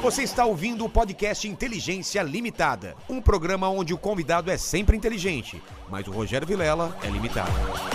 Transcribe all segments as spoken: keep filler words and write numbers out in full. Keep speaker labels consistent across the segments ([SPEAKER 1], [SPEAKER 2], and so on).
[SPEAKER 1] Você está ouvindo o podcast Inteligência Limitada, um programa onde o convidado é sempre inteligente, mas o Rogério Vilela é limitado.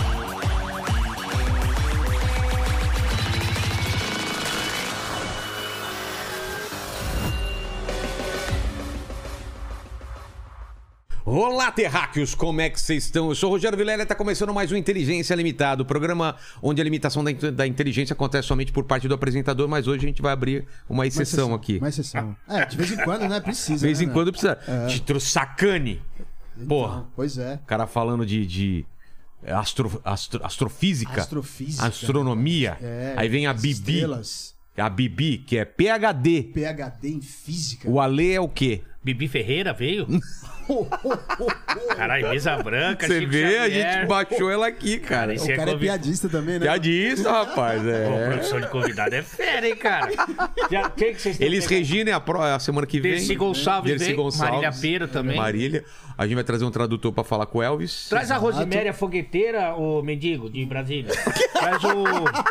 [SPEAKER 1] Olá, terráqueos, como é que vocês estão? Eu sou o Rogério Vilela e está começando mais um Inteligência Limitada, o programa onde a limitação da, da inteligência acontece somente por parte do apresentador, mas hoje a gente vai abrir uma exceção, uma exceção aqui.
[SPEAKER 2] Uma exceção. É, de vez em quando, né? Precisa.
[SPEAKER 1] De vez
[SPEAKER 2] né,
[SPEAKER 1] em
[SPEAKER 2] né?
[SPEAKER 1] quando precisa.
[SPEAKER 2] É.
[SPEAKER 1] Titro sacane. Porra.
[SPEAKER 2] Então, pois é.
[SPEAKER 1] O cara falando de, de astro, astro, astrofísica,
[SPEAKER 2] Astrofísica.
[SPEAKER 1] astronomia.
[SPEAKER 2] É,
[SPEAKER 1] Aí vem a
[SPEAKER 2] as
[SPEAKER 1] Bibi.
[SPEAKER 2] estrelas.
[SPEAKER 1] A Bibi, que é P H D.
[SPEAKER 2] P H D em física.
[SPEAKER 1] O Ale é o quê?
[SPEAKER 3] Bibi Ferreira veio? Caralho, mesa branca,
[SPEAKER 1] Você
[SPEAKER 3] Chico
[SPEAKER 1] vê, a
[SPEAKER 3] Xavier.
[SPEAKER 1] gente baixou ela aqui, cara.
[SPEAKER 3] Esse
[SPEAKER 2] O
[SPEAKER 3] é
[SPEAKER 2] cara é
[SPEAKER 3] convid-
[SPEAKER 2] piadista também, né?
[SPEAKER 1] Piadista, rapaz.
[SPEAKER 3] Pô,
[SPEAKER 1] É.
[SPEAKER 3] produção de convidado é fera, hein, cara? Já, quem que vocês têm
[SPEAKER 1] Eles
[SPEAKER 3] pegado?
[SPEAKER 1] Regina é a, pro, a semana que vem.
[SPEAKER 3] Dercy Gonçalves
[SPEAKER 1] Dercy
[SPEAKER 3] vem,
[SPEAKER 1] Gonçalves.
[SPEAKER 3] Marília Pera também.
[SPEAKER 1] Marília. A gente vai trazer um tradutor pra falar com o Elvis.
[SPEAKER 3] Traz a Rosiméria Fogueteira, o mendigo de Brasília. Traz o...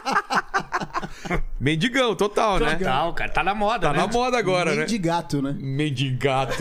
[SPEAKER 1] Mendigão, total, né?
[SPEAKER 3] Total, cara. Tá na moda,
[SPEAKER 1] Tá
[SPEAKER 3] né?
[SPEAKER 1] na moda agora, né?
[SPEAKER 2] Mendigato, né?
[SPEAKER 1] Mendigato.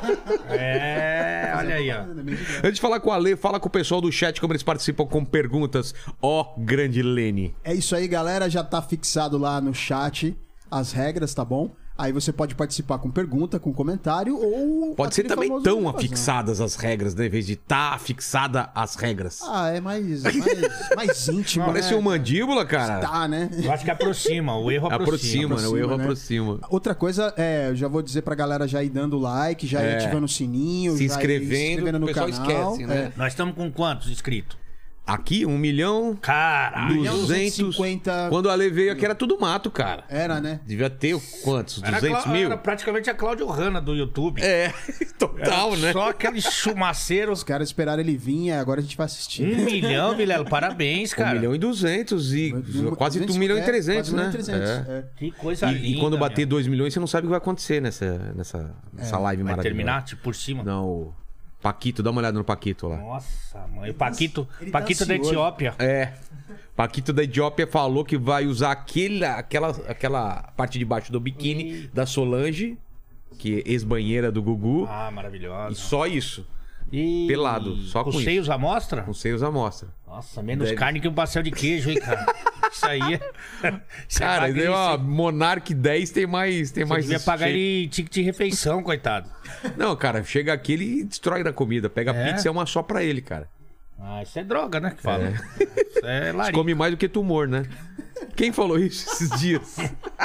[SPEAKER 3] É, olha aí, ó.
[SPEAKER 1] Antes de falar com o Ale, fala com o pessoal do chat como eles participam com perguntas. Ó, grande Lene.
[SPEAKER 2] É isso aí, galera. Já tá fixado lá no chat as regras, tá bom? Aí você pode participar com pergunta, com comentário ou...
[SPEAKER 1] Pode ser
[SPEAKER 2] aquele
[SPEAKER 1] também
[SPEAKER 2] famoso
[SPEAKER 1] tão
[SPEAKER 2] invasão.
[SPEAKER 1] afixadas as regras, né? Em vez de tá fixada as regras.
[SPEAKER 2] Ah, é mais, mais, mais íntimo,
[SPEAKER 1] Parece
[SPEAKER 2] né?
[SPEAKER 1] um mandíbula, cara.
[SPEAKER 2] Tá, né?
[SPEAKER 3] Eu acho que aproxima, o erro aproxima.
[SPEAKER 1] Aproxima, né? O erro
[SPEAKER 2] né?
[SPEAKER 1] aproxima.
[SPEAKER 2] Outra coisa, é, eu já vou dizer pra galera já ir dando like, já ir
[SPEAKER 1] É.
[SPEAKER 2] ativando o sininho,
[SPEAKER 1] Se
[SPEAKER 2] já ir
[SPEAKER 1] inscrevendo,
[SPEAKER 2] se inscrevendo no
[SPEAKER 1] o pessoal
[SPEAKER 2] canal.
[SPEAKER 1] esquece, né?
[SPEAKER 3] Nós estamos com quantos inscritos?
[SPEAKER 1] Aqui, um milhão,
[SPEAKER 3] Caralho.
[SPEAKER 2] milhão,
[SPEAKER 1] duzentos.
[SPEAKER 2] duzentos e cinquenta.
[SPEAKER 1] Quando o Ale veio aqui era tudo mato, cara.
[SPEAKER 2] Era, né?
[SPEAKER 1] Devia ter quantos?
[SPEAKER 3] Era,
[SPEAKER 1] duzentos
[SPEAKER 3] Clá-
[SPEAKER 1] mil?
[SPEAKER 3] era praticamente a Cláudio Hanna do YouTube.
[SPEAKER 1] É, total, né?
[SPEAKER 3] Só aquele chumaceiro.
[SPEAKER 2] Os caras esperaram ele vir, e agora a gente vai assistir.
[SPEAKER 3] Um milhão, Vilela, parabéns,
[SPEAKER 1] Um
[SPEAKER 3] cara.
[SPEAKER 1] milhão e duzentos e
[SPEAKER 2] Um-
[SPEAKER 1] quase um
[SPEAKER 2] duzentos,
[SPEAKER 1] milhão e
[SPEAKER 2] é,
[SPEAKER 1] trezentos,
[SPEAKER 2] quase um
[SPEAKER 1] né?
[SPEAKER 2] milhão e trezentos,
[SPEAKER 1] É.
[SPEAKER 2] é.
[SPEAKER 3] Que coisa
[SPEAKER 1] E,
[SPEAKER 3] linda.
[SPEAKER 1] e quando bater
[SPEAKER 3] meu.
[SPEAKER 1] dois milhões, você não sabe o que vai acontecer nessa, nessa, nessa live
[SPEAKER 3] Vai
[SPEAKER 1] maravilhosa.
[SPEAKER 3] terminar, tipo, por cima.
[SPEAKER 1] Não, o Paquito, dá uma olhada no Paquito lá.
[SPEAKER 3] Nossa, mãe. O Paquito,
[SPEAKER 2] ele tá
[SPEAKER 3] Paquito da
[SPEAKER 2] ansioso.
[SPEAKER 3] Etiópia.
[SPEAKER 1] É. Paquito da Etiópia falou que vai usar aquele, aquela, aquela parte de baixo do biquíni da Solange, que é ex-banheira do Gugu.
[SPEAKER 3] Ah, maravilhosa.
[SPEAKER 1] E só isso.
[SPEAKER 3] E...
[SPEAKER 1] pelado, só com
[SPEAKER 3] Os
[SPEAKER 1] isso.
[SPEAKER 3] seios à mostra?
[SPEAKER 1] Com seios à mostra.
[SPEAKER 3] Nossa, menos
[SPEAKER 1] Deve-
[SPEAKER 3] carne que um pastel de queijo, hein, cara? Isso aí é... Isso
[SPEAKER 1] Cara,
[SPEAKER 3] é
[SPEAKER 1] deu
[SPEAKER 3] magrice,
[SPEAKER 1] uma
[SPEAKER 3] hein?
[SPEAKER 1] Monark dez tem mais. Tem
[SPEAKER 3] Você
[SPEAKER 1] mais
[SPEAKER 3] devia pagar
[SPEAKER 1] cheio.
[SPEAKER 3] ele ticket de refeição, coitado.
[SPEAKER 1] Não, cara, chega aqui ele destrói na comida. Pega a
[SPEAKER 3] É?
[SPEAKER 1] pizza e é uma só pra ele, cara.
[SPEAKER 3] Ah, isso é droga, né, que fala. Isso é larica.
[SPEAKER 1] Come mais do que tumor, né? Quem falou isso esses dias?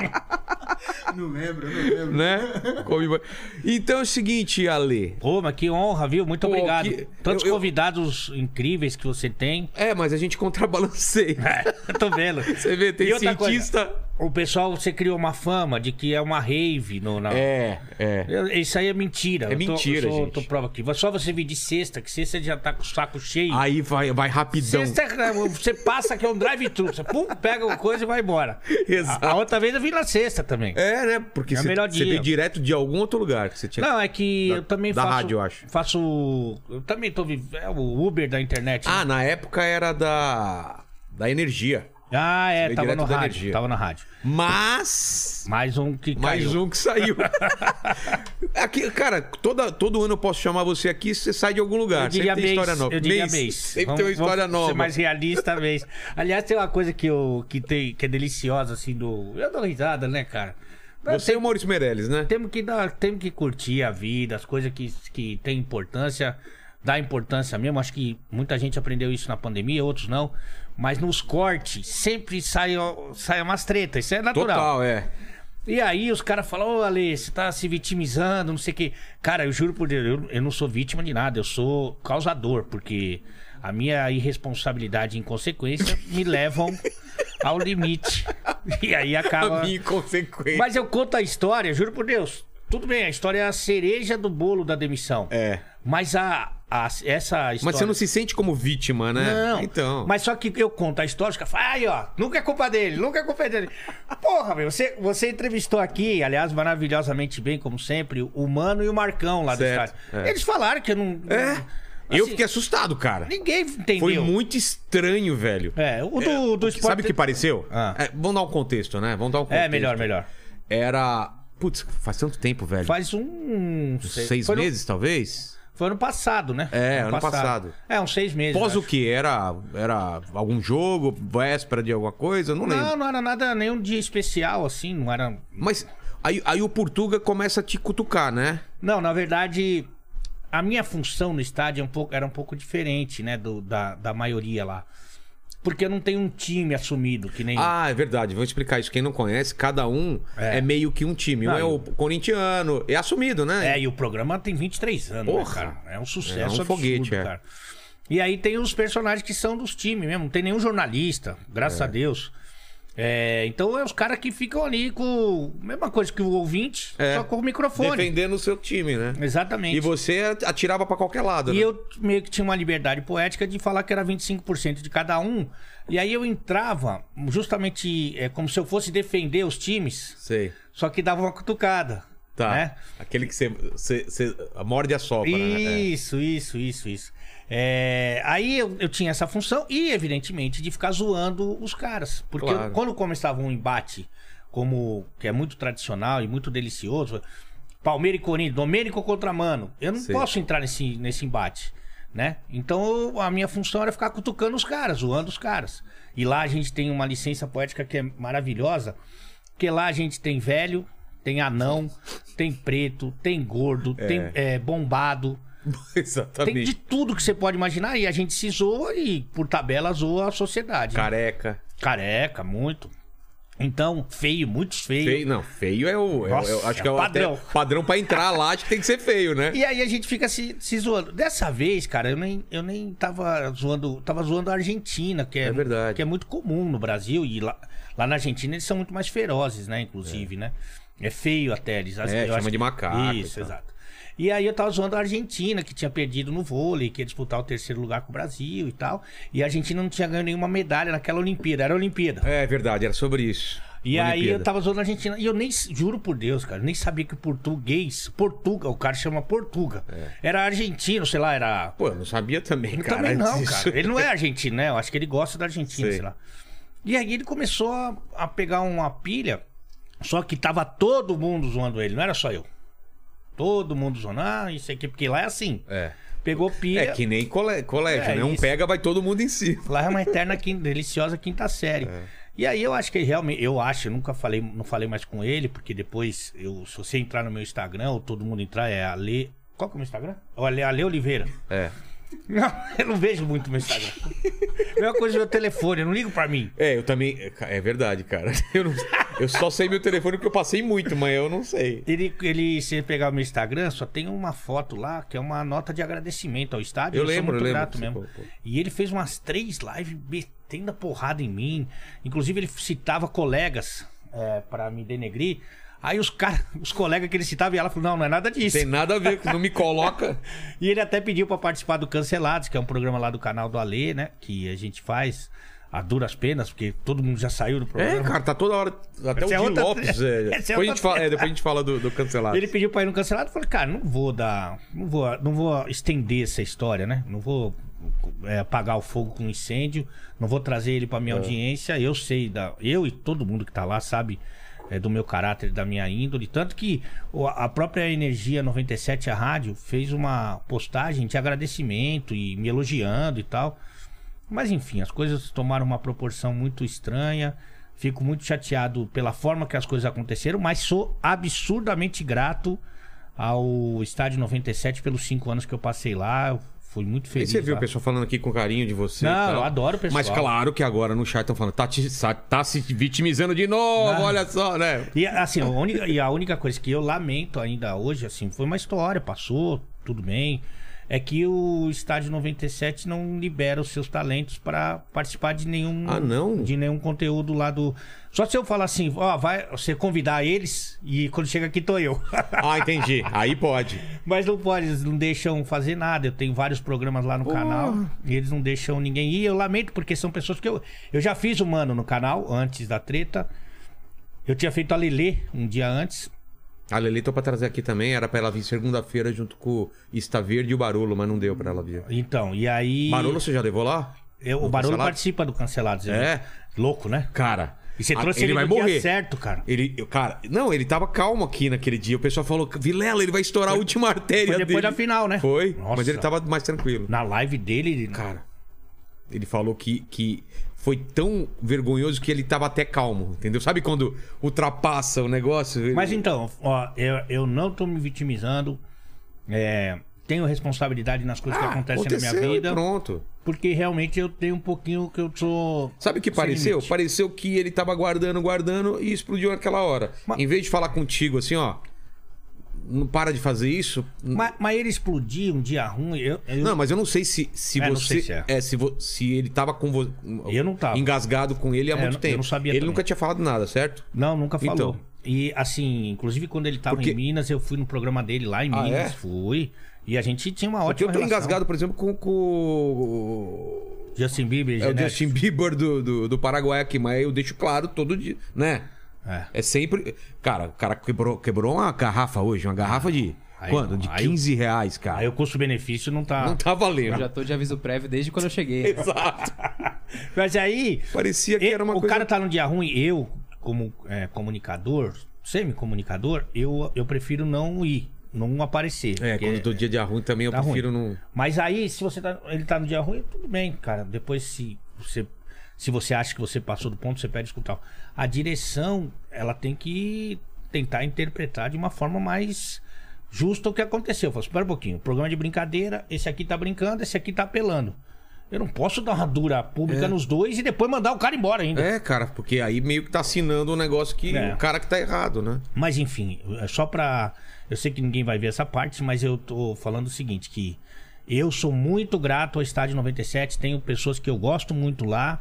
[SPEAKER 2] Não lembro, não lembro.
[SPEAKER 1] Né? Come mais. Então é o seguinte, Ale.
[SPEAKER 3] Pô, mas que honra, viu? Muito
[SPEAKER 1] Pô,
[SPEAKER 3] obrigado.
[SPEAKER 1] que-
[SPEAKER 3] Tantos
[SPEAKER 1] eu- eu-
[SPEAKER 3] convidados incríveis que você tem.
[SPEAKER 1] É, mas a gente contrabalanceia.
[SPEAKER 3] É, eu tô vendo.
[SPEAKER 1] Você vê, tem
[SPEAKER 3] E outra
[SPEAKER 1] cientista.
[SPEAKER 3] coisa, o pessoal, você criou uma fama de que é uma rave no. Na...
[SPEAKER 1] É, é.
[SPEAKER 3] Eu- Isso aí é mentira.
[SPEAKER 1] É
[SPEAKER 3] Eu tô-
[SPEAKER 1] mentira,
[SPEAKER 3] eu sou-
[SPEAKER 1] gente.
[SPEAKER 3] tô prova aqui. Só você vir de sexta, que sexta já tá com o saco cheio.
[SPEAKER 1] Aí vai, vai rapidão.
[SPEAKER 3] Sexta, é- você passa que é um drive-thru. Você pum, pega uma coisa e vai embora.
[SPEAKER 1] Exato.
[SPEAKER 3] A, a outra vez eu vim na sexta também.
[SPEAKER 1] É, né? Porque
[SPEAKER 3] É o
[SPEAKER 1] você
[SPEAKER 3] melhor
[SPEAKER 1] você
[SPEAKER 3] dia.
[SPEAKER 1] veio direto de algum outro lugar que você tinha.
[SPEAKER 3] Não, é que
[SPEAKER 1] Da-
[SPEAKER 3] eu também
[SPEAKER 1] da
[SPEAKER 3] faço.
[SPEAKER 1] rádio, eu acho.
[SPEAKER 3] Faço. Eu também tô vivendo. É o Uber da internet. né?
[SPEAKER 1] Ah, na época era da. Da energia.
[SPEAKER 3] Ah, é,
[SPEAKER 1] veio
[SPEAKER 3] tava
[SPEAKER 1] direto
[SPEAKER 3] no
[SPEAKER 1] da
[SPEAKER 3] rádio.
[SPEAKER 1] energia.
[SPEAKER 3] Tava na rádio.
[SPEAKER 1] Mas.
[SPEAKER 3] Mais um que
[SPEAKER 1] Mais
[SPEAKER 3] caiu.
[SPEAKER 1] um que saiu. Aqui, cara, toda, todo ano eu posso chamar você aqui se você sai de algum lugar.
[SPEAKER 3] Eu diria
[SPEAKER 1] Sempre tem
[SPEAKER 3] mês,
[SPEAKER 1] história nova.
[SPEAKER 3] eu diria mês.
[SPEAKER 1] Sempre
[SPEAKER 3] Vamos-
[SPEAKER 1] tem uma história
[SPEAKER 3] vamos
[SPEAKER 1] nova.
[SPEAKER 3] Ser mais realista, mês. Aliás, tem uma coisa que, eu, que, tem, que é deliciosa, assim, do... Eu dou risada, né, cara?
[SPEAKER 1] Você e o Maurício Meirelles, né?
[SPEAKER 3] Temos que, dar, temos que curtir a vida, as coisas que, que têm importância, dar importância mesmo. Acho que muita gente aprendeu isso na pandemia, outros não. Mas nos cortes sempre sai, sai umas tretas, isso é natural.
[SPEAKER 1] Total, é.
[SPEAKER 3] E aí os caras falam, ô Ale, você tá se vitimizando, não sei o quê. Cara, eu juro por Deus, eu, eu não sou vítima de nada, eu sou causador, porque a minha irresponsabilidade e inconsequência me levam ao limite. E aí acaba...
[SPEAKER 1] A minha inconsequência.
[SPEAKER 3] Mas eu conto a história, juro por Deus. Tudo bem, a história é a cereja do bolo da demissão.
[SPEAKER 1] É.
[SPEAKER 3] Mas a, a, essa história...
[SPEAKER 1] Mas você não se sente como vítima, né?
[SPEAKER 3] Não,
[SPEAKER 1] Então.
[SPEAKER 3] mas só que eu conto a história, os caras falam, aí ó, nunca é culpa dele, nunca é culpa dele. Porra, meu, você, você entrevistou aqui, aliás, maravilhosamente bem, como sempre, o Mano e o Marcão lá do
[SPEAKER 1] Certo,
[SPEAKER 3] estádio.
[SPEAKER 1] é.
[SPEAKER 3] Eles falaram que eu não...
[SPEAKER 1] É.
[SPEAKER 3] assim,
[SPEAKER 1] eu fiquei assustado, cara.
[SPEAKER 3] Ninguém entendeu.
[SPEAKER 1] Foi muito estranho, velho.
[SPEAKER 3] É, o do, do esporte...
[SPEAKER 1] Sabe o que pareceu?
[SPEAKER 3] Ah.
[SPEAKER 1] É, vamos dar um contexto, né? Vamos dar um contexto.
[SPEAKER 3] É, melhor, melhor.
[SPEAKER 1] Era Putz, faz tanto tempo, velho.
[SPEAKER 3] Faz um...
[SPEAKER 1] Seis foi meses, no... talvez?
[SPEAKER 3] Foi ano passado, né?
[SPEAKER 1] É, ano, ano passado. passado.
[SPEAKER 3] É, uns seis meses.
[SPEAKER 1] Pós o quê? Era, era algum jogo, véspera de alguma coisa? Não, não lembro.
[SPEAKER 3] Não, não era nada, nenhum dia especial, assim, não era...
[SPEAKER 1] Mas aí, aí o Portuga começa a te cutucar, né?
[SPEAKER 3] Não, na verdade, a minha função no estádio é um pouco, era um pouco diferente, né, do, da, da maioria lá. Porque eu não tenho um time assumido, que nem...
[SPEAKER 1] Ah, é verdade. Vou explicar isso. Quem não conhece, cada um é, é meio que um time. Não, um é o corintiano, é assumido, né?
[SPEAKER 3] É, e o programa tem vinte e três anos, né, cara? É um sucesso, é um absurdo,
[SPEAKER 1] foguete, é.
[SPEAKER 3] cara. E aí tem os personagens que são dos times mesmo. Não tem nenhum jornalista, graças
[SPEAKER 1] é.
[SPEAKER 3] a Deus. É, então é os caras que ficam ali com... Mesma coisa que o ouvinte, é. só com o microfone.
[SPEAKER 1] Defendendo o seu time, né?
[SPEAKER 3] Exatamente.
[SPEAKER 1] E você atirava pra qualquer lado,
[SPEAKER 3] E
[SPEAKER 1] né?
[SPEAKER 3] eu meio que tinha uma liberdade poética de falar que era vinte e cinco por cento de cada um. E aí eu entrava justamente é, como se eu fosse defender os times.
[SPEAKER 1] Sei.
[SPEAKER 3] Só que dava uma cutucada.
[SPEAKER 1] Tá.
[SPEAKER 3] Né?
[SPEAKER 1] Aquele que você, você, você morde a sopa,
[SPEAKER 3] isso,
[SPEAKER 1] né?
[SPEAKER 3] Isso, isso, isso, isso. É, aí eu, eu tinha essa função e, evidentemente, de ficar zoando os caras. Porque
[SPEAKER 1] claro.
[SPEAKER 3] eu, quando começava um embate, como que é muito tradicional e muito delicioso, Palmeiras e Corinthians, Domênico contra Mano, eu não Sim. posso entrar nesse, nesse embate. Né? Então eu, a minha função era ficar cutucando os caras, zoando os caras. E lá a gente tem uma licença poética que é maravilhosa, porque lá a gente tem velho, tem anão, tem preto, tem gordo, é. tem é, bombado.
[SPEAKER 1] Exatamente.
[SPEAKER 3] Tem de tudo que você pode imaginar. E a gente se zoa e, por tabela, zoa a sociedade.
[SPEAKER 1] Careca.
[SPEAKER 3] Né? Careca, muito. Então, feio, muitos feios.
[SPEAKER 1] Feio, não, feio é o. Nossa, é, eu acho que é o
[SPEAKER 3] padrão.
[SPEAKER 1] Até, padrão pra entrar lá, acho que tem que ser feio, né?
[SPEAKER 3] E aí a gente fica se, se zoando. Dessa vez, cara, eu nem, eu nem tava zoando. Tava zoando a Argentina, que é,
[SPEAKER 1] é verdade.
[SPEAKER 3] Que é muito comum no Brasil. E lá, lá na Argentina eles são muito mais ferozes, né? Inclusive, é. né? É feio até. Eles,
[SPEAKER 1] é, chama
[SPEAKER 3] acho...
[SPEAKER 1] de macaco.
[SPEAKER 3] Isso, exato. E aí eu tava zoando a Argentina, que tinha perdido no vôlei, que ia disputar o terceiro lugar com o Brasil e tal. E a Argentina não tinha ganho nenhuma medalha naquela Olimpíada. Era a Olimpíada.
[SPEAKER 1] É verdade, era sobre isso.
[SPEAKER 3] E Olimpíada. Aí eu tava zoando a Argentina. E eu nem, juro por Deus, cara, eu nem sabia que o português, Portuga, o cara chama Portuga. É. Era argentino, sei lá, era...
[SPEAKER 1] Pô, eu não sabia também,
[SPEAKER 3] eu
[SPEAKER 1] cara.
[SPEAKER 3] Também não,
[SPEAKER 1] disso.
[SPEAKER 3] cara. Ele não é argentino, né? Eu acho que ele gosta da Argentina, sei, sei lá. E aí ele começou a, a pegar uma pilha, só que tava todo mundo zoando ele, não era só eu. Todo mundo zoando, ah, isso aqui, porque lá é assim.
[SPEAKER 1] É.
[SPEAKER 3] Pegou pilha.
[SPEAKER 1] É que nem colégio, colégio é, né? Um isso. Pega, vai todo mundo em si.
[SPEAKER 3] Lá é uma eterna, quinta, deliciosa quinta série. É. E aí eu acho que ele realmente, eu acho, eu nunca falei, não falei mais com ele, porque depois, eu, se você entrar no meu Instagram, ou todo mundo entrar, é Ale... Qual que é o meu Instagram? Ale, Ale Oliveira.
[SPEAKER 1] É.
[SPEAKER 3] Não, eu não vejo muito meu Instagram. Mesma coisa do meu telefone, eu não ligo pra mim.
[SPEAKER 1] É, eu também. É verdade, cara. Eu, não, eu só sei meu telefone porque eu passei muito, mas eu não sei.
[SPEAKER 3] Ele, ele, se você pegar o meu Instagram, só tem uma foto lá que é uma nota de agradecimento ao estádio.
[SPEAKER 1] Eu, eu lembro,
[SPEAKER 3] sou muito
[SPEAKER 1] eu
[SPEAKER 3] grato
[SPEAKER 1] lembro.
[SPEAKER 3] mesmo. Pô, pô. E ele fez umas três lives metendo a porrada em mim. Inclusive, ele citava colegas é, pra me denegrir. Aí os caras, os colegas que ele citava, e ela falou, não, não é nada disso.
[SPEAKER 1] Tem nada a ver, não me coloca.
[SPEAKER 3] E ele até pediu pra participar do Cancelados, que é um programa lá do canal do Ale, né? Que a gente faz a duras penas, porque todo mundo já saiu do programa.
[SPEAKER 1] É, cara, tá toda hora. Até essa o Gil é Lopes. É, depois, a gente fala, é, depois a gente fala do, do Cancelado.
[SPEAKER 3] Ele pediu pra ir no Cancelado, eu falei, cara, não vou dar. Não vou, não vou estender essa história, né? Não vou é, apagar o fogo com incêndio, não vou trazer ele pra minha é. audiência. Eu sei, da, eu e todo mundo que tá lá sabe. É, do meu caráter, da minha índole. Tanto que a própria Energia noventa e sete, a rádio, fez uma postagem de agradecimento e me elogiando e tal. Mas enfim, as coisas tomaram uma proporção muito estranha. Fico muito chateado pela forma que as coisas aconteceram, mas sou absurdamente grato ao Estádio noventa e sete pelos cinco anos que eu passei lá. Eu fui muito feliz.
[SPEAKER 1] E você viu
[SPEAKER 3] lá.
[SPEAKER 1] O pessoal falando aqui com carinho de você?
[SPEAKER 3] Não, eu adoro o pessoal.
[SPEAKER 1] Mas claro que agora no chat estão falando, tá, te, tá se vitimizando de novo, não. Olha só, né?
[SPEAKER 3] E assim, a única, e a única coisa que eu lamento ainda hoje, assim, foi uma história, passou, tudo bem. É que o Estádio noventa e sete não libera os seus talentos para participar de nenhum,
[SPEAKER 1] ah, não?
[SPEAKER 3] de nenhum conteúdo lá do... Só se eu falar assim, ó, vai você convidar eles e quando chega aqui tô eu.
[SPEAKER 1] Ah, entendi. Aí pode.
[SPEAKER 3] Mas não pode, eles não deixam fazer nada. Eu tenho vários programas lá no oh. canal e eles não deixam ninguém ir. Eu lamento porque são pessoas que eu... Eu já fiz o Mano no canal antes da treta. Eu tinha feito a Lelê um dia antes.
[SPEAKER 1] A Lelê tô pra trazer aqui também, era pra ela vir segunda-feira junto com o Ista Verde e o Barolo, mas não deu pra ela vir.
[SPEAKER 3] Então, e aí...
[SPEAKER 1] Barolo você já levou lá?
[SPEAKER 3] Eu, o Barolo participa do Cancelados.
[SPEAKER 1] É?
[SPEAKER 3] Louco, né?
[SPEAKER 1] Cara,
[SPEAKER 3] E você
[SPEAKER 1] Ah,
[SPEAKER 3] trouxe
[SPEAKER 1] ele
[SPEAKER 3] ele,
[SPEAKER 1] vai
[SPEAKER 3] no
[SPEAKER 1] morrer.
[SPEAKER 3] dia certo, cara.
[SPEAKER 1] Ele, eu- cara, não, ele tava calmo aqui naquele dia. O pessoal falou, Vilela, ele vai estourar a última artéria
[SPEAKER 3] Foi depois
[SPEAKER 1] dele.
[SPEAKER 3] da final, né?
[SPEAKER 1] Foi,
[SPEAKER 3] Nossa.
[SPEAKER 1] mas ele tava mais tranquilo.
[SPEAKER 3] Na live dele...
[SPEAKER 1] Cara, ele falou que, que foi tão vergonhoso que ele tava até calmo, entendeu? Sabe quando ultrapassa o negócio? Ele-
[SPEAKER 3] Mas então, ó, eu, eu não tô me vitimizando. É, tenho responsabilidade nas coisas
[SPEAKER 1] Ah,
[SPEAKER 3] que acontecem na minha
[SPEAKER 1] aconteceu e
[SPEAKER 3] vida.
[SPEAKER 1] pronto.
[SPEAKER 3] Porque realmente eu tenho um pouquinho que eu sou...
[SPEAKER 1] Sabe o que
[SPEAKER 3] sem
[SPEAKER 1] pareceu?
[SPEAKER 3] limite.
[SPEAKER 1] Pareceu que ele tava guardando, guardando e explodiu naquela hora.
[SPEAKER 3] Mas-
[SPEAKER 1] Em vez de falar contigo assim, ó, não para de fazer isso.
[SPEAKER 3] Mas, mas ele explodir um dia ruim, eu... eu-
[SPEAKER 1] Não, mas eu não sei se, se
[SPEAKER 3] É, não
[SPEAKER 1] você.
[SPEAKER 3] sei se é.
[SPEAKER 1] se, vo- se ele tava com você.
[SPEAKER 3] Eu não tava.
[SPEAKER 1] Engasgado com ele há
[SPEAKER 3] É, eu
[SPEAKER 1] muito
[SPEAKER 3] não-
[SPEAKER 1] tempo.
[SPEAKER 3] eu não sabia
[SPEAKER 1] Ele
[SPEAKER 3] também.
[SPEAKER 1] nunca tinha falado nada, certo?
[SPEAKER 3] Não, nunca falou.
[SPEAKER 1] Então.
[SPEAKER 3] E assim, inclusive quando ele tava
[SPEAKER 1] Porque-
[SPEAKER 3] em Minas, eu fui no programa dele lá em
[SPEAKER 1] Ah,
[SPEAKER 3] Minas,
[SPEAKER 1] é?
[SPEAKER 3] fui. E a gente tinha uma
[SPEAKER 1] Porque
[SPEAKER 3] ótima
[SPEAKER 1] eu tô
[SPEAKER 3] relação.
[SPEAKER 1] engasgado, por exemplo, com, com o.
[SPEAKER 3] Justin Bieber,
[SPEAKER 1] É o
[SPEAKER 3] Genetics.
[SPEAKER 1] Justin Bieber do, do, do Paraguai aqui, mas eu deixo claro todo dia, né?
[SPEAKER 3] É.
[SPEAKER 1] É sempre. Cara, o cara quebrou, quebrou uma garrafa hoje, uma garrafa de.
[SPEAKER 3] Aí-
[SPEAKER 1] quando? De
[SPEAKER 3] aí-
[SPEAKER 1] quinze reais, cara.
[SPEAKER 3] Aí o custo-benefício não tá...
[SPEAKER 1] Não tá valendo.
[SPEAKER 4] Eu já tô de aviso prévio desde quando eu cheguei.
[SPEAKER 1] Exato.
[SPEAKER 3] Mas aí...
[SPEAKER 1] Parecia que
[SPEAKER 3] e-
[SPEAKER 1] era uma
[SPEAKER 3] o
[SPEAKER 1] coisa.
[SPEAKER 3] cara tá num dia ruim, eu, como é, comunicador, semi-comunicador, eu, eu prefiro não ir, não aparecer.
[SPEAKER 1] É,
[SPEAKER 3] porque-
[SPEAKER 1] quando eu tô dia de ruim também eu
[SPEAKER 3] Tá
[SPEAKER 1] prefiro não.
[SPEAKER 3] Mas aí, se você tá, ele tá no dia ruim, tudo bem, cara. Depois, se você, se você acha que você passou do ponto, você pede escutar. A direção, ela tem que tentar interpretar de uma forma mais justa o que aconteceu. Eu falo, espera um pouquinho, programa de brincadeira, esse aqui tá brincando, esse aqui tá apelando. Eu não posso dar uma dura pública
[SPEAKER 1] É.
[SPEAKER 3] nos dois e depois mandar o cara embora ainda.
[SPEAKER 1] É, cara, porque aí meio que tá assinando um negócio que
[SPEAKER 3] É.
[SPEAKER 1] o cara que tá errado, né?
[SPEAKER 3] Mas enfim, é só pra... Eu sei que ninguém vai ver essa parte, mas eu tô falando o seguinte, que eu sou muito grato ao Estádio noventa e sete, tenho pessoas que eu gosto muito lá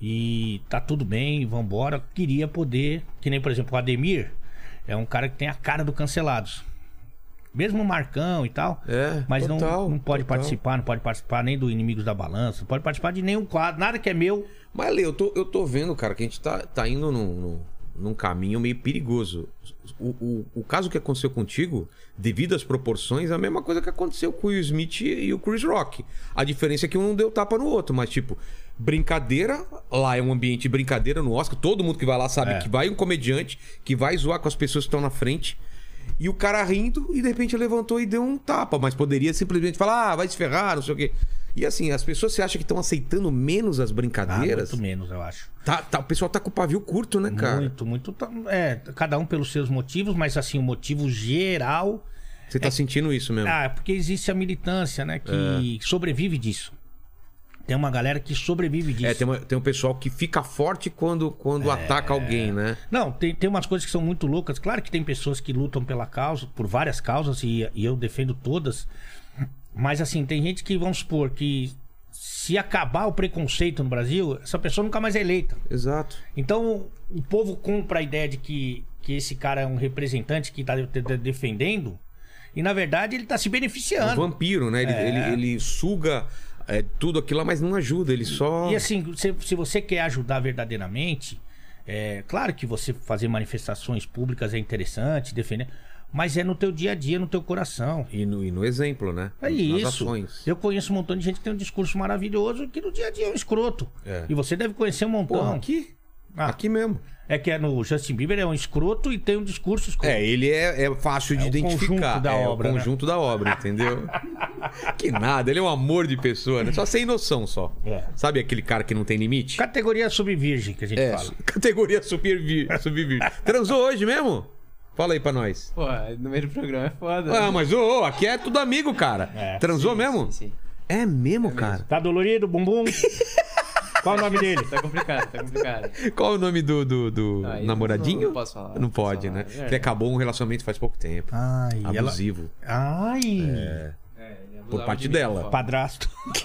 [SPEAKER 3] e tá tudo bem, vambora. Queria poder, que nem por exemplo o Ademir, é um cara que tem a cara do Cancelados. Mesmo o Marcão e tal,
[SPEAKER 1] É,
[SPEAKER 3] mas
[SPEAKER 1] total,
[SPEAKER 3] não, não pode
[SPEAKER 1] total.
[SPEAKER 3] participar, não pode participar nem do Inimigos da Balança, não pode participar de nenhum quadro, nada que é meu.
[SPEAKER 1] Mas, Lê, eu tô, eu tô vendo, cara, que a gente tá, tá indo num, num, num caminho meio perigoso. O, o, o caso que aconteceu contigo, devido às proporções, é a mesma coisa que aconteceu com o Will Smith e o Chris Rock. A diferença é que um não deu tapa no outro, mas, tipo, brincadeira, lá é um ambiente de brincadeira no Oscar, todo mundo que vai lá sabe
[SPEAKER 3] É.
[SPEAKER 1] que vai um comediante que vai zoar com as pessoas que estão na frente. E o cara rindo e de repente levantou e deu um tapa, mas poderia simplesmente falar, ah, vai se ferrar, não sei o quê. E assim, as pessoas você acha que estão aceitando menos as
[SPEAKER 3] Ah,
[SPEAKER 1] brincadeiras?
[SPEAKER 3] muito menos, eu acho.
[SPEAKER 1] Tá, tá, o pessoal tá com o pavio curto, né, cara?
[SPEAKER 3] Muito, muito. tá- É, cada um pelos seus motivos, mas assim, o motivo geral.
[SPEAKER 1] Você tá sentindo isso mesmo?
[SPEAKER 3] Ah, porque existe a militância, né? Que
[SPEAKER 1] É.
[SPEAKER 3] sobrevive disso. Tem uma galera que sobrevive disso.
[SPEAKER 1] É, tem, uma- tem um pessoal que fica forte quando, quando
[SPEAKER 3] É.
[SPEAKER 1] ataca alguém, né?
[SPEAKER 3] Não, tem, tem umas coisas que são muito loucas. Claro que tem pessoas que lutam pela causa, por várias causas, e, e eu defendo todas. Mas assim, tem gente que, vamos supor, que se acabar o preconceito no Brasil, essa pessoa nunca mais é eleita.
[SPEAKER 1] Exato.
[SPEAKER 3] Então, o povo compra a ideia de que, que esse cara é um representante que está defendendo, e na verdade ele está se
[SPEAKER 1] É um
[SPEAKER 3] beneficiando.
[SPEAKER 1] vampiro, né? Ele,
[SPEAKER 3] É.
[SPEAKER 1] ele, ele suga é, tudo aquilo lá, mas não ajuda, ele só...
[SPEAKER 3] E assim, se, se você quer ajudar verdadeiramente, é claro que você fazer manifestações públicas é interessante, defender, mas é no teu dia a dia, no teu coração.
[SPEAKER 1] E no, e no exemplo, né?
[SPEAKER 3] É
[SPEAKER 1] Nas
[SPEAKER 3] isso.
[SPEAKER 1] ações.
[SPEAKER 3] Eu conheço um montão de gente que tem um discurso maravilhoso que no dia a dia é um escroto.
[SPEAKER 1] É.
[SPEAKER 3] E você deve conhecer um montão.
[SPEAKER 1] Porra, aqui?
[SPEAKER 3] Ah.
[SPEAKER 1] Aqui mesmo.
[SPEAKER 3] É que é no Justin Bieber é um escroto e tem um discurso escroto.
[SPEAKER 1] É, ele é, é fácil de
[SPEAKER 3] É o
[SPEAKER 1] identificar.
[SPEAKER 3] conjunto da
[SPEAKER 1] é
[SPEAKER 3] obra,
[SPEAKER 1] o
[SPEAKER 3] né?
[SPEAKER 1] conjunto da obra, entendeu? Que nada, ele é um amor de pessoa, né? Só sem noção só.
[SPEAKER 3] É.
[SPEAKER 1] Sabe aquele cara que não tem limite?
[SPEAKER 3] Categoria subvirgem que a gente
[SPEAKER 1] É,
[SPEAKER 3] fala.
[SPEAKER 1] categoria subvir, subvir. Transou hoje mesmo? Fala aí pra nós.
[SPEAKER 4] Pô, no meio do programa é foda.
[SPEAKER 1] Ah, mas ô, ô, aqui é tudo amigo, cara.
[SPEAKER 3] É.
[SPEAKER 1] Transou
[SPEAKER 4] Sim,
[SPEAKER 1] mesmo?
[SPEAKER 4] Sim, sim.
[SPEAKER 1] É mesmo, cara.
[SPEAKER 3] Tá dolorido, bumbum? Qual o nome dele?
[SPEAKER 4] Tá complicado, tá complicado.
[SPEAKER 1] Qual é o nome do, do, do
[SPEAKER 4] Ah, isso
[SPEAKER 1] namoradinho?
[SPEAKER 4] não posso falar,
[SPEAKER 1] Não
[SPEAKER 4] não
[SPEAKER 1] pode,
[SPEAKER 4] posso
[SPEAKER 1] né?
[SPEAKER 4] falar. É.
[SPEAKER 1] Porque acabou um relacionamento faz pouco tempo.
[SPEAKER 3] Ai, ela...
[SPEAKER 1] Abusivo.
[SPEAKER 3] Ai,
[SPEAKER 4] É, ele abusava
[SPEAKER 1] Por parte
[SPEAKER 4] de mim,
[SPEAKER 1] dela.
[SPEAKER 4] foda.
[SPEAKER 3] padrasto.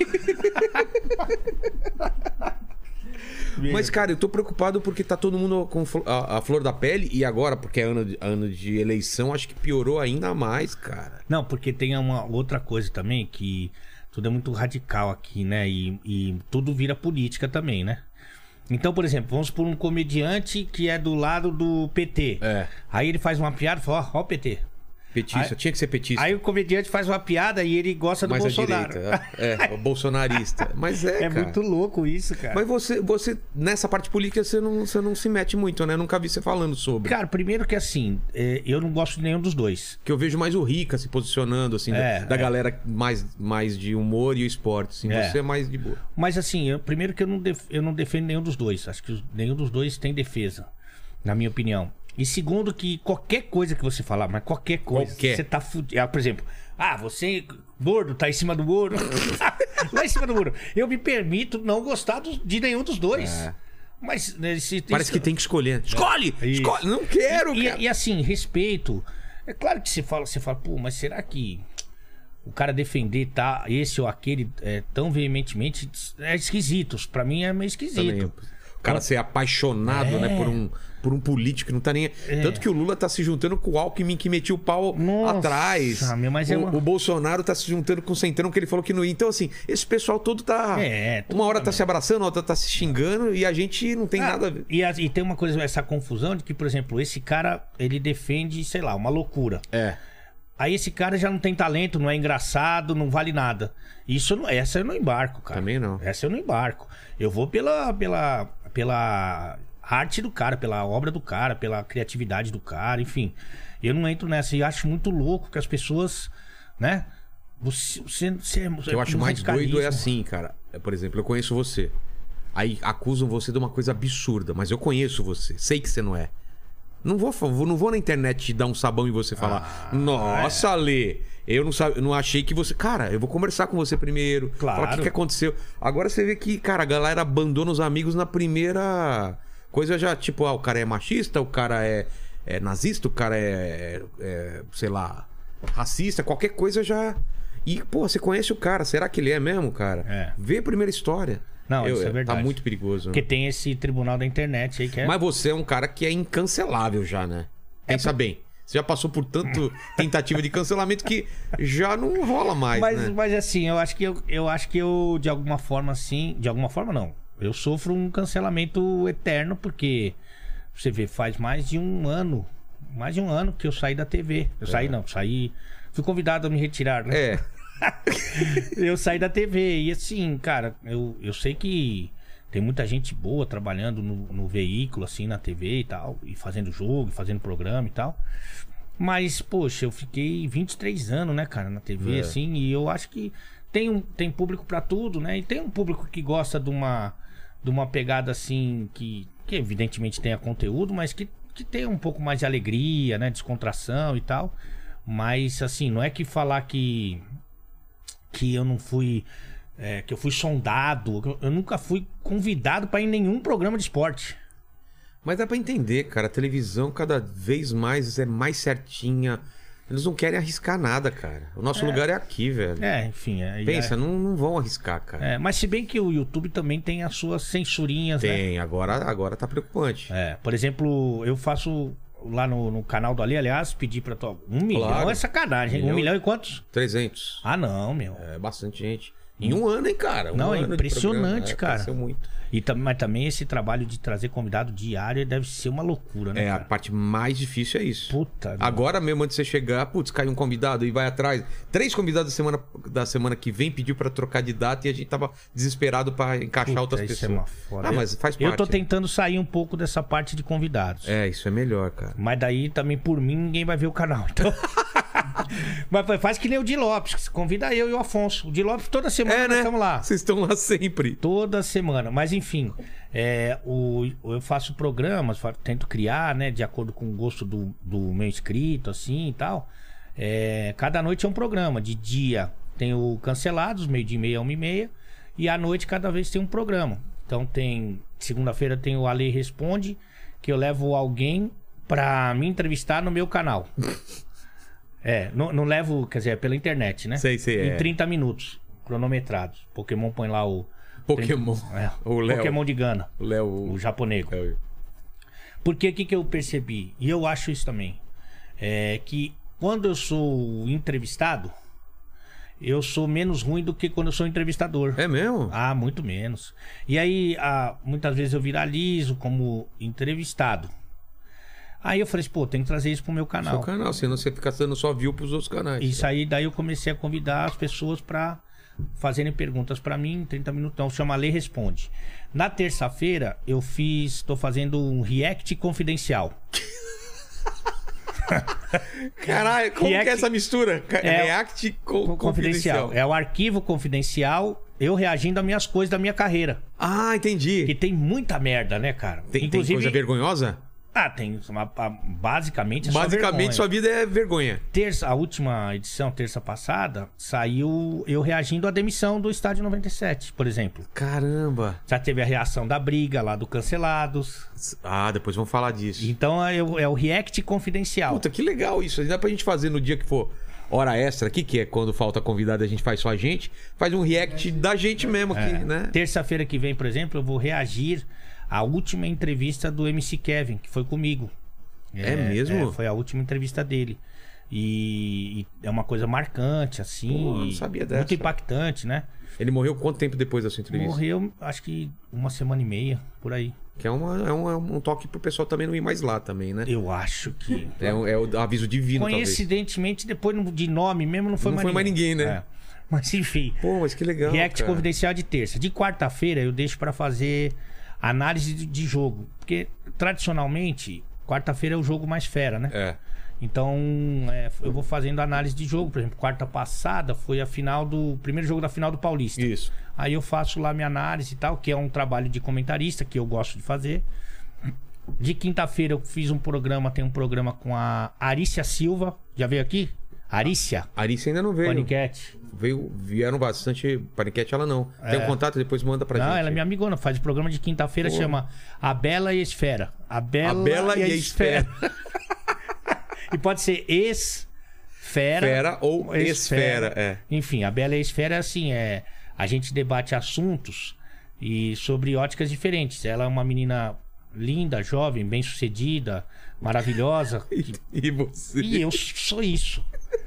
[SPEAKER 1] Mas, cara, eu tô preocupado porque tá todo mundo com flo- a, a flor da pele. E agora, porque é ano de, ano de eleição, acho que piorou ainda mais, cara.
[SPEAKER 3] Não, porque tem uma outra coisa também que tudo é muito radical aqui, né? E, e tudo vira política também, né? Então, por exemplo, vamos por um comediante que é do lado do P T.
[SPEAKER 1] É.
[SPEAKER 3] Aí ele faz uma piada e fala, ó, ó o P T.
[SPEAKER 1] Petista,
[SPEAKER 3] Aí-
[SPEAKER 1] tinha que ser petista.
[SPEAKER 3] Aí o comediante faz uma piada e ele gosta do
[SPEAKER 1] mais
[SPEAKER 3] Bolsonaro.
[SPEAKER 1] à direita. É, o bolsonarista. Mas é,
[SPEAKER 3] É
[SPEAKER 1] cara.
[SPEAKER 3] muito louco isso, cara.
[SPEAKER 1] Mas você, você, nessa parte política, você não, você não se mete muito, né? Nunca vi você falando sobre.
[SPEAKER 3] Cara, primeiro que assim, é, eu não gosto de nenhum dos dois.
[SPEAKER 1] Que eu vejo mais o Rica se posicionando, assim,
[SPEAKER 3] É,
[SPEAKER 1] da, da
[SPEAKER 3] é.
[SPEAKER 1] galera mais, mais de humor e o esporte. Assim,
[SPEAKER 3] É.
[SPEAKER 1] você é mais de boa.
[SPEAKER 3] Mas assim, eu, primeiro que eu não, def- eu não defendo nenhum dos dois. Acho que os- nenhum dos dois tem defesa, na minha opinião. E segundo que qualquer coisa que você falar, mas qualquer coisa,
[SPEAKER 1] Qualquer.
[SPEAKER 3] você tá fudido. Por exemplo, ah, você, gordo, tá em cima do muro. Lá em cima do muro. Eu me permito não gostar dos- de nenhum dos dois.
[SPEAKER 1] É.
[SPEAKER 3] Mas né, se,
[SPEAKER 1] Parece que tem que escolher. Escolhe!
[SPEAKER 3] É. Isso.
[SPEAKER 1] Escolhe! Não quero,
[SPEAKER 3] E,
[SPEAKER 1] cara.
[SPEAKER 3] e assim, respeito. É claro que você fala, você fala, pô, mas será que o cara defender tá, esse ou aquele é, tão veementemente é esquisito. Pra mim é meio esquisito.
[SPEAKER 1] Também. O cara ser apaixonado,
[SPEAKER 3] É.
[SPEAKER 1] né, por um, por um político que não tá nem. Tanto que o Lula tá se juntando com o Alckmin que metiu o pau
[SPEAKER 3] Nossa,
[SPEAKER 1] atrás.
[SPEAKER 3] meu, mas
[SPEAKER 1] o,
[SPEAKER 3] é uma-
[SPEAKER 1] o Bolsonaro tá se juntando com o Centrão, que ele falou que não ia. Então, assim, esse pessoal todo tá.
[SPEAKER 3] É, tudo
[SPEAKER 1] uma hora tá
[SPEAKER 3] também.
[SPEAKER 1] se abraçando, outra tá se xingando e a gente não tem
[SPEAKER 3] Ah,
[SPEAKER 1] nada a ver.
[SPEAKER 3] E, a- e tem uma coisa, essa confusão de que, por exemplo, esse cara, ele defende, sei lá, uma loucura.
[SPEAKER 1] É.
[SPEAKER 3] Aí esse cara já não tem talento, não é engraçado, não vale nada. Isso eu não- essa eu não embarco, cara.
[SPEAKER 1] Também não.
[SPEAKER 3] Essa eu não embarco. Eu vou pela, pela, pela arte do cara, pela obra do cara, pela criatividade do cara, enfim. Eu não entro nessa e acho muito louco que as pessoas, né? Você, você, você
[SPEAKER 1] O que eu acho
[SPEAKER 3] um
[SPEAKER 1] mais doido é
[SPEAKER 3] radicalismo.
[SPEAKER 1] assim, cara. É, por exemplo, eu conheço você. Aí acusam você de uma coisa absurda, mas eu conheço você. Sei que você não é. Não vou, vou- não vou na internet te dar um sabão e você falar:
[SPEAKER 3] Ah,
[SPEAKER 1] Nossa, Lê, eu não, sabe, eu não achei que você. Cara, eu vou conversar com você primeiro.
[SPEAKER 3] Claro.
[SPEAKER 1] Falar o que, que aconteceu. Agora você vê que, cara, a galera abandona os amigos na primeira coisa já. Tipo, ah, o cara é machista, o cara é, é nazista, o cara é, é, sei lá, racista, qualquer coisa já. E, pô, você conhece o cara. Será que ele é mesmo, cara?
[SPEAKER 3] É.
[SPEAKER 1] Vê a primeira história.
[SPEAKER 3] Não,
[SPEAKER 1] Eu-
[SPEAKER 3] isso é verdade.
[SPEAKER 1] Tá muito perigoso. né?
[SPEAKER 3] Porque tem esse tribunal da internet aí que é.
[SPEAKER 1] Mas você é um cara que é incancelável já, né? Pensa bem. Você já passou por tanto tentativa de cancelamento que já não rola mais,
[SPEAKER 3] Mas,
[SPEAKER 1] né?
[SPEAKER 3] mas assim, eu acho que eu, eu acho que eu, de alguma forma, assim. De alguma forma, não. Eu sofro um cancelamento eterno, porque você vê, faz mais de um ano. Mais de um ano que eu saí da T V. Eu saí, não, saí. Fui convidado a me retirar, né?
[SPEAKER 1] É.
[SPEAKER 3] Eu saí da T V. E assim, cara, eu, eu sei que tem muita gente boa trabalhando no, no veículo, assim, na T V e tal, e fazendo jogo, e fazendo programa e tal. Mas, poxa, eu fiquei vinte e três anos, né, cara, na T V,
[SPEAKER 1] É.
[SPEAKER 3] assim, e eu acho que tem, um, tem público pra tudo, né? E tem um público que gosta de uma, de uma pegada assim, que, que evidentemente tenha conteúdo, mas que, que tenha um pouco mais de alegria, né? Descontração e tal. Mas, assim, não é que falar que, que eu não fui. É, que eu fui sondado. Eu, eu nunca fui convidado pra ir em nenhum programa de esporte.
[SPEAKER 1] Mas dá pra entender, cara. A televisão cada vez mais é mais certinha. Eles não querem arriscar nada, cara. O nosso lugar é aqui, velho.
[SPEAKER 3] É, enfim. É,
[SPEAKER 1] Pensa,
[SPEAKER 3] é,
[SPEAKER 1] não, não vão arriscar, cara.
[SPEAKER 3] é, mas se bem que o YouTube também tem as suas censurinhas, né?
[SPEAKER 1] Tem, agora, agora tá preocupante.
[SPEAKER 3] É, por exemplo, eu faço lá no, no canal do Ali, aliás, pedir pra tu. Um milhão é sacanagem. hein?
[SPEAKER 1] Milhão.
[SPEAKER 3] Um milhão e quantos?
[SPEAKER 1] trezentos.
[SPEAKER 3] Ah, não, meu.
[SPEAKER 1] É bastante gente. Em um ano, hein, cara? Um
[SPEAKER 3] Não, é
[SPEAKER 1] ano de
[SPEAKER 3] impressionante,
[SPEAKER 1] programa. É,
[SPEAKER 3] cara.
[SPEAKER 1] cresceu muito.
[SPEAKER 3] E, tam- mas também esse trabalho de trazer convidado diário deve ser uma loucura, né?
[SPEAKER 1] É, a
[SPEAKER 3] cara?
[SPEAKER 1] parte mais difícil é isso.
[SPEAKER 3] Puta. meu.
[SPEAKER 1] Agora mesmo, antes de você chegar, putz, cai um convidado e vai atrás. Três convidados da semana, da semana que vem pediu pra trocar de data e a gente tava desesperado pra encaixar
[SPEAKER 3] Puta,
[SPEAKER 1] outras
[SPEAKER 3] isso
[SPEAKER 1] pessoas.
[SPEAKER 3] é uma foda.
[SPEAKER 1] Ah, mas faz parte.
[SPEAKER 3] Eu tô tentando sair um pouco dessa parte de convidados.
[SPEAKER 1] É, isso é melhor, cara.
[SPEAKER 3] Mas daí também por mim ninguém vai ver o canal. Então. Mas faz que nem o Di Lopes. Convida eu e o Afonso. O Di Lopes toda semana
[SPEAKER 1] É,
[SPEAKER 3] nós
[SPEAKER 1] né?
[SPEAKER 3] estamos lá.
[SPEAKER 1] Vocês estão lá sempre.
[SPEAKER 3] Toda semana. Mas enfim, é, o, eu faço programas, fa- tento criar, né? De acordo com o gosto do, do meu inscrito, assim e tal. É, cada noite é um programa. De dia tem o Cancelados, meio dia e meia, uma e meia. E à noite cada vez tem um programa. Então tem. Segunda-feira tem o Ale Responde, que eu levo alguém pra me entrevistar no meu canal. É, não, não levo, quer dizer, é pela internet, né?
[SPEAKER 1] Sei, sei,
[SPEAKER 3] Em
[SPEAKER 1] é.
[SPEAKER 3] trinta minutos, cronometrados. Pokémon põe lá o.
[SPEAKER 1] Pokémon.
[SPEAKER 3] É,
[SPEAKER 1] O Léo.
[SPEAKER 3] Pokémon de Gana,
[SPEAKER 1] O Léo.
[SPEAKER 3] o japonego.
[SPEAKER 1] É,
[SPEAKER 3] Porque o que, que eu percebi? E eu acho isso também. É que quando eu sou entrevistado, eu sou menos ruim do que quando eu sou entrevistador.
[SPEAKER 1] é mesmo?
[SPEAKER 3] Ah, muito menos. E aí, ah, muitas vezes eu viralizo como entrevistado. Aí eu falei assim, pô, tem que trazer isso pro meu canal.
[SPEAKER 1] Seu canal, senão você fica dando só view pros outros canais.
[SPEAKER 3] Isso aí, daí eu comecei a convidar as pessoas pra fazerem perguntas pra mim, trinta minutão, chama Lê Responde. Na terça-feira, eu fiz, tô fazendo um react confidencial.
[SPEAKER 1] Caralho, como
[SPEAKER 3] React-
[SPEAKER 1] que é essa mistura?
[SPEAKER 3] É,
[SPEAKER 1] React com
[SPEAKER 3] Confidencial.
[SPEAKER 1] confidencial.
[SPEAKER 3] É o arquivo confidencial, eu reagindo às minhas coisas da minha carreira.
[SPEAKER 1] Ah, entendi.
[SPEAKER 3] Que tem muita merda, né, cara?
[SPEAKER 1] Tem, tem coisa vergonhosa?
[SPEAKER 3] Ah, tem. Uma, a- basicamente, é só
[SPEAKER 1] Basicamente,
[SPEAKER 3] vergonha.
[SPEAKER 1] sua vida é vergonha.
[SPEAKER 3] Terça, a última edição, terça passada, saiu eu reagindo à demissão do Estádio noventa e sete, por exemplo.
[SPEAKER 1] Caramba.
[SPEAKER 3] Já teve a reação da briga lá do Cancelados.
[SPEAKER 1] Ah, depois vamos falar disso.
[SPEAKER 3] Então é, o- é o react confidencial.
[SPEAKER 1] Puta, que legal isso. Dá pra gente fazer no dia que for hora extra aqui, que é quando falta convidado, a gente faz só a gente. Faz um react da gente mesmo aqui,
[SPEAKER 3] É.
[SPEAKER 1] né?
[SPEAKER 3] Terça-feira que vem, por exemplo, eu vou reagir à última entrevista do M C Kevin, que foi comigo.
[SPEAKER 1] É mesmo?
[SPEAKER 3] é, foi a última entrevista dele. E, e é uma coisa marcante, assim.
[SPEAKER 1] Pô, eu não
[SPEAKER 3] e
[SPEAKER 1] sabia dessa.
[SPEAKER 3] Muito impactante, né?
[SPEAKER 1] Ele morreu quanto tempo depois da sua entrevista?
[SPEAKER 3] Morreu, acho que uma semana e meia, por aí.
[SPEAKER 1] Que é, uma, é, um, é um toque pro pessoal também não ir mais lá também, né?
[SPEAKER 3] Eu acho que.
[SPEAKER 1] É, um- é o aviso divino, talvez.
[SPEAKER 3] Coincidentemente, depois no- de nome mesmo não foi
[SPEAKER 1] Não
[SPEAKER 3] mais
[SPEAKER 1] foi mais ninguém, né?
[SPEAKER 3] É. Mas enfim.
[SPEAKER 1] Pô, mas que legal,
[SPEAKER 3] React
[SPEAKER 1] cara.
[SPEAKER 3] confidencial de terça. De quarta-feira eu deixo pra fazer análise de, de jogo. Porque tradicionalmente, quarta-feira é o jogo mais fera, né?
[SPEAKER 1] É.
[SPEAKER 3] Então, é, eu vou fazendo análise de jogo. Por exemplo, quarta passada foi a final do. O primeiro jogo da final do Paulista.
[SPEAKER 1] Isso.
[SPEAKER 3] Aí eu faço lá minha análise e tal, que é um trabalho de comentarista que eu gosto de fazer. De quinta-feira eu fiz um programa, tem um programa com a Arícia Silva. Já veio aqui? Arícia?
[SPEAKER 1] Arícia ainda não veio.
[SPEAKER 3] Paniquete.
[SPEAKER 1] Veio, vieram bastante. Paniquete ela não. Tem um contato, depois manda pra
[SPEAKER 3] Não,
[SPEAKER 1] gente.
[SPEAKER 3] ela é minha amigona, faz o programa de quinta-feira,
[SPEAKER 1] Pô.
[SPEAKER 3] chama A Bela e a Esfera. A Bela,
[SPEAKER 1] A Bela e a Esfera.
[SPEAKER 3] E pode ser esfera
[SPEAKER 1] Fera ou esfera, é.
[SPEAKER 3] Enfim, a Bela e a Esfera é assim, é a gente debate assuntos e sobre óticas diferentes. Ela é uma menina linda, jovem, bem-sucedida, maravilhosa.
[SPEAKER 1] E,
[SPEAKER 3] que-
[SPEAKER 1] e você?
[SPEAKER 3] E eu sou isso.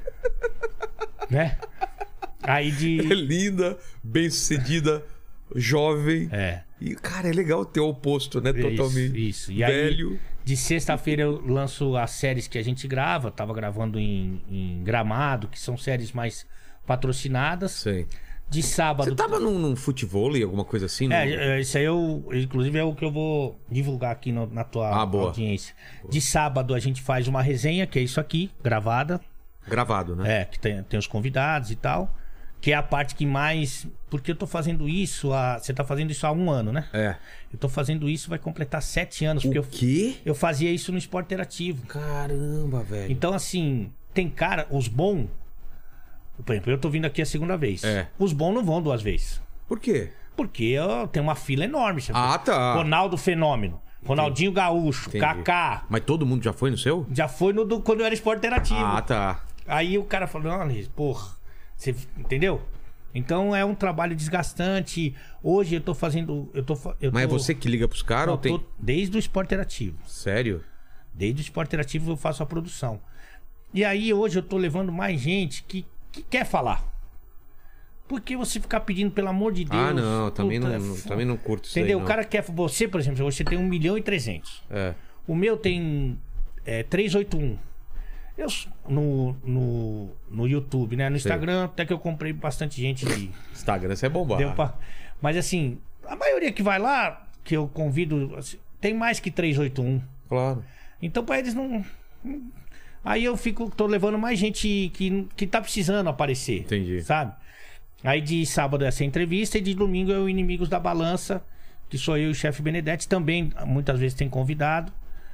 [SPEAKER 3] Né? Aí de
[SPEAKER 1] É linda, bem-sucedida, jovem.
[SPEAKER 3] É.
[SPEAKER 1] E, cara, é legal ter o oposto, né? Totalmente.
[SPEAKER 3] Isso, isso. E
[SPEAKER 1] velho.
[SPEAKER 3] aí, de sexta-feira eu lanço as séries que a gente grava. Tava gravando em, em Gramado, que são séries mais patrocinadas.
[SPEAKER 1] Sei.
[SPEAKER 3] De sábado.
[SPEAKER 1] Você tava num, num futevôlei, alguma coisa assim? no-
[SPEAKER 3] É, é, isso aí eu, inclusive é o que eu vou divulgar aqui no- na tua
[SPEAKER 1] Ah, boa.
[SPEAKER 3] audiência. De sábado a gente faz uma resenha, que é isso aqui, gravada.
[SPEAKER 1] Gravado, né?
[SPEAKER 3] É, que tem, tem os convidados e tal. Que é a parte que mais. Porque eu tô fazendo isso há. Você tá fazendo isso há um ano, né?
[SPEAKER 1] É.
[SPEAKER 3] Eu tô fazendo isso, vai completar sete anos. Porque
[SPEAKER 1] O
[SPEAKER 3] eu,
[SPEAKER 1] quê?
[SPEAKER 3] eu fazia isso no esporte interativo.
[SPEAKER 1] Caramba, velho.
[SPEAKER 3] Então, assim, tem cara, os bons. Por exemplo, eu tô vindo aqui a segunda vez.
[SPEAKER 1] É.
[SPEAKER 3] Os bons não vão duas vezes.
[SPEAKER 1] Por quê?
[SPEAKER 3] Porque ó, tem uma fila enorme. Você
[SPEAKER 1] Ah, tá.
[SPEAKER 3] Ronaldo Fenômeno. Ronaldinho Gaúcho.
[SPEAKER 1] Entendi.
[SPEAKER 3] Kaká.
[SPEAKER 1] Mas todo mundo já foi no seu?
[SPEAKER 3] Já foi no do, quando eu era esporte interativo.
[SPEAKER 1] Ah, tá.
[SPEAKER 3] Aí o cara falou, não, Liz, porra, você entendeu? Então é um trabalho desgastante. Hoje eu tô fazendo. Eu tô, fa- eu
[SPEAKER 1] Mas é
[SPEAKER 3] tô,
[SPEAKER 1] você que liga pros caras
[SPEAKER 3] não,
[SPEAKER 1] ou tem.
[SPEAKER 3] tô desde o esporte interativo.
[SPEAKER 1] Sério?
[SPEAKER 3] Desde o esporte interativo eu faço a produção. E aí hoje eu tô levando mais gente que, que quer falar. Porque você ficar pedindo, pelo amor de Deus.
[SPEAKER 1] Ah, não, também
[SPEAKER 3] puta,
[SPEAKER 1] não,
[SPEAKER 3] é
[SPEAKER 1] não-
[SPEAKER 3] foda.
[SPEAKER 1] também não curto isso
[SPEAKER 3] Entendeu?
[SPEAKER 1] aí,
[SPEAKER 3] O cara quer. Você, por exemplo, você tem um milhão e trezentos.
[SPEAKER 1] É.
[SPEAKER 3] O meu tem é, trezentos e oitenta e um. Eu, no, no, no YouTube, né? No Instagram, até que eu comprei bastante gente de.
[SPEAKER 1] Instagram, você é bombado.
[SPEAKER 3] Deu pra... Mas assim, a maioria que vai lá, que eu convido, assim, tem mais que trezentos e oitenta e um.
[SPEAKER 1] Claro.
[SPEAKER 3] Então pra eles não. Aí eu fico, tô levando mais gente que, que tá precisando aparecer.
[SPEAKER 1] Entendi.
[SPEAKER 3] Sabe? Aí de sábado é essa entrevista e de domingo é o Inimigos da Balança, que sou eu e o chefe Benedetti. Também muitas vezes tem convidado.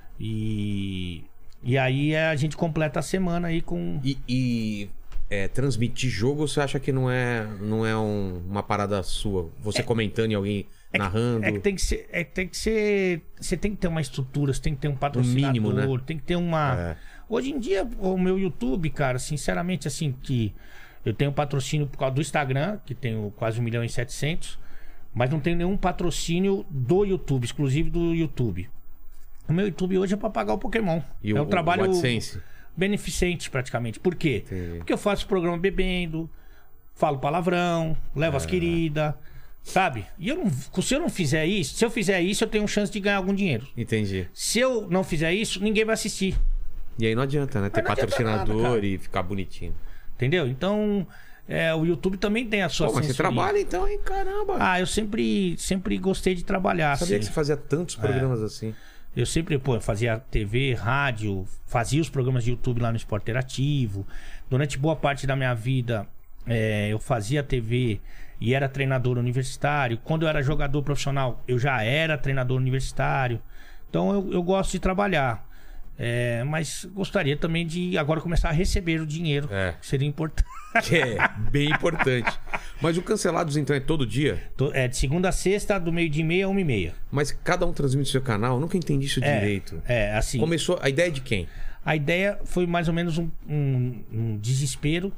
[SPEAKER 3] E. E aí a gente completa a semana aí com.
[SPEAKER 1] E, e, é, transmitir jogo, você acha que não é, não é um- uma parada sua? Você comentando e alguém
[SPEAKER 3] É que-
[SPEAKER 1] narrando?
[SPEAKER 3] É que tem que ser. É que tem que ser. Você tem que ter uma estrutura, você tem que ter um patrocinador,
[SPEAKER 1] mínimo, né?
[SPEAKER 3] tem que ter uma.
[SPEAKER 1] É.
[SPEAKER 3] Hoje em dia, o meu YouTube, cara, sinceramente, assim, que eu tenho patrocínio por causa do Instagram, que tenho quase um milhão e setecentos, mas não tenho nenhum patrocínio do YouTube, exclusivo do YouTube. O meu YouTube hoje é pra pagar o Pokémon.
[SPEAKER 1] E
[SPEAKER 3] é
[SPEAKER 1] o,
[SPEAKER 3] um trabalho
[SPEAKER 1] o AdSense?
[SPEAKER 3] beneficente, praticamente. Por quê?
[SPEAKER 1] Entendi.
[SPEAKER 3] Porque eu faço programa bebendo, falo palavrão, levo
[SPEAKER 1] É.
[SPEAKER 3] as queridas, Sabe? E eu não, se eu não fizer isso, se eu fizer isso, eu tenho chance de ganhar algum dinheiro.
[SPEAKER 1] Entendi.
[SPEAKER 3] Se eu não fizer isso, ninguém vai assistir.
[SPEAKER 1] E aí não adianta, né? Ter
[SPEAKER 3] não adianta
[SPEAKER 1] patrocinador
[SPEAKER 3] nada,
[SPEAKER 1] e ficar bonitinho.
[SPEAKER 3] Entendeu? Então, é, o YouTube também tem a sua
[SPEAKER 1] Pô, mas você
[SPEAKER 3] censuria.
[SPEAKER 1] trabalha então, hein? Caramba.
[SPEAKER 3] Ah, eu sempre, sempre gostei de trabalhar.
[SPEAKER 1] Sabia
[SPEAKER 3] assim.
[SPEAKER 1] que você fazia tantos programas assim.
[SPEAKER 3] Eu sempre, pô, fazia T V, rádio, fazia os programas de YouTube lá no Esporte Interativo. Durante boa parte da minha vida, é, eu fazia T V e era treinador universitário. Quando eu era jogador profissional, eu já era treinador universitário. Então eu, eu gosto de trabalhar. É, mas gostaria também de agora começar a receber o dinheiro,
[SPEAKER 1] É.
[SPEAKER 3] que seria importante.
[SPEAKER 1] Que é bem importante. Mas o Cancelados, então, é todo dia?
[SPEAKER 3] Tô- É de segunda a sexta, do meio-dia e meia a uma e meia.
[SPEAKER 1] Mas cada um transmite seu canal? Eu nunca entendi isso
[SPEAKER 3] É,
[SPEAKER 1] direito.
[SPEAKER 3] é, assim.
[SPEAKER 1] Começou... A ideia é de quem?
[SPEAKER 3] A ideia foi mais ou menos um, um- um desespero.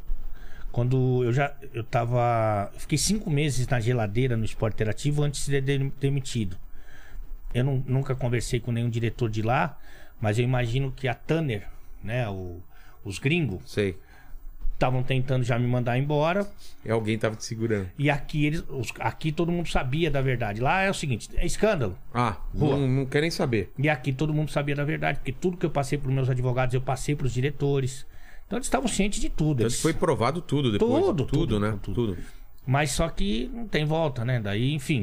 [SPEAKER 3] Quando eu já eu tava. Eu fiquei cinco meses na geladeira no Esporte Interativo antes de ser de- demitido. Eu não- nunca conversei com nenhum diretor de lá, mas eu imagino que a Tanner, né, o- os gringos,
[SPEAKER 1] Sei.
[SPEAKER 3] estavam tentando já me mandar embora.
[SPEAKER 1] É alguém que tava te segurando.
[SPEAKER 3] E aqui, eles, os- aqui todo mundo sabia da verdade. Lá é o seguinte: é escândalo.
[SPEAKER 1] Ah,
[SPEAKER 3] Rua.
[SPEAKER 1] não, não quer nem saber.
[SPEAKER 3] E aqui todo mundo sabia da verdade, porque tudo que eu passei para meus advogados, eu passei para os diretores. Então eles estavam cientes de tudo.
[SPEAKER 1] Tanto
[SPEAKER 3] Eles...
[SPEAKER 1] que foi provado tudo depois.
[SPEAKER 3] Tudo,
[SPEAKER 1] tudo,
[SPEAKER 3] tudo,
[SPEAKER 1] né?
[SPEAKER 3] tudo.
[SPEAKER 1] Tudo.
[SPEAKER 3] Mas só que não tem volta, né? Daí, enfim.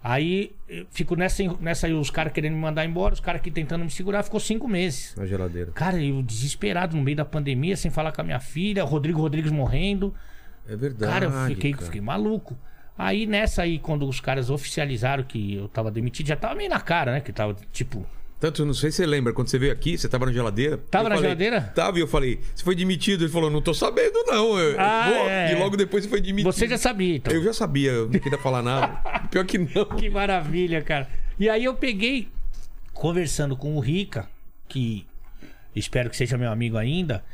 [SPEAKER 3] Aí eu fico nessa, nessa aí, os caras querendo me mandar embora, os caras aqui tentando me segurar, ficou cinco meses.
[SPEAKER 1] Na geladeira.
[SPEAKER 3] Cara, eu desesperado no meio da pandemia, sem falar com a minha filha, Rodrigo Rodrigues morrendo.
[SPEAKER 1] É verdade.
[SPEAKER 3] Cara, eu fiquei,
[SPEAKER 1] cara.
[SPEAKER 3] fiquei maluco. Aí nessa aí, quando os caras oficializaram que eu tava demitido, já tava meio na cara, né? Que tava tipo.
[SPEAKER 1] Tanto, não sei se você lembra, quando você veio aqui, você tava na geladeira.
[SPEAKER 3] Tava
[SPEAKER 1] eu
[SPEAKER 3] na
[SPEAKER 1] falei,
[SPEAKER 3] geladeira?
[SPEAKER 1] Tava, e eu falei, você foi demitido? Ele falou, não tô sabendo não. Eu-
[SPEAKER 3] Ah,
[SPEAKER 1] vou.
[SPEAKER 3] é.
[SPEAKER 1] E logo depois você foi demitido.
[SPEAKER 3] Você já sabia, então.
[SPEAKER 1] Eu já sabia, eu não queria falar nada. Pior que não.
[SPEAKER 3] Que maravilha, cara. E aí eu peguei, conversando com o Rica, que espero que seja meu amigo ainda.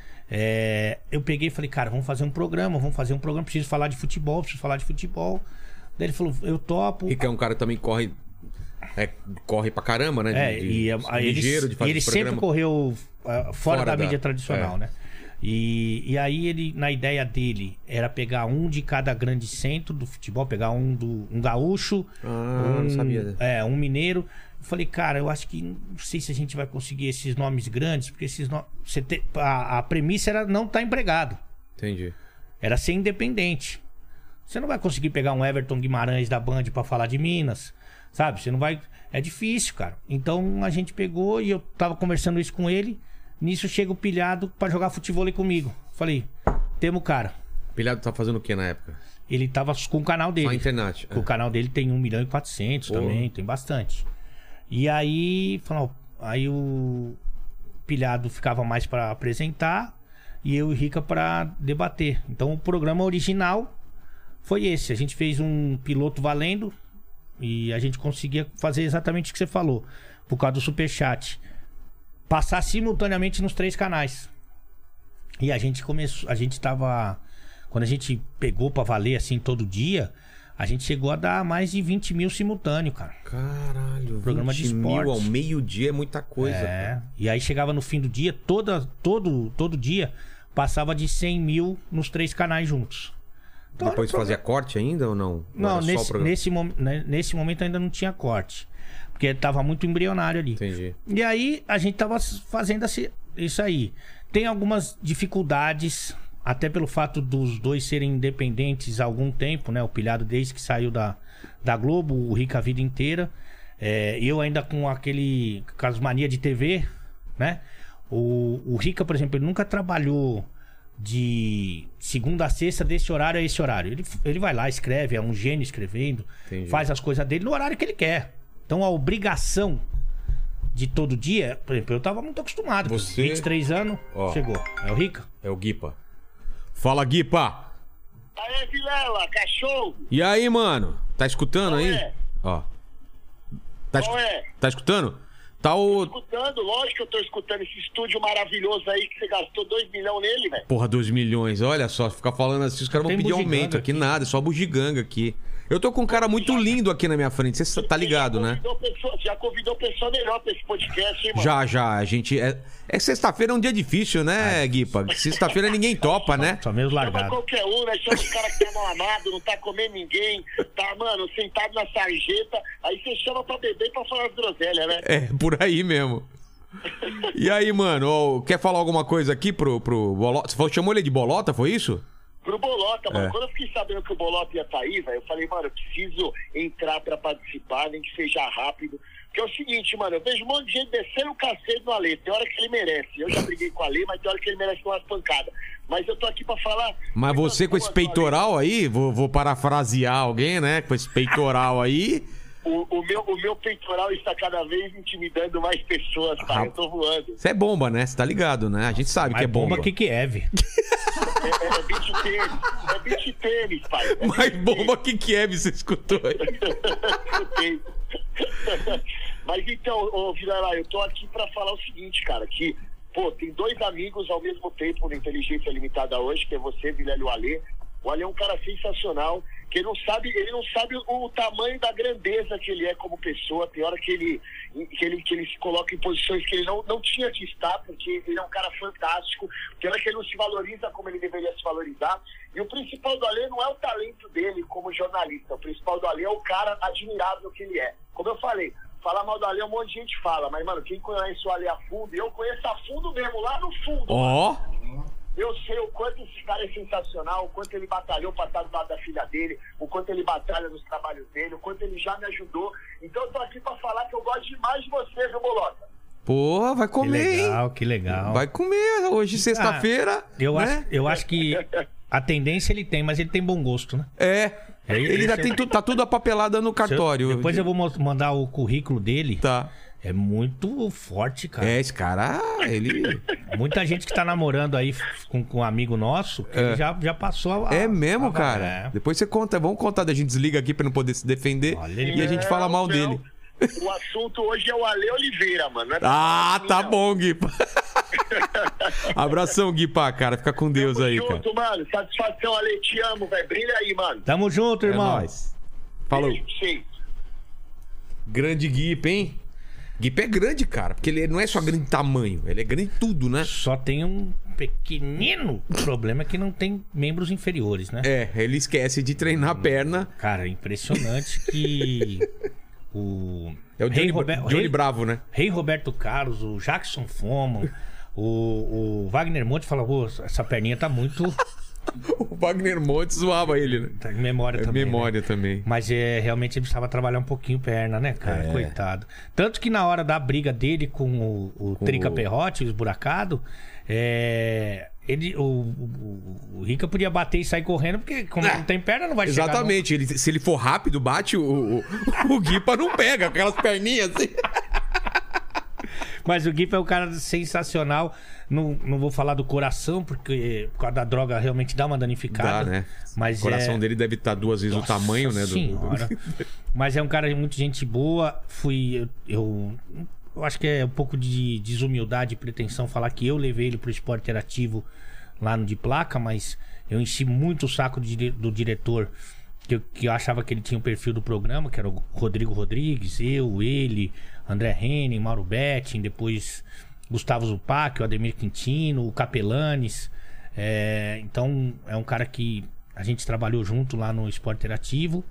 [SPEAKER 3] é, eu peguei e falei, cara, vamos fazer um programa, vamos fazer um programa, preciso falar de futebol, preciso falar de futebol. Daí ele falou, eu topo.
[SPEAKER 1] E que é um cara que também corre. É, corre pra caramba, né?
[SPEAKER 3] É,
[SPEAKER 1] De-
[SPEAKER 3] e
[SPEAKER 1] de-
[SPEAKER 3] é- ele,
[SPEAKER 1] ligeiro de fazer
[SPEAKER 3] ele
[SPEAKER 1] esse
[SPEAKER 3] sempre
[SPEAKER 1] programa.
[SPEAKER 3] correu ah, fora,
[SPEAKER 1] Fora
[SPEAKER 3] da,
[SPEAKER 1] da-
[SPEAKER 3] mídia tradicional,
[SPEAKER 1] é.
[SPEAKER 3] né? E, e aí ele, na ideia dele, era pegar um de cada grande centro do futebol, pegar um do um gaúcho,
[SPEAKER 1] Ah,
[SPEAKER 3] um,
[SPEAKER 1] não sabia.
[SPEAKER 3] é, um mineiro. Eu falei, cara, eu acho que não sei se a gente vai conseguir esses nomes grandes, porque esses nomes. Você te- a, a premissa era não estar empregado,
[SPEAKER 1] Entendi.
[SPEAKER 3] era ser independente. Você não vai conseguir pegar um Everton Guimarães da Band pra falar de Minas, sabe? Você não vai. É difícil, cara. Então a gente pegou e eu tava conversando isso com ele. Nisso chega o Pilhado pra jogar futebol comigo. Falei, temos o cara.
[SPEAKER 1] O Pilhado tá fazendo o que na época?
[SPEAKER 3] Ele tava com o canal dele.
[SPEAKER 1] Só a internet.
[SPEAKER 3] O canal dele tem um milhão e quatrocentos
[SPEAKER 1] Porra.
[SPEAKER 3] também, tem bastante. E aí, falou, aí o Pilhado ficava mais pra apresentar e eu e o Rica pra debater. Então o programa original foi esse. A gente fez um piloto valendo e a gente conseguia fazer exatamente o que você falou, por causa do Superchat. Passar simultaneamente nos três canais. E a gente começou, a gente tava, quando a gente pegou pra valer assim todo dia, a gente chegou a dar mais de vinte mil simultâneo, cara.
[SPEAKER 1] Caralho,
[SPEAKER 3] Programa de
[SPEAKER 1] vinte mil
[SPEAKER 3] esporte.
[SPEAKER 1] ao meio-dia é muita coisa.
[SPEAKER 3] É.
[SPEAKER 1] cara.
[SPEAKER 3] E aí chegava no fim do dia, toda, todo, todo dia, passava de cem mil nos três canais juntos. Então, era um
[SPEAKER 1] Depois
[SPEAKER 3] programa-
[SPEAKER 1] fazia corte ainda ou não?
[SPEAKER 3] Não,
[SPEAKER 1] Era só o
[SPEAKER 3] nesse,
[SPEAKER 1] programa?
[SPEAKER 3] nesse, mom- né, nesse momento ainda não tinha corte. Porque tava muito embrionário ali.
[SPEAKER 1] Entendi.
[SPEAKER 3] E aí a gente tava fazendo esse- isso aí. Tem algumas dificuldades, até pelo fato dos dois serem independentes há algum tempo, né? O Pilhado desde que saiu da, da Globo, o Rica a vida inteira. É, eu ainda com aquele. com as manias de T V, né? O, o Rica, por exemplo, ele nunca trabalhou de segunda a sexta desse horário a esse horário. Ele, ele vai lá, escreve, é um gênio escrevendo,
[SPEAKER 1] Entendi.
[SPEAKER 3] faz as coisas dele no horário que ele quer. Então a obrigação de todo dia, por exemplo, eu tava muito acostumado.
[SPEAKER 1] Você-
[SPEAKER 3] vinte e três anos,
[SPEAKER 1] Ó.
[SPEAKER 3] chegou. É o Rica?
[SPEAKER 1] É o Guipa. Fala, Guipa!
[SPEAKER 5] Aê, Vilela, cachorro!
[SPEAKER 1] E aí, mano? Tá escutando
[SPEAKER 5] Qual
[SPEAKER 1] aí?
[SPEAKER 5] é?
[SPEAKER 1] Ó. Tá,
[SPEAKER 5] Qual
[SPEAKER 1] escu-
[SPEAKER 5] é?
[SPEAKER 1] tá escutando? Tá o.
[SPEAKER 5] Escutando, lógico que eu tô escutando esse estúdio maravilhoso aí que você gastou dois milhões nele, velho.
[SPEAKER 1] Porra, dois milhões. Olha só, ficar falando assim, os caras vão
[SPEAKER 3] Tem
[SPEAKER 1] pedir
[SPEAKER 3] bugiganga
[SPEAKER 1] aumento aqui,
[SPEAKER 3] aqui.
[SPEAKER 1] nada, é só bugiganga aqui. Eu tô com um cara muito lindo aqui na minha frente, você tá ligado, né?
[SPEAKER 5] Convidou pessoa- já convidou pessoa melhor pra esse podcast, hein, mano?
[SPEAKER 1] Já, já, a gente... É, é sexta-feira é um dia difícil, né, Guipa? Sexta-feira ninguém topa, né?
[SPEAKER 3] Só mesmo
[SPEAKER 5] Chama
[SPEAKER 3] largado.
[SPEAKER 5] qualquer um, né? Chama um cara que tá mal amado, não tá comendo ninguém, tá, mano, sentado na sarjeta. Aí você chama pra beber e pra falar as groselhas, né?
[SPEAKER 1] É, por aí mesmo. E aí, mano, ó, quer falar alguma coisa aqui pro, pro Bolota? Você falou- chamou ele de Bolota, foi isso?
[SPEAKER 5] Pro Bolota, mano.
[SPEAKER 1] É.
[SPEAKER 5] Quando eu fiquei sabendo que o Bolota ia sair, velho, eu falei, mano, eu preciso entrar pra participar, nem que seja rápido. Porque é o seguinte, mano, eu vejo um monte de gente descendo o cacete no Ale. Tem hora que ele merece. Eu já briguei com o Ale, mas tem hora que ele merece umas pancadas. Mas eu tô aqui pra falar...
[SPEAKER 1] Mas você com esse peitoral aí, vou, vou parafrasear alguém, né? Com esse peitoral aí...
[SPEAKER 5] O, o, meu, o meu peitoral está cada vez intimidando mais pessoas, pai. Eu tô voando.
[SPEAKER 1] Você é bomba, né? Você tá ligado, né? A gente sabe que é
[SPEAKER 3] Mais bomba
[SPEAKER 1] bomba.
[SPEAKER 3] que Kiev.
[SPEAKER 5] É, é, é beach tênis. É beach tênis, pai. É
[SPEAKER 1] Mais
[SPEAKER 5] beach
[SPEAKER 1] bomba que Kiev, você escutou aí.
[SPEAKER 5] tênis. Mas então, ô Vilela, eu tô aqui pra falar o seguinte, cara, que, pô, tem dois amigos ao mesmo tempo na Inteligência Limitada hoje, que é você, Vilela, e o Ale. O Ale é um cara sensacional, que ele não sabe, ele não sabe o, o tamanho da grandeza que ele é como pessoa. Tem hora que ele, que ele, que ele se coloca em posições que ele não, não tinha que estar, porque ele é um cara fantástico. Tem hora que ele não se valoriza como ele deveria se valorizar. E o principal do Ale não é o talento dele como jornalista. O principal do Ale é o cara admirável que ele é. Como eu falei, falar mal do Ale, um monte de gente fala, mas, mano, quem conhece o Ale a fundo, eu conheço a fundo mesmo, lá no fundo.
[SPEAKER 1] Ó...
[SPEAKER 5] Eu sei o quanto esse cara é sensacional, o quanto ele batalhou para estar do lado da filha dele, o quanto ele batalha nos trabalhos dele, o quanto ele já me ajudou. Então eu tô aqui para falar que eu gosto demais de você, viu, Bolota?
[SPEAKER 1] Porra, vai
[SPEAKER 3] Que
[SPEAKER 1] comer, hein?
[SPEAKER 3] legal, que legal.
[SPEAKER 1] Vai comer hoje, sexta-feira.
[SPEAKER 3] Eu,
[SPEAKER 1] né?
[SPEAKER 3] acho, eu acho que a tendência ele tem, mas ele tem bom gosto, né?
[SPEAKER 1] É.
[SPEAKER 3] É,
[SPEAKER 1] Ele já
[SPEAKER 3] esse é
[SPEAKER 1] tem
[SPEAKER 3] o-
[SPEAKER 1] tu, tá tudo apapelada no cartório.
[SPEAKER 3] Depois eu vou mo- mandar o currículo dele.
[SPEAKER 1] Tá.
[SPEAKER 3] É muito forte, cara.
[SPEAKER 1] É, esse cara, ele...
[SPEAKER 3] Muita gente que tá namorando aí f- com, com um amigo nosso, que ele já, já passou a.
[SPEAKER 1] É mesmo,
[SPEAKER 3] a-
[SPEAKER 1] cara?
[SPEAKER 3] É.
[SPEAKER 1] Depois você conta, vamos contar, da gente desliga aqui pra não poder se defender.
[SPEAKER 3] Olha, ele-
[SPEAKER 1] E a gente fala mal
[SPEAKER 5] Não,
[SPEAKER 1] dele.
[SPEAKER 5] O assunto hoje é o Ale Oliveira, mano. Não é pra
[SPEAKER 1] Ah,
[SPEAKER 5] falar de
[SPEAKER 1] tá
[SPEAKER 5] mim,
[SPEAKER 1] bom, Guipa. Abração, Guipa, cara. Fica com
[SPEAKER 5] não.
[SPEAKER 1] Deus
[SPEAKER 5] Tamo
[SPEAKER 1] aí,
[SPEAKER 5] junto,
[SPEAKER 1] cara.
[SPEAKER 5] mano. Satisfação, Ale. Te amo, velho. Brilha aí, mano.
[SPEAKER 3] Tamo junto,
[SPEAKER 1] É
[SPEAKER 3] irmão.
[SPEAKER 1] nóis. Falou.
[SPEAKER 5] Beijo pra vocês.
[SPEAKER 1] Grande Guipa, hein? Guipa é grande, cara. Porque ele não é só grande tamanho, ele é grande em tudo, né?
[SPEAKER 3] Só tem um pequenino problema que não tem membros inferiores, né?
[SPEAKER 1] É, ele esquece de treinar a perna.
[SPEAKER 3] Cara, impressionante que o.
[SPEAKER 1] É o
[SPEAKER 3] Rei
[SPEAKER 1] Johnny,
[SPEAKER 3] Rober-
[SPEAKER 1] Johnny
[SPEAKER 3] Rei-
[SPEAKER 1] Bravo, né?
[SPEAKER 3] Rei Roberto Carlos, o Jackson Foman, o, o Wagner Monte fala: "Ô, essa perninha tá muito.
[SPEAKER 1] O Wagner Montes zoava ele, né?
[SPEAKER 3] Tá em memória
[SPEAKER 1] É
[SPEAKER 3] também. né?
[SPEAKER 1] memória também.
[SPEAKER 3] Mas é, realmente ele precisava trabalhar um pouquinho perna, né, cara?
[SPEAKER 1] É.
[SPEAKER 3] Coitado. Tanto que na hora da briga dele com o, o
[SPEAKER 1] Com
[SPEAKER 3] Trica
[SPEAKER 1] o-
[SPEAKER 3] Perrotti, o esburacado, é, ele, o, o, o Rica podia bater e sair correndo, porque como
[SPEAKER 1] É,
[SPEAKER 3] não tem perna, não vai chegar.
[SPEAKER 1] Exatamente. Ele, se ele for rápido, bate, o, o, o Guipa não pega aquelas perninhas assim.
[SPEAKER 3] Mas o Gui é um cara sensacional. Não, não vou falar do coração, porque por causa da droga realmente dá uma danificada.
[SPEAKER 1] Dá, né?
[SPEAKER 3] Mas
[SPEAKER 1] o coração
[SPEAKER 3] é...
[SPEAKER 1] dele deve estar duas vezes
[SPEAKER 3] Nossa
[SPEAKER 1] o tamanho, né? do-
[SPEAKER 3] Senhora. Mas é um cara de muita gente boa. Fui. Eu, eu, eu acho que é um pouco de desumildade e pretensão falar que eu levei ele pro esporte interativo lá no de placa, mas eu enchi muito o saco de- do diretor. Que eu, que eu achava que ele tinha o perfil do programa, que era o Rodrigo Rodrigues, eu, ele, André Henning, Mauro Betting, depois Gustavo Zupac, o Ademir Quintino, o Capelanes. É, então é um cara que a gente trabalhou junto lá no Esporte Interativo.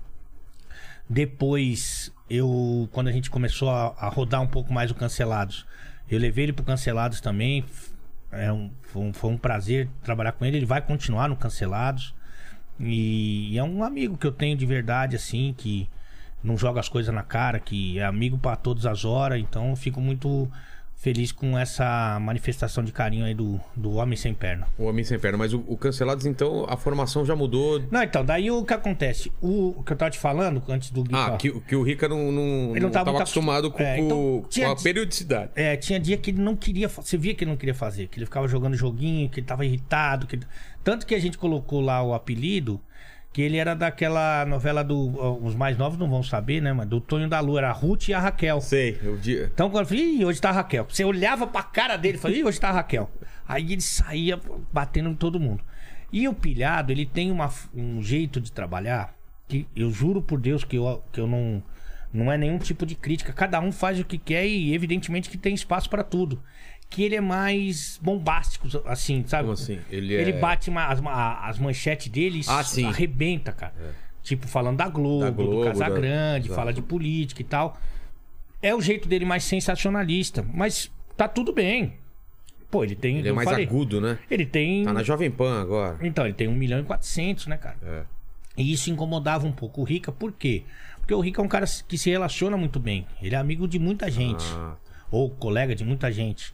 [SPEAKER 3] Depois, eu quando a gente começou a, a rodar um pouco mais o Cancelados, eu levei ele pro Cancelados também. É um, foi, um, foi um prazer trabalhar com ele. Ele vai continuar no Cancelados. E, e é um amigo que eu tenho de verdade, assim, que não joga as coisas na cara, que é amigo pra todas as horas. Então eu fico muito feliz com essa manifestação de carinho aí do, do Homem Sem Perna.
[SPEAKER 1] O Homem Sem Perna. Mas o, o Cancelados, então, a formação já mudou.
[SPEAKER 3] Não, então, daí o que acontece? O, o que eu tava te falando antes do Gui.
[SPEAKER 1] Ah,
[SPEAKER 3] ó,
[SPEAKER 1] que, que o Rica não, não,
[SPEAKER 3] Ele
[SPEAKER 1] não
[SPEAKER 3] não tava
[SPEAKER 1] tava
[SPEAKER 3] muito
[SPEAKER 1] acostumado com,
[SPEAKER 3] acostum- é,
[SPEAKER 1] com-
[SPEAKER 3] então,
[SPEAKER 1] com
[SPEAKER 3] tinha-
[SPEAKER 1] a periodicidade.
[SPEAKER 3] É, tinha dia que ele não queria. fa- Você via que ele não queria fazer, que ele ficava jogando joguinho, que ele tava irritado. Que ele- Tanto que a gente colocou lá o apelido, que ele era daquela novela do. Os mais novos não vão saber, né, mas do Tonho da Lua, era a Ruth e a Raquel.
[SPEAKER 1] Sei, o dia.
[SPEAKER 3] Então quando eu falei, ih, hoje tá a Raquel. Você olhava pra cara dele e falava, ih, hoje tá a Raquel. Aí ele saía batendo em todo mundo. E o Pilhado, ele tem uma, um jeito de trabalhar que eu juro por Deus que eu, que eu não... Não é nenhum tipo de crítica. Cada um faz o que quer e evidentemente que tem espaço pra tudo. Que ele é mais bombástico, assim, sabe?
[SPEAKER 1] Como assim? Ele,
[SPEAKER 3] Ele
[SPEAKER 1] é...
[SPEAKER 3] bate ma- as, ma- as manchetes dele e
[SPEAKER 1] Ah, sim.
[SPEAKER 3] arrebenta, cara.
[SPEAKER 1] É.
[SPEAKER 3] Tipo, falando da Globo,
[SPEAKER 1] Da Globo,
[SPEAKER 3] do Casagrande,
[SPEAKER 1] da-
[SPEAKER 3] fala de política e tal. É o jeito dele mais sensacionalista. Mas tá tudo bem. Pô, ele tem...
[SPEAKER 1] Ele é
[SPEAKER 3] eu
[SPEAKER 1] mais
[SPEAKER 3] falei,
[SPEAKER 1] agudo, né?
[SPEAKER 3] Ele tem...
[SPEAKER 1] Tá na Jovem Pan agora.
[SPEAKER 3] Então, ele tem um milhão e quatrocentos, né, cara?
[SPEAKER 1] É.
[SPEAKER 3] E isso incomodava um pouco o Rica, por quê? Porque o Rica é um cara que se relaciona muito bem. Ele é amigo de muita gente.
[SPEAKER 1] Ah,
[SPEAKER 3] Ou colega de muita gente.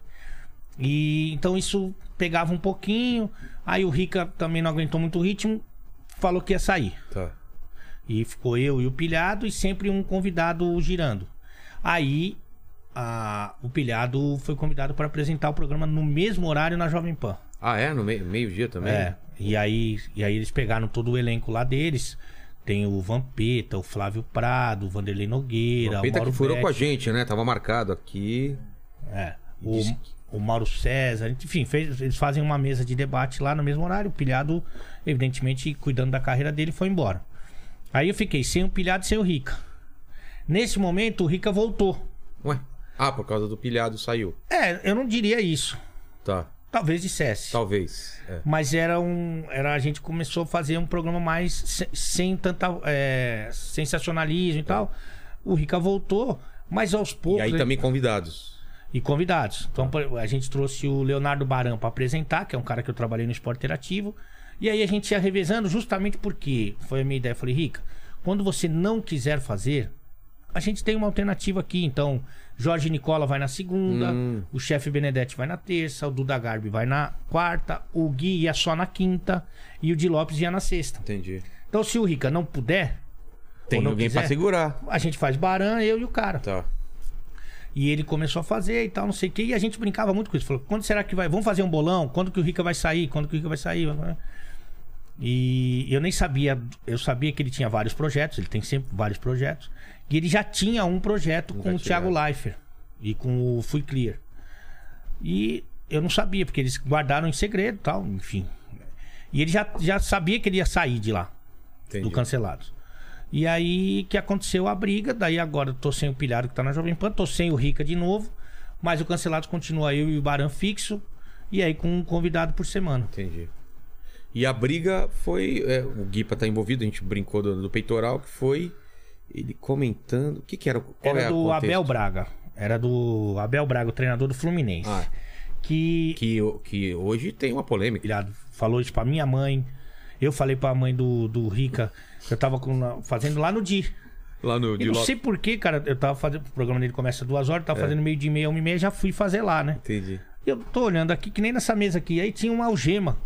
[SPEAKER 3] E então isso pegava um pouquinho. Aí o Rica também não aguentou muito o ritmo. Falou que ia sair.
[SPEAKER 1] tá.
[SPEAKER 3] E ficou eu e o Pilhado e sempre um convidado girando. Aí a- o Pilhado foi convidado para apresentar o programa no mesmo horário na Jovem Pan.
[SPEAKER 1] Ah, é? No meio- meio-dia também?
[SPEAKER 3] É. E aí, e aí eles pegaram todo o elenco lá deles. Tem o Vampeta, o Flávio Prado, o Vanderlei Nogueira,
[SPEAKER 1] O
[SPEAKER 3] o
[SPEAKER 1] Peita
[SPEAKER 3] Mauro
[SPEAKER 1] que furou
[SPEAKER 3] Betti.
[SPEAKER 1] com a gente, né? Tava marcado aqui.
[SPEAKER 3] É.
[SPEAKER 1] E
[SPEAKER 3] O,
[SPEAKER 1] disse que-
[SPEAKER 3] o Mauro César, enfim, fez- eles fazem uma mesa de debate lá no mesmo horário. O Pilhado, evidentemente, cuidando da carreira dele, foi embora. Aí eu fiquei sem o Pilhado e sem o Rica. Nesse momento, o Rica voltou.
[SPEAKER 1] Ué? Ah, por causa do pilhado saiu.
[SPEAKER 3] É, eu não diria isso.
[SPEAKER 1] Tá.
[SPEAKER 3] Talvez dissesse.
[SPEAKER 1] Talvez. É.
[SPEAKER 3] Mas era um. Era, a gente começou a fazer um programa mais se- sem tanta é, sensacionalismo e tal. O Rica voltou, mas aos poucos.
[SPEAKER 1] E aí
[SPEAKER 3] ele-
[SPEAKER 1] também convidados.
[SPEAKER 3] E convidados. Então por- a gente trouxe o Leonardo Baran para apresentar, que é um cara que eu trabalhei no Esporte Interativo. E aí a gente ia revezando justamente porque foi a minha ideia. Eu falei, Rica, quando você não quiser fazer, a gente tem uma alternativa aqui. Então, Jorge Nicola vai na segunda,
[SPEAKER 1] Hum.
[SPEAKER 3] o chefe Benedetti vai na terça, o Duda Garbi vai na quarta, o Gui ia só na quinta e o Di Lopes ia na sexta.
[SPEAKER 1] Entendi.
[SPEAKER 3] Então, se o Rica não puder,
[SPEAKER 1] Tem
[SPEAKER 3] ou não
[SPEAKER 1] alguém
[SPEAKER 3] quiser,
[SPEAKER 1] pra segurar.
[SPEAKER 3] a gente faz Baran, eu e o cara.
[SPEAKER 1] Tá.
[SPEAKER 3] E ele começou a fazer e tal, não sei o que. E a gente brincava muito com isso. Falou, quando será que vai... Vamos fazer um bolão? Quando que o Rica vai sair? Quando que o Rica vai sair? E eu nem sabia... Eu sabia que ele tinha vários projetos. Ele tem sempre vários projetos. E ele já tinha um projeto com o Thiago Leifert. E com o Fui Clear. E eu não sabia, porque eles guardaram em segredo e tal, enfim. E ele já, já sabia que ele ia sair de lá.
[SPEAKER 1] Entendi.
[SPEAKER 3] Do Cancelados. E aí que aconteceu a briga. Daí agora eu tô sem o Pilhado que tá na Jovem Pan, tô sem o Rica de novo. Mas o Cancelados continua eu e o Baran fixo. E aí com um convidado por semana.
[SPEAKER 1] Entendi. E a briga foi... é, o Guipa tá envolvido, a gente brincou do, do peitoral, que foi ele comentando... O que que era? Qual
[SPEAKER 3] Era
[SPEAKER 1] é
[SPEAKER 3] do
[SPEAKER 1] o contexto?
[SPEAKER 3] Abel Braga. Era do Abel Braga, o treinador do Fluminense.
[SPEAKER 1] Ah,
[SPEAKER 3] Que,
[SPEAKER 1] que, que hoje tem uma polêmica.
[SPEAKER 3] Pilhado falou isso pra minha mãe. Eu falei pra mãe do, do Rica. Eu tava com, fazendo lá no Di.
[SPEAKER 1] Lá no...
[SPEAKER 3] E
[SPEAKER 1] de
[SPEAKER 3] não
[SPEAKER 1] Lo-
[SPEAKER 3] sei porquê, cara. Eu tava fazendo... O programa dele começa duas horas. Eu
[SPEAKER 1] É.
[SPEAKER 3] tava fazendo meio de meia, uma e meia. Já fui fazer lá, né?
[SPEAKER 1] Entendi.
[SPEAKER 3] Eu tô olhando aqui, que nem nessa mesa aqui. Aí tinha uma algema.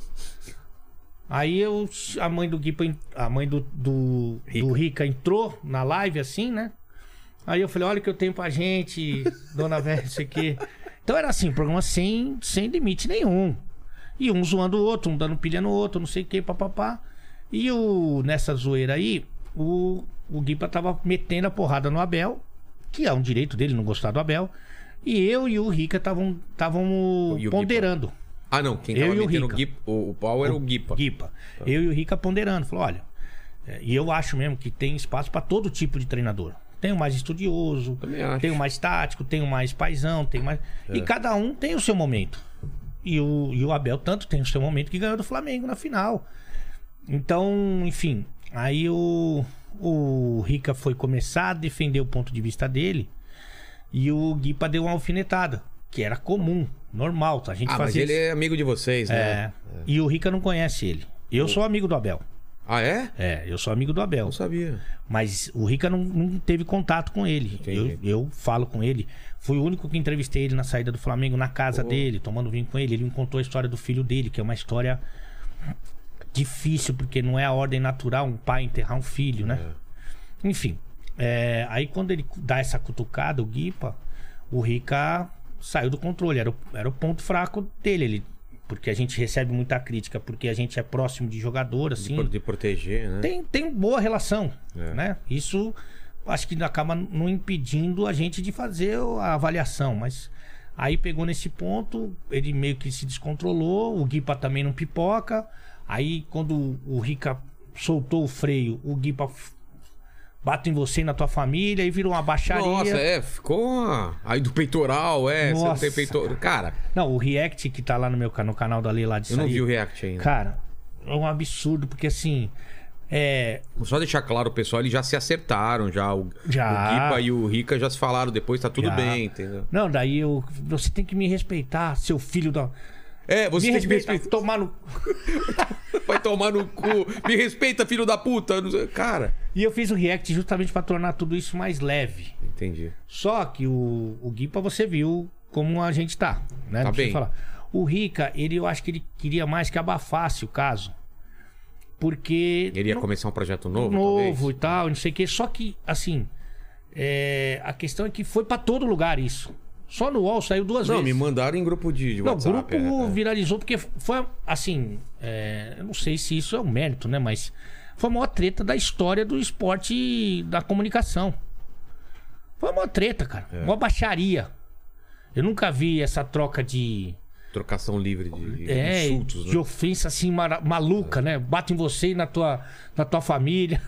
[SPEAKER 3] Aí eu, a mãe do Guipa, a mãe do, do,
[SPEAKER 1] Rica.
[SPEAKER 3] do Rica entrou na live assim, né? Aí eu falei, olha o que eu tenho pra gente, dona velha, isso aqui. Então era assim, programa sem, sem limite nenhum. E um zoando o outro, um dando pilha no outro, não sei o que, papapá. E o, nessa zoeira aí, o, o Guipa tava metendo a porrada no Abel, que é um direito dele não gostar do Abel. E eu e o Rica estavam
[SPEAKER 1] E o
[SPEAKER 3] ponderando.
[SPEAKER 1] Ah, não. Quem
[SPEAKER 3] Eu
[SPEAKER 1] tava
[SPEAKER 3] e o
[SPEAKER 1] metendo o,
[SPEAKER 3] Rica.
[SPEAKER 1] Guipa, o, o pau era o Guipa.
[SPEAKER 3] Guipa. Eu e o Rica ponderando. Falou, olha, é, e eu acho mesmo que tem espaço pra todo tipo de treinador. Tem o mais estudioso,
[SPEAKER 1] Também acho.
[SPEAKER 3] tem o mais tático, tem o mais paizão, tem mais... E cada um tem o seu momento. E o, e o Abel tanto tem o seu momento que ganhou do Flamengo na final. Então, enfim, aí o, o Rica foi começar a defender o ponto de vista dele e o Guipa deu uma alfinetada, que era comum, normal. A gente
[SPEAKER 1] Ah, mas
[SPEAKER 3] fazia
[SPEAKER 1] ele
[SPEAKER 3] isso.
[SPEAKER 1] é amigo de vocês, né?
[SPEAKER 3] É. E o Rica não conhece ele. Eu sou amigo do Abel.
[SPEAKER 1] Ah, é?
[SPEAKER 3] É, eu sou amigo do Abel.
[SPEAKER 1] Não sabia.
[SPEAKER 3] Mas o Rica não, não teve contato com ele. Eu,
[SPEAKER 1] Entendi.
[SPEAKER 3] eu falo com ele. Fui o único que entrevistei ele na saída do Flamengo, na casa dele, tomando vinho com ele. Ele me contou a história do filho dele, que é uma história difícil, porque não é a ordem natural um pai enterrar um filho, né? Enfim. é, aí quando ele dá essa cutucada, o Guipa, o Rica saiu do controle. Era o, era o ponto fraco dele. Ele, porque a gente recebe muita crítica, porque a gente é próximo de jogador, assim.
[SPEAKER 1] De, de proteger, né?
[SPEAKER 3] Tem, tem boa relação,
[SPEAKER 1] É.
[SPEAKER 3] né? Isso acho que acaba não impedindo a gente de fazer a avaliação, mas aí pegou nesse ponto, ele meio que se descontrolou, o Guipa também não pipoca. Aí quando o Rica soltou o freio, o Guipa bato em você e na tua família, aí virou uma baixaria.
[SPEAKER 1] Nossa, é, ficou uma... Aí do peitoral, é, você não
[SPEAKER 3] Nossa,
[SPEAKER 1] tem peitoral. Cara,
[SPEAKER 3] Não, o React que tá lá no meu no canal da Lei lá de
[SPEAKER 1] eu não
[SPEAKER 3] sair,
[SPEAKER 1] vi o react ainda.
[SPEAKER 3] cara, é um absurdo, porque assim, é...
[SPEAKER 1] Só deixar claro, o pessoal, eles já se acertaram, já. O,
[SPEAKER 3] Já.
[SPEAKER 1] o Guipa e o Rica já se falaram depois, tá tudo
[SPEAKER 3] Já.
[SPEAKER 1] bem, entendeu?
[SPEAKER 3] Não, daí eu... Você tem que me respeitar, seu filho da...
[SPEAKER 1] É, você
[SPEAKER 3] Me
[SPEAKER 1] tem que me
[SPEAKER 3] respeitar,
[SPEAKER 1] respeitar.
[SPEAKER 3] tomar no...
[SPEAKER 1] Vai tomar no cu. Me respeita, filho da puta. Não sei- Cara.
[SPEAKER 3] E eu fiz o React justamente pra tornar tudo isso mais leve.
[SPEAKER 1] Entendi.
[SPEAKER 3] Só que o, o Guipa, você viu como a gente tá, né?
[SPEAKER 1] Tá
[SPEAKER 3] Não precisa
[SPEAKER 1] bem.
[SPEAKER 3] falar. O Rica, ele, eu acho que ele queria mais que abafasse o caso. Porque...
[SPEAKER 1] Ele ia
[SPEAKER 3] não-
[SPEAKER 1] começar um projeto novo,
[SPEAKER 3] novo
[SPEAKER 1] talvez?
[SPEAKER 3] e tal, não sei o quê. Só que, assim, é, a questão é que foi pra todo lugar isso. Só no U O L saiu duas
[SPEAKER 1] Não,
[SPEAKER 3] vezes.
[SPEAKER 1] me mandaram em grupo de, de
[SPEAKER 3] Não, o
[SPEAKER 1] WhatsApp.
[SPEAKER 3] grupo
[SPEAKER 1] é, é.
[SPEAKER 3] viralizou porque foi, assim, é, eu não sei se isso é um mérito, né? Mas foi a maior treta da história do esporte e da comunicação. Foi a maior treta, cara.
[SPEAKER 1] É.
[SPEAKER 3] Uma baixaria. Eu nunca vi essa troca de...
[SPEAKER 1] Trocação livre de, de
[SPEAKER 3] É,
[SPEAKER 1] insultos,
[SPEAKER 3] de
[SPEAKER 1] né?
[SPEAKER 3] ofensa assim mara- maluca, né? Bato em você e na tua, na tua família.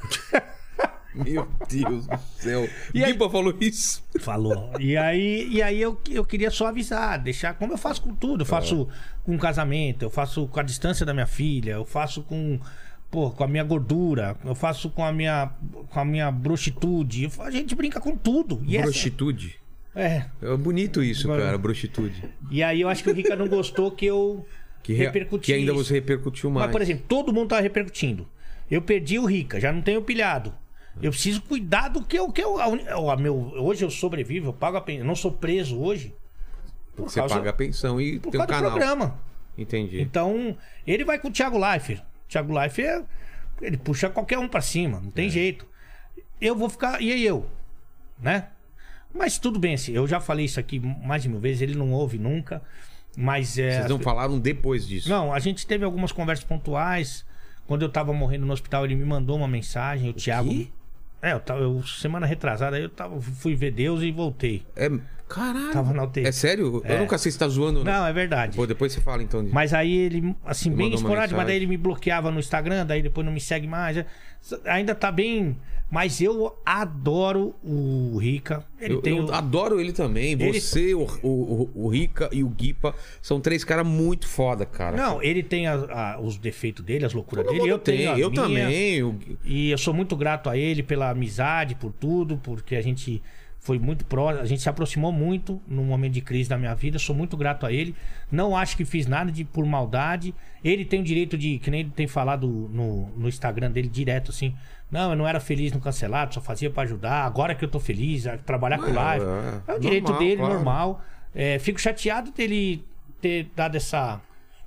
[SPEAKER 1] Meu Deus do céu.
[SPEAKER 3] E aí-
[SPEAKER 1] Guipa falou isso.
[SPEAKER 3] Falou. E aí, e aí eu, eu queria só avisar, deixar como eu faço com tudo. Eu faço com casamento, eu faço com a distância da minha filha, eu faço com, pô, com a minha gordura, eu faço com a minha, com a minha broxitude. Eu fa- A gente brinca com tudo. E essa-
[SPEAKER 1] Prostitude.
[SPEAKER 3] é.
[SPEAKER 1] É bonito isso,
[SPEAKER 3] Agora-
[SPEAKER 1] cara, prostitude.
[SPEAKER 3] E aí eu acho que o Rica não gostou que eu
[SPEAKER 1] Que, re-
[SPEAKER 3] repercuti
[SPEAKER 1] que ainda
[SPEAKER 3] isso.
[SPEAKER 1] você repercutiu mais.
[SPEAKER 3] Mas, por exemplo, todo mundo tá repercutindo. Eu perdi o Rica, já não tenho pilhado. Eu preciso cuidar do que eu. Que eu a uni- a meu, hoje eu sobrevivo, eu pago a pensão. Eu não sou preso hoje. Por
[SPEAKER 1] Você
[SPEAKER 3] causa,
[SPEAKER 1] paga a pensão e
[SPEAKER 3] por
[SPEAKER 1] tem um
[SPEAKER 3] causa do
[SPEAKER 1] canal.
[SPEAKER 3] programa.
[SPEAKER 1] Entendi.
[SPEAKER 3] Então, ele vai com o Thiago Leifert. O Thiago Leifert, ele puxa qualquer um pra cima, não tem
[SPEAKER 1] É.
[SPEAKER 3] jeito. Eu vou ficar. E aí eu? Né? Mas tudo bem, assim, eu já falei isso aqui mais de mil vezes, ele não ouve nunca. Mas é.
[SPEAKER 1] Vocês não falaram depois disso.
[SPEAKER 3] Não, a gente teve algumas conversas pontuais. Quando eu tava morrendo no hospital, ele me mandou uma mensagem. O Thiago.
[SPEAKER 1] quê?
[SPEAKER 3] É, eu, tava, eu semana retrasada, eu tava, fui ver Deus e voltei.
[SPEAKER 1] É... Caralho.
[SPEAKER 3] Tava na U T I.
[SPEAKER 1] É sério? Eu
[SPEAKER 3] É.
[SPEAKER 1] nunca sei se tá zoando ou não.
[SPEAKER 3] Não, é verdade.
[SPEAKER 1] Pô, depois você fala então disso.
[SPEAKER 3] Mas aí ele, assim,
[SPEAKER 1] Ele
[SPEAKER 3] bem
[SPEAKER 1] mandou uma
[SPEAKER 3] esporádico, mas daí
[SPEAKER 1] mensagem.
[SPEAKER 3] ele me bloqueava no Instagram, daí depois não me segue mais. É, ainda tá bem. Mas eu adoro o Rica. Ele
[SPEAKER 1] Eu,
[SPEAKER 3] tem
[SPEAKER 1] eu
[SPEAKER 3] o-
[SPEAKER 1] adoro ele também.
[SPEAKER 3] Ele-
[SPEAKER 1] Você, o, o, o Rica e o Guipa são três caras muito foda, cara.
[SPEAKER 3] Não, ele tem a- a- os defeitos dele, as loucuras
[SPEAKER 1] Todo
[SPEAKER 3] dele.
[SPEAKER 1] mundo
[SPEAKER 3] Eu tenho.
[SPEAKER 1] tem.
[SPEAKER 3] as
[SPEAKER 1] Eu
[SPEAKER 3] minhas.
[SPEAKER 1] também. o-
[SPEAKER 3] E eu sou muito grato a ele pela amizade, por tudo, porque a gente foi muito próximo, a gente se aproximou muito num momento de crise da minha vida. Sou muito grato a ele. Não acho que fiz nada de por maldade. Ele tem o direito de, que nem ele tem falado no, no Instagram dele direto assim. Não, eu não era feliz no Cancelado, só fazia pra ajudar. Agora que eu tô feliz, a trabalhar com
[SPEAKER 1] É,
[SPEAKER 3] live.
[SPEAKER 1] é.
[SPEAKER 3] É o direito
[SPEAKER 1] Normal,
[SPEAKER 3] dele,
[SPEAKER 1] claro.
[SPEAKER 3] normal. É, fico chateado dele ter dado essa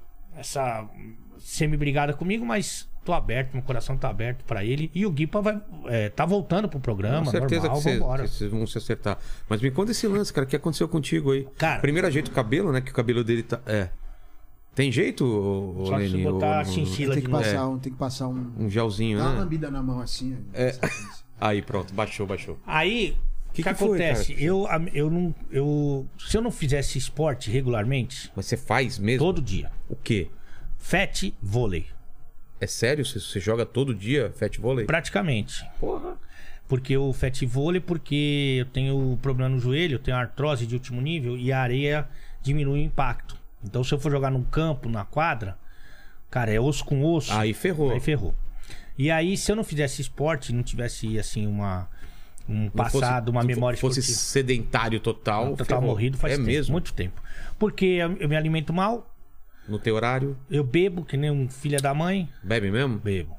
[SPEAKER 3] essa semi-brigada comigo, mas tô aberto, meu coração tá aberto pra ele. E o Guipa vai, é, tá voltando pro programa,
[SPEAKER 1] Com certeza
[SPEAKER 3] normal,
[SPEAKER 1] que vocês,
[SPEAKER 3] vambora.
[SPEAKER 1] que vocês vão se acertar. Mas me conta esse lance, cara. O que aconteceu contigo aí?
[SPEAKER 3] Cara-
[SPEAKER 1] Primeiro ajeita o cabelo, né? Que o cabelo dele tá... É. Tem jeito, ô, ô,
[SPEAKER 3] Só se
[SPEAKER 1] Leni?
[SPEAKER 3] botar
[SPEAKER 1] Ô,
[SPEAKER 3] a chinchila
[SPEAKER 2] Tem
[SPEAKER 3] de
[SPEAKER 2] que
[SPEAKER 3] novo.
[SPEAKER 2] passar um, tem que passar um,
[SPEAKER 1] Um gelzinho,
[SPEAKER 2] dá uma
[SPEAKER 1] né?
[SPEAKER 2] lambida na mão assim.
[SPEAKER 1] É. Aí, pronto. Baixou, baixou.
[SPEAKER 3] Aí, o que,
[SPEAKER 1] Que
[SPEAKER 3] que
[SPEAKER 1] que foi,
[SPEAKER 3] acontece?
[SPEAKER 1] cara?
[SPEAKER 3] eu, eu não, eu, se eu não fizesse esporte regularmente,
[SPEAKER 1] Mas você faz mesmo?
[SPEAKER 3] todo dia,
[SPEAKER 1] O quê?
[SPEAKER 3] fat vôlei,
[SPEAKER 1] É sério? Você, você joga todo dia fat vôlei?
[SPEAKER 3] praticamente.
[SPEAKER 1] Porra.
[SPEAKER 3] Porque o fat vôlei, porque eu tenho problema no joelho, eu tenho artrose de último nível e a areia diminui o impacto. Então, se eu for jogar num campo, na quadra, cara, é osso com osso.
[SPEAKER 1] Aí ferrou.
[SPEAKER 3] Aí ferrou. E aí, se eu não fizesse esporte, não tivesse, assim, uma, um
[SPEAKER 1] Não
[SPEAKER 3] passado,
[SPEAKER 1] fosse-
[SPEAKER 3] uma
[SPEAKER 1] se
[SPEAKER 3] memória
[SPEAKER 1] fosse
[SPEAKER 3] esportiva.
[SPEAKER 1] sedentário total,
[SPEAKER 3] Eu tava
[SPEAKER 1] ferrou.
[SPEAKER 3] morrido faz
[SPEAKER 1] É
[SPEAKER 3] tempo,
[SPEAKER 1] mesmo?
[SPEAKER 3] muito tempo. Porque eu, eu me alimento mal,
[SPEAKER 1] No teu horário,
[SPEAKER 3] eu bebo, que nem um filho da mãe,
[SPEAKER 1] bebe mesmo?
[SPEAKER 3] bebo.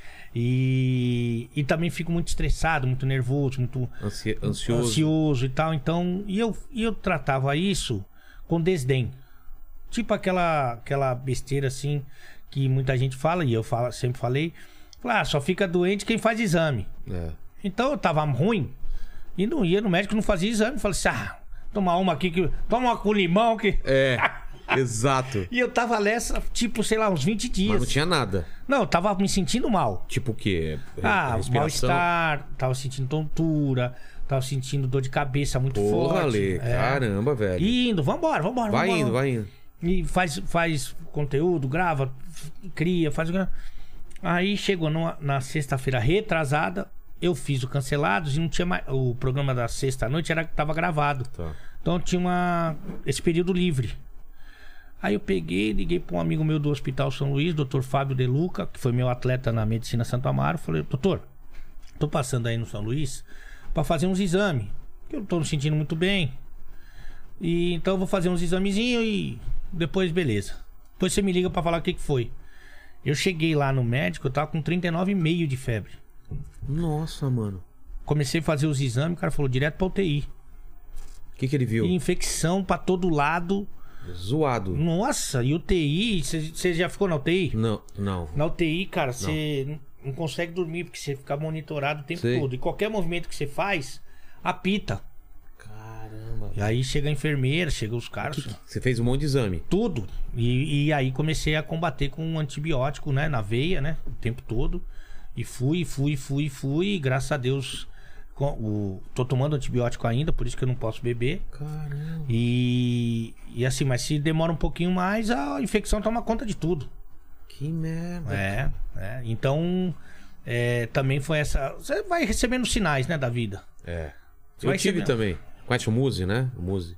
[SPEAKER 3] E, e também fico muito estressado, muito nervoso, muito
[SPEAKER 1] Ansi- ansioso.
[SPEAKER 3] ansioso e tal. Então, e eu, e eu tratava isso com desdém. Tipo aquela, aquela besteira assim que muita gente fala, e eu falo, sempre falei. Falar, ah, só fica doente quem faz exame.
[SPEAKER 1] É.
[SPEAKER 3] Então eu tava ruim e não ia no médico, não fazia exame. Falei assim, ah, toma uma aqui, que, toma uma com limão que...
[SPEAKER 1] É, exato.
[SPEAKER 3] E eu tava nessa, tipo, sei lá, uns vinte dias.
[SPEAKER 1] Mas não tinha nada.
[SPEAKER 3] Não, eu tava me sentindo mal.
[SPEAKER 1] Tipo o quê? Re-
[SPEAKER 3] Ah,
[SPEAKER 1] respiração?
[SPEAKER 3] mal-estar, tava sentindo tontura, tava sentindo dor de cabeça muito
[SPEAKER 1] Porra,
[SPEAKER 3] forte.
[SPEAKER 1] Lê,
[SPEAKER 3] é.
[SPEAKER 1] caramba, velho.
[SPEAKER 3] E indo, vambora, vambora,
[SPEAKER 1] Vai
[SPEAKER 3] vambora.
[SPEAKER 1] indo, vai indo.
[SPEAKER 3] E faz, faz conteúdo, grava, cria, faz. Aí chegou numa- na sexta-feira retrasada, eu fiz o Cancelados e não tinha mais... O programa da sexta-noite era, tava gravado.
[SPEAKER 1] Tá.
[SPEAKER 3] Então tinha uma, esse período livre. Aí eu peguei, liguei para um amigo meu do Hospital São Luís, doutor Fábio De Luca, que foi meu atleta na Medicina Santo Amaro. Falei, doutor, tô passando aí no São Luís para fazer uns exames, que eu tô me sentindo muito bem. E então eu vou fazer uns examezinhos e depois beleza. Depois você me liga para falar o que que foi. Eu cheguei lá no médico, eu tava com trinta e nove vírgula cinco de febre.
[SPEAKER 1] Nossa, mano.
[SPEAKER 3] Comecei a fazer os exames, o cara falou direto pra U T I.
[SPEAKER 1] O que que ele viu?
[SPEAKER 3] E infecção pra todo lado.
[SPEAKER 1] Zoado.
[SPEAKER 3] Nossa, e U T I? Você já ficou na U T I?
[SPEAKER 1] Não, não.
[SPEAKER 3] Na U T I, cara, você não. não consegue dormir porque você fica monitorado o tempo
[SPEAKER 1] Sei.
[SPEAKER 3] todo. E qualquer movimento que você faz, apita.
[SPEAKER 1] Caramba.
[SPEAKER 3] E aí chega a enfermeira, chega os caras.
[SPEAKER 1] Você fez um monte de exame.
[SPEAKER 3] Tudo. E, e aí comecei a combater com um antibiótico, né? Na veia, né? O tempo todo. E fui, fui, fui, fui. E graças a Deus, com, o, tô tomando antibiótico ainda, por isso que eu não posso beber.
[SPEAKER 1] Caramba.
[SPEAKER 3] E, e assim, mas se demora um pouquinho mais, a infecção toma conta de tudo.
[SPEAKER 1] Que merda.
[SPEAKER 3] É, é. Então, é, também foi essa... Você vai recebendo sinais, né, da vida.
[SPEAKER 1] É.
[SPEAKER 3] Você
[SPEAKER 1] Eu
[SPEAKER 3] vai
[SPEAKER 1] tive
[SPEAKER 3] receber-
[SPEAKER 1] também. Conhece o Muzi, né? O Muzi.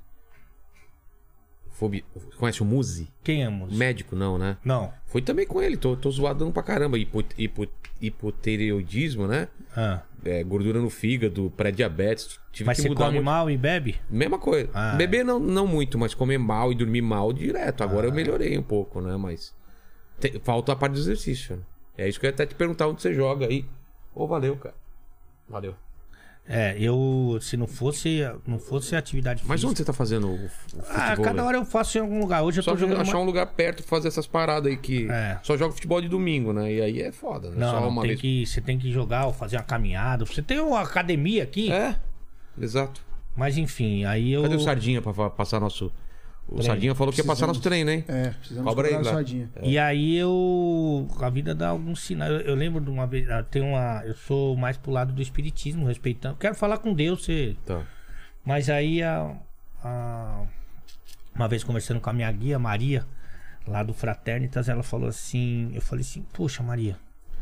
[SPEAKER 1] Fobi... Conhece o Muzi?
[SPEAKER 3] Quem é, moço?
[SPEAKER 1] Médico, não, né?
[SPEAKER 3] Não.
[SPEAKER 1] Fui também com ele. Tô, tô zoadão pra caramba. Hipo... Hipo... Hipotireoidismo, né?
[SPEAKER 3] Ah.
[SPEAKER 1] É, gordura no fígado, pré-diabetes. Tive
[SPEAKER 3] Mas
[SPEAKER 1] que
[SPEAKER 3] você
[SPEAKER 1] mudar
[SPEAKER 3] come
[SPEAKER 1] muito.
[SPEAKER 3] mal e bebe?
[SPEAKER 1] Mesma coisa.
[SPEAKER 3] Ah,
[SPEAKER 1] Beber não, não muito, mas comer mal e dormir mal direto. Agora
[SPEAKER 3] Ah.
[SPEAKER 1] eu melhorei um pouco, né? Mas te- falta a parte do exercício, né? É isso que eu ia até te perguntar onde você joga aí. Ô, valeu, cara. Valeu.
[SPEAKER 3] É, eu... Se não fosse, não fosse atividade
[SPEAKER 1] Mas
[SPEAKER 3] física...
[SPEAKER 1] onde você tá fazendo o, o futebol?
[SPEAKER 3] Ah, cada
[SPEAKER 1] né?
[SPEAKER 3] hora eu faço em algum lugar. Hoje eu
[SPEAKER 1] Só
[SPEAKER 3] tô jogando...
[SPEAKER 1] achar
[SPEAKER 3] uma-
[SPEAKER 1] um lugar perto pra fazer essas paradas aí que
[SPEAKER 3] É.
[SPEAKER 1] só joga futebol de domingo, né? E aí é foda, né?
[SPEAKER 3] Não,
[SPEAKER 1] só
[SPEAKER 3] não,
[SPEAKER 1] uma
[SPEAKER 3] tem
[SPEAKER 1] vez.
[SPEAKER 3] que, você tem que jogar ou fazer uma caminhada. Você tem uma academia aqui,
[SPEAKER 1] É, exato.
[SPEAKER 3] mas enfim, aí eu...
[SPEAKER 1] Cadê o Sardinha pra fa- passar nosso... O
[SPEAKER 3] Treino.
[SPEAKER 1] Sardinha falou que ia passar
[SPEAKER 2] Precisamos.
[SPEAKER 1] nosso treino, hein?
[SPEAKER 2] É, precisamos
[SPEAKER 1] Cobra aí,
[SPEAKER 2] cobrar a
[SPEAKER 1] lá.
[SPEAKER 2] sardinha.
[SPEAKER 3] E aí eu... A vida dá alguns sinais. Eu, eu lembro de uma vez... ah, Tem uma... Eu sou mais pro lado do espiritismo, respeitando. Quero falar com Deus, você...
[SPEAKER 1] Tá.
[SPEAKER 3] Mas aí a, a- uma vez conversando com a minha guia, Maria, lá do Fraternitas, ela falou assim... Eu falei assim, poxa, Maria...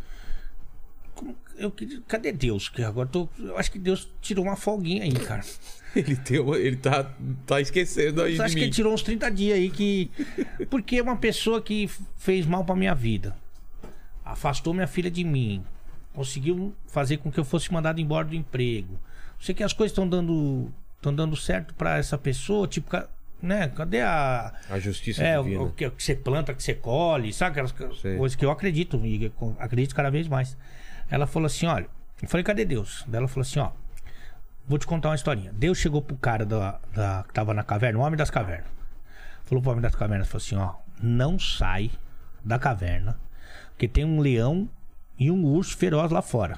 [SPEAKER 3] como- eu, queria- cadê Deus? Que agora eu tô, eu acho que Deus tirou uma folguinha aí, cara.
[SPEAKER 1] Ele, tem uma- ele tá, tá esquecendo aí
[SPEAKER 3] Eu
[SPEAKER 1] de
[SPEAKER 3] acho que
[SPEAKER 1] mim.
[SPEAKER 3] ele tirou uns trinta dias aí que... Porque é uma pessoa que fez mal pra minha vida. Afastou minha filha de mim. Conseguiu fazer com que eu fosse mandado embora do emprego. Sei que as coisas estão dando estão dando certo pra essa pessoa, tipo, ca- né? Cadê a
[SPEAKER 1] A justiça
[SPEAKER 3] é, o,
[SPEAKER 1] divina.
[SPEAKER 3] o que, o que você planta, que você colhe, sabe aquelas co-
[SPEAKER 1] Sei.
[SPEAKER 3] coisas que eu acredito e eu acredito cada vez mais. Ela falou assim, olha, eu falei, cadê Deus? Daí ela falou assim, ó, vou te contar uma historinha. Deus chegou pro cara da, da- que tava na caverna, o homem das cavernas. Falou pro homem das cavernas, falou assim, ó, não sai da caverna, porque tem um leão e um urso feroz lá fora.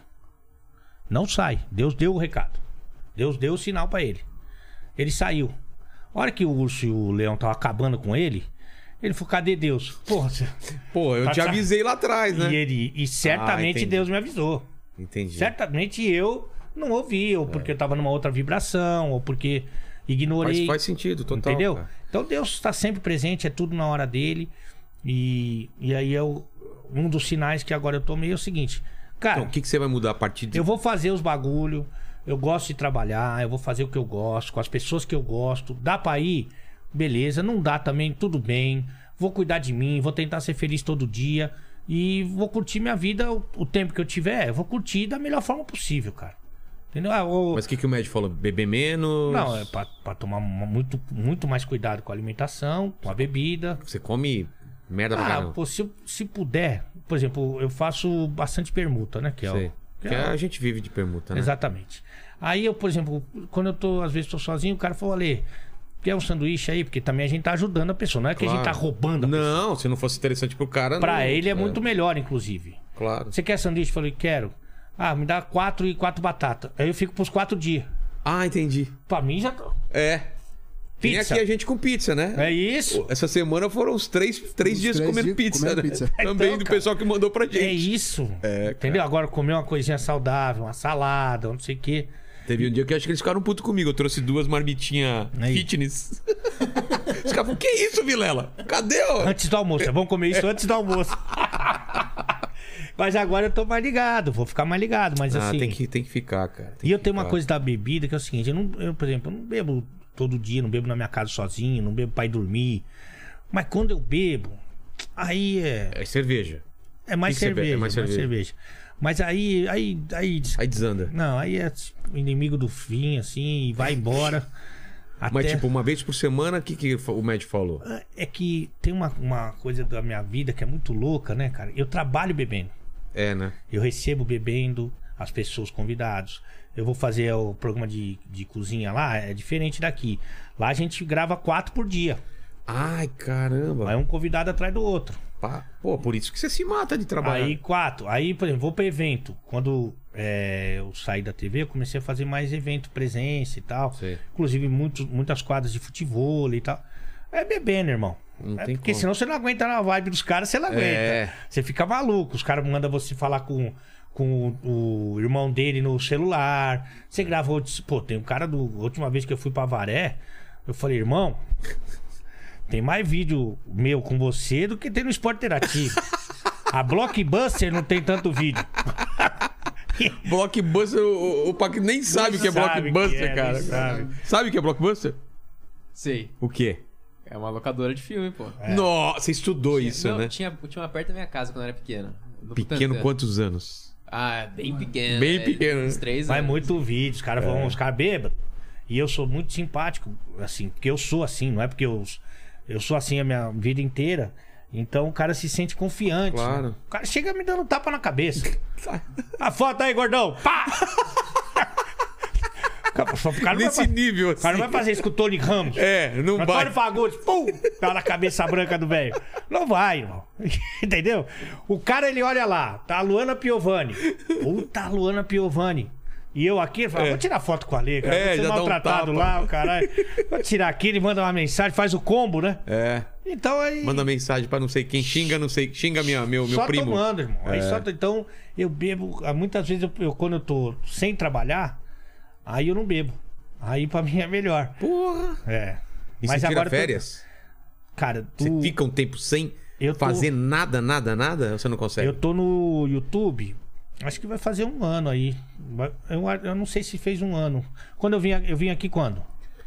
[SPEAKER 3] Não sai. Deus deu o recado. Deus deu o sinal pra ele. Ele saiu. A hora que o urso e o leão estavam acabando com ele, ele falou, cadê Deus? Porra, você...
[SPEAKER 1] Pô, eu te
[SPEAKER 3] Passar-
[SPEAKER 1] avisei lá atrás, né?
[SPEAKER 3] E, ele, e
[SPEAKER 1] Ah,
[SPEAKER 3] certamente
[SPEAKER 1] entendi.
[SPEAKER 3] Deus me avisou.
[SPEAKER 1] Entendi.
[SPEAKER 3] Certamente eu não ouvi, ou porque eu tava numa outra vibração, ou porque ignorei.
[SPEAKER 1] Faz, faz sentido, total.
[SPEAKER 3] Entendeu?
[SPEAKER 1] cara.
[SPEAKER 3] Então Deus está sempre presente, é tudo na hora dele. E, e aí eu, um dos sinais que agora eu tomei é o seguinte, cara,
[SPEAKER 1] Então, o que, que você vai mudar a partir de...
[SPEAKER 3] eu vou fazer os bagulho, eu gosto de trabalhar, eu vou fazer o que eu gosto, com as pessoas que eu gosto. Dá pra ir? Beleza. Não dá também, tudo bem. Vou cuidar de mim, vou tentar ser feliz todo dia. E vou curtir minha vida o, o tempo que eu tiver. Eu vou curtir da melhor forma possível, cara. Entendeu? Ah, o-
[SPEAKER 1] Mas o que, que o médico falou? Beber menos?
[SPEAKER 3] Não, é pra, pra tomar uma- muito, muito mais cuidado com a alimentação, com a bebida.
[SPEAKER 1] Você come merda pra
[SPEAKER 3] Ah,
[SPEAKER 1] caramba.
[SPEAKER 3] pô, se, se puder... Por exemplo, eu faço bastante permuta, né? Que é o-
[SPEAKER 1] Sei.
[SPEAKER 3] que
[SPEAKER 1] Porque
[SPEAKER 3] é o-
[SPEAKER 1] a gente vive de permuta, né?
[SPEAKER 3] Exatamente. Aí eu, por exemplo, quando eu tô, às vezes tô sozinho, o cara falou, Ale, quer um sanduíche aí? Porque também a gente tá ajudando a pessoa, não é que a gente tá
[SPEAKER 1] Claro.
[SPEAKER 3] roubando a pessoa.
[SPEAKER 1] Não, se não fosse interessante pro cara...
[SPEAKER 3] Pra
[SPEAKER 1] não.
[SPEAKER 3] ele é, muito melhor, inclusive.
[SPEAKER 1] Claro.
[SPEAKER 3] Você quer sanduíche? Eu falei, quero. Ah, me dá quatro e quatro batatas. Aí eu fico pros quatro dias.
[SPEAKER 1] Ah, entendi.
[SPEAKER 3] Pra mim já tô.
[SPEAKER 1] É. Tem
[SPEAKER 3] Pizza.
[SPEAKER 1] aqui a gente com pizza, né?
[SPEAKER 3] É isso.
[SPEAKER 1] Essa semana foram os três, três
[SPEAKER 2] Os
[SPEAKER 1] dias
[SPEAKER 2] três
[SPEAKER 1] comendo
[SPEAKER 2] dias
[SPEAKER 1] pizza,
[SPEAKER 2] comendo
[SPEAKER 1] né?
[SPEAKER 2] pizza.
[SPEAKER 1] Também
[SPEAKER 3] Então,
[SPEAKER 1] do
[SPEAKER 3] cara,
[SPEAKER 1] pessoal que mandou pra gente.
[SPEAKER 3] É isso.
[SPEAKER 1] É,
[SPEAKER 3] Entendeu? Agora comer uma coisinha saudável, uma salada, não sei o quê.
[SPEAKER 1] Teve um dia que eu acho que eles ficaram putos comigo. Eu trouxe duas marmitinhas
[SPEAKER 3] Aí.
[SPEAKER 1] fitness. Os caras falaram, que isso, Vilela? Cadê, ó?
[SPEAKER 3] Antes do almoço. É bom comer isso antes do almoço. Mas agora eu tô mais ligado, vou ficar mais ligado, mas
[SPEAKER 1] Ah,
[SPEAKER 3] assim...
[SPEAKER 1] tem que, tem que ficar, cara. Tem
[SPEAKER 3] E eu
[SPEAKER 1] que
[SPEAKER 3] tenho uma
[SPEAKER 1] ficar.
[SPEAKER 3] coisa da bebida que é o seguinte, eu, não, eu, por exemplo, eu não bebo todo dia, não bebo na minha casa sozinho, não bebo pra ir dormir. Mas quando eu bebo, aí é,
[SPEAKER 1] É cerveja.
[SPEAKER 3] é mais
[SPEAKER 1] que que você bebe?
[SPEAKER 3] cerveja,
[SPEAKER 1] É mais
[SPEAKER 3] mais
[SPEAKER 1] cerveja.
[SPEAKER 3] cerveja. Mas aí, aí, aí...
[SPEAKER 1] Aí desanda.
[SPEAKER 3] Não, aí é tipo, inimigo do fim, assim, e vai embora.
[SPEAKER 1] Mas,
[SPEAKER 3] Até-
[SPEAKER 1] tipo, uma vez por semana, o que, que o médico falou?
[SPEAKER 3] É que tem uma, uma coisa da minha vida que é muito louca, né, cara? Eu trabalho bebendo.
[SPEAKER 1] É, né?
[SPEAKER 3] Eu recebo bebendo as pessoas convidados. Eu vou fazer o programa de, de cozinha lá, é diferente daqui. Lá a gente grava quatro por dia.
[SPEAKER 1] Ai, caramba.
[SPEAKER 3] Aí um convidado atrás do outro.
[SPEAKER 1] Pá, pô, por isso que você se mata de trabalhar.
[SPEAKER 3] Aí quatro. Aí, por exemplo, vou pra evento. Quando é, eu saí da T V, eu comecei a fazer mais evento, presença e tal.
[SPEAKER 1] Sei.
[SPEAKER 3] Inclusive muitos, muitas quadras de futebol e tal. É bebendo, irmão.
[SPEAKER 1] Não
[SPEAKER 3] É
[SPEAKER 1] tem
[SPEAKER 3] porque
[SPEAKER 1] como.
[SPEAKER 3] senão você não aguenta na vibe dos caras, você não aguenta.
[SPEAKER 1] É.
[SPEAKER 3] Você fica maluco. Os caras mandam você falar com, com o, o irmão dele no celular. Você grava outros. Pô, tem um cara do. A última vez que eu fui pra Avaré, eu falei, irmão, tem mais vídeo meu com você do que tem no Esporte Interativo. A Blockbuster não tem tanto vídeo.
[SPEAKER 1] Blockbuster, o, o Pac nem sabe o que é
[SPEAKER 3] sabe
[SPEAKER 1] Blockbuster,
[SPEAKER 3] que é,
[SPEAKER 1] cara.
[SPEAKER 3] nem sabe.
[SPEAKER 1] Sabe o que é Blockbuster?
[SPEAKER 4] Sei.
[SPEAKER 1] O quê?
[SPEAKER 4] É uma locadora de filme, pô.
[SPEAKER 1] Nossa, você estudou
[SPEAKER 4] Tinha-
[SPEAKER 1] isso,
[SPEAKER 4] não,
[SPEAKER 1] né?
[SPEAKER 4] Tinha, tinha uma perto da minha casa quando eu era pequeno. No
[SPEAKER 1] Pequeno,
[SPEAKER 4] Butantã.
[SPEAKER 1] quantos anos?
[SPEAKER 4] Ah, bem pequeno.
[SPEAKER 1] Bem
[SPEAKER 4] é,
[SPEAKER 1] pequeno, né?
[SPEAKER 4] Uns três
[SPEAKER 3] Vai
[SPEAKER 4] anos.
[SPEAKER 3] muito vídeo, os caras
[SPEAKER 1] É.
[SPEAKER 3] vão, os caras bêbados. E eu sou muito simpático, assim, porque eu sou assim, não é porque eu, eu sou assim a minha vida inteira. Então o cara se sente confiante.
[SPEAKER 1] Claro.
[SPEAKER 3] né? O cara chega me dando tapa na cabeça. A foto aí, gordão! Pá! O cara não vai
[SPEAKER 1] Nesse
[SPEAKER 3] fa-
[SPEAKER 1] nível,
[SPEAKER 3] O cara não vai
[SPEAKER 1] assim.
[SPEAKER 3] fazer isso com o Tony Ramos.
[SPEAKER 1] É, não vai.
[SPEAKER 3] Antônio Fagundes, pum! Tá na cabeça branca do velho. Não vai, irmão. Entendeu? O cara, ele olha lá, tá a Luana Piovani. Puta, a Luana Piovani. E eu aqui, ele fala, vou tirar foto com a Lê, cara.
[SPEAKER 1] É,
[SPEAKER 3] Vou ser
[SPEAKER 1] já dá um
[SPEAKER 3] maltratado
[SPEAKER 1] tapa.
[SPEAKER 3] lá, o caralho. Vou tirar aqui, ele manda uma mensagem, faz o combo, né?
[SPEAKER 1] É.
[SPEAKER 3] Então aí.
[SPEAKER 1] Manda mensagem pra não sei quem. Xinga, não sei. Xinga minha, meu, meu
[SPEAKER 3] só
[SPEAKER 1] primo.
[SPEAKER 3] tomando, irmão. Aí
[SPEAKER 1] É.
[SPEAKER 3] só, então, eu bebo. Muitas vezes, eu, eu- quando eu tô sem trabalhar, aí eu não bebo. Aí pra mim é melhor.
[SPEAKER 1] Porra.
[SPEAKER 3] É.
[SPEAKER 1] E você tira
[SPEAKER 3] agora eu tô-
[SPEAKER 1] férias?
[SPEAKER 3] Cara, tu.
[SPEAKER 1] Você fica um tempo sem
[SPEAKER 3] Eu tô-
[SPEAKER 1] fazer nada, nada, nada? Ou você não consegue?
[SPEAKER 3] Eu tô no YouTube, acho que vai fazer um ano aí. Vai- Eu, eu não sei se fez um ano. Quando eu vim, eu vim aqui quando?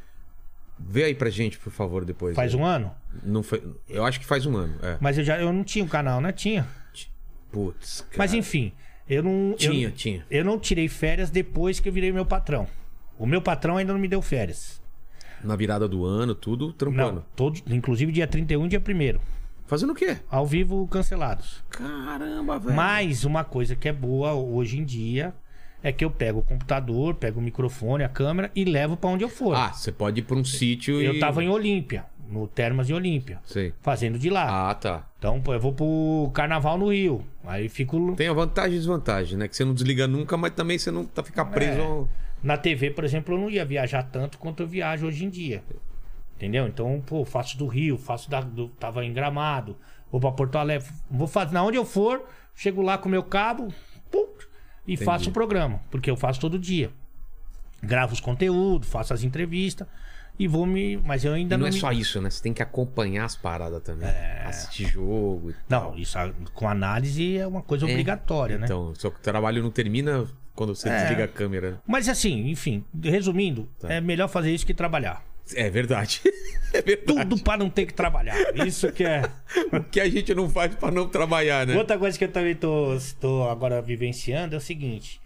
[SPEAKER 1] Vê aí pra gente, por favor, depois.
[SPEAKER 3] Faz
[SPEAKER 1] É.
[SPEAKER 3] um ano?
[SPEAKER 1] Não foi... Eu acho que faz um ano. É.
[SPEAKER 3] Mas eu já eu não tinha o canal, né? Tinha.
[SPEAKER 1] Putz, cara.
[SPEAKER 3] Mas enfim, eu não.
[SPEAKER 1] Tinha,
[SPEAKER 3] eu,
[SPEAKER 1] tinha.
[SPEAKER 3] Eu não tirei férias depois que eu virei meu patrão. O meu patrão ainda não me deu férias.
[SPEAKER 1] Na virada do ano, tudo
[SPEAKER 3] Não,
[SPEAKER 1] trampando.
[SPEAKER 3] todos, inclusive dia trinta e um e dia primeiro.
[SPEAKER 1] Fazendo o quê?
[SPEAKER 3] Ao vivo cancelados.
[SPEAKER 1] Caramba, velho.
[SPEAKER 3] Mas uma coisa que é boa hoje em dia é que eu pego o computador, pego o microfone, a câmera e levo pra onde eu for.
[SPEAKER 1] Ah, você pode ir pra um sítio e...
[SPEAKER 3] Eu tava em Olímpia, no Termas de Olímpia,
[SPEAKER 1] Sei.
[SPEAKER 3] fazendo de lá.
[SPEAKER 1] Ah, tá.
[SPEAKER 3] Então, pô, eu vou pro carnaval no Rio. Aí fico
[SPEAKER 1] Tem a vantagem e desvantagem, né? Que você não desliga nunca, mas também você não tá ficar preso
[SPEAKER 3] É.
[SPEAKER 1] ao...
[SPEAKER 3] na T V, por exemplo, eu não ia viajar tanto quanto eu viajo hoje em dia. Entendeu? Então, pô, faço do Rio, faço da do, tava em Gramado, vou pra Porto Alegre, vou fazer na onde eu for, chego lá com o meu cabo, pum, e faço o programa, porque eu faço todo dia. Gravo os conteúdos, faço as entrevistas e vou me, mas eu ainda
[SPEAKER 1] E não
[SPEAKER 3] não
[SPEAKER 1] é
[SPEAKER 3] me...
[SPEAKER 1] só isso, né? Você tem que acompanhar as paradas também. Assistir jogo e
[SPEAKER 3] Não, isso a- com análise é uma coisa obrigatória, né?
[SPEAKER 1] Então, seu trabalho não termina quando você
[SPEAKER 3] É.
[SPEAKER 1] desliga a câmera.
[SPEAKER 3] Mas assim, enfim, resumindo,
[SPEAKER 1] Tá.
[SPEAKER 3] é melhor fazer isso que trabalhar.
[SPEAKER 1] É verdade. É verdade.
[SPEAKER 3] Tudo pra não ter que trabalhar. Isso que é.
[SPEAKER 1] O que a gente não faz pra não trabalhar, né?
[SPEAKER 3] Outra coisa que eu também tô, tô agora vivenciando é o seguinte: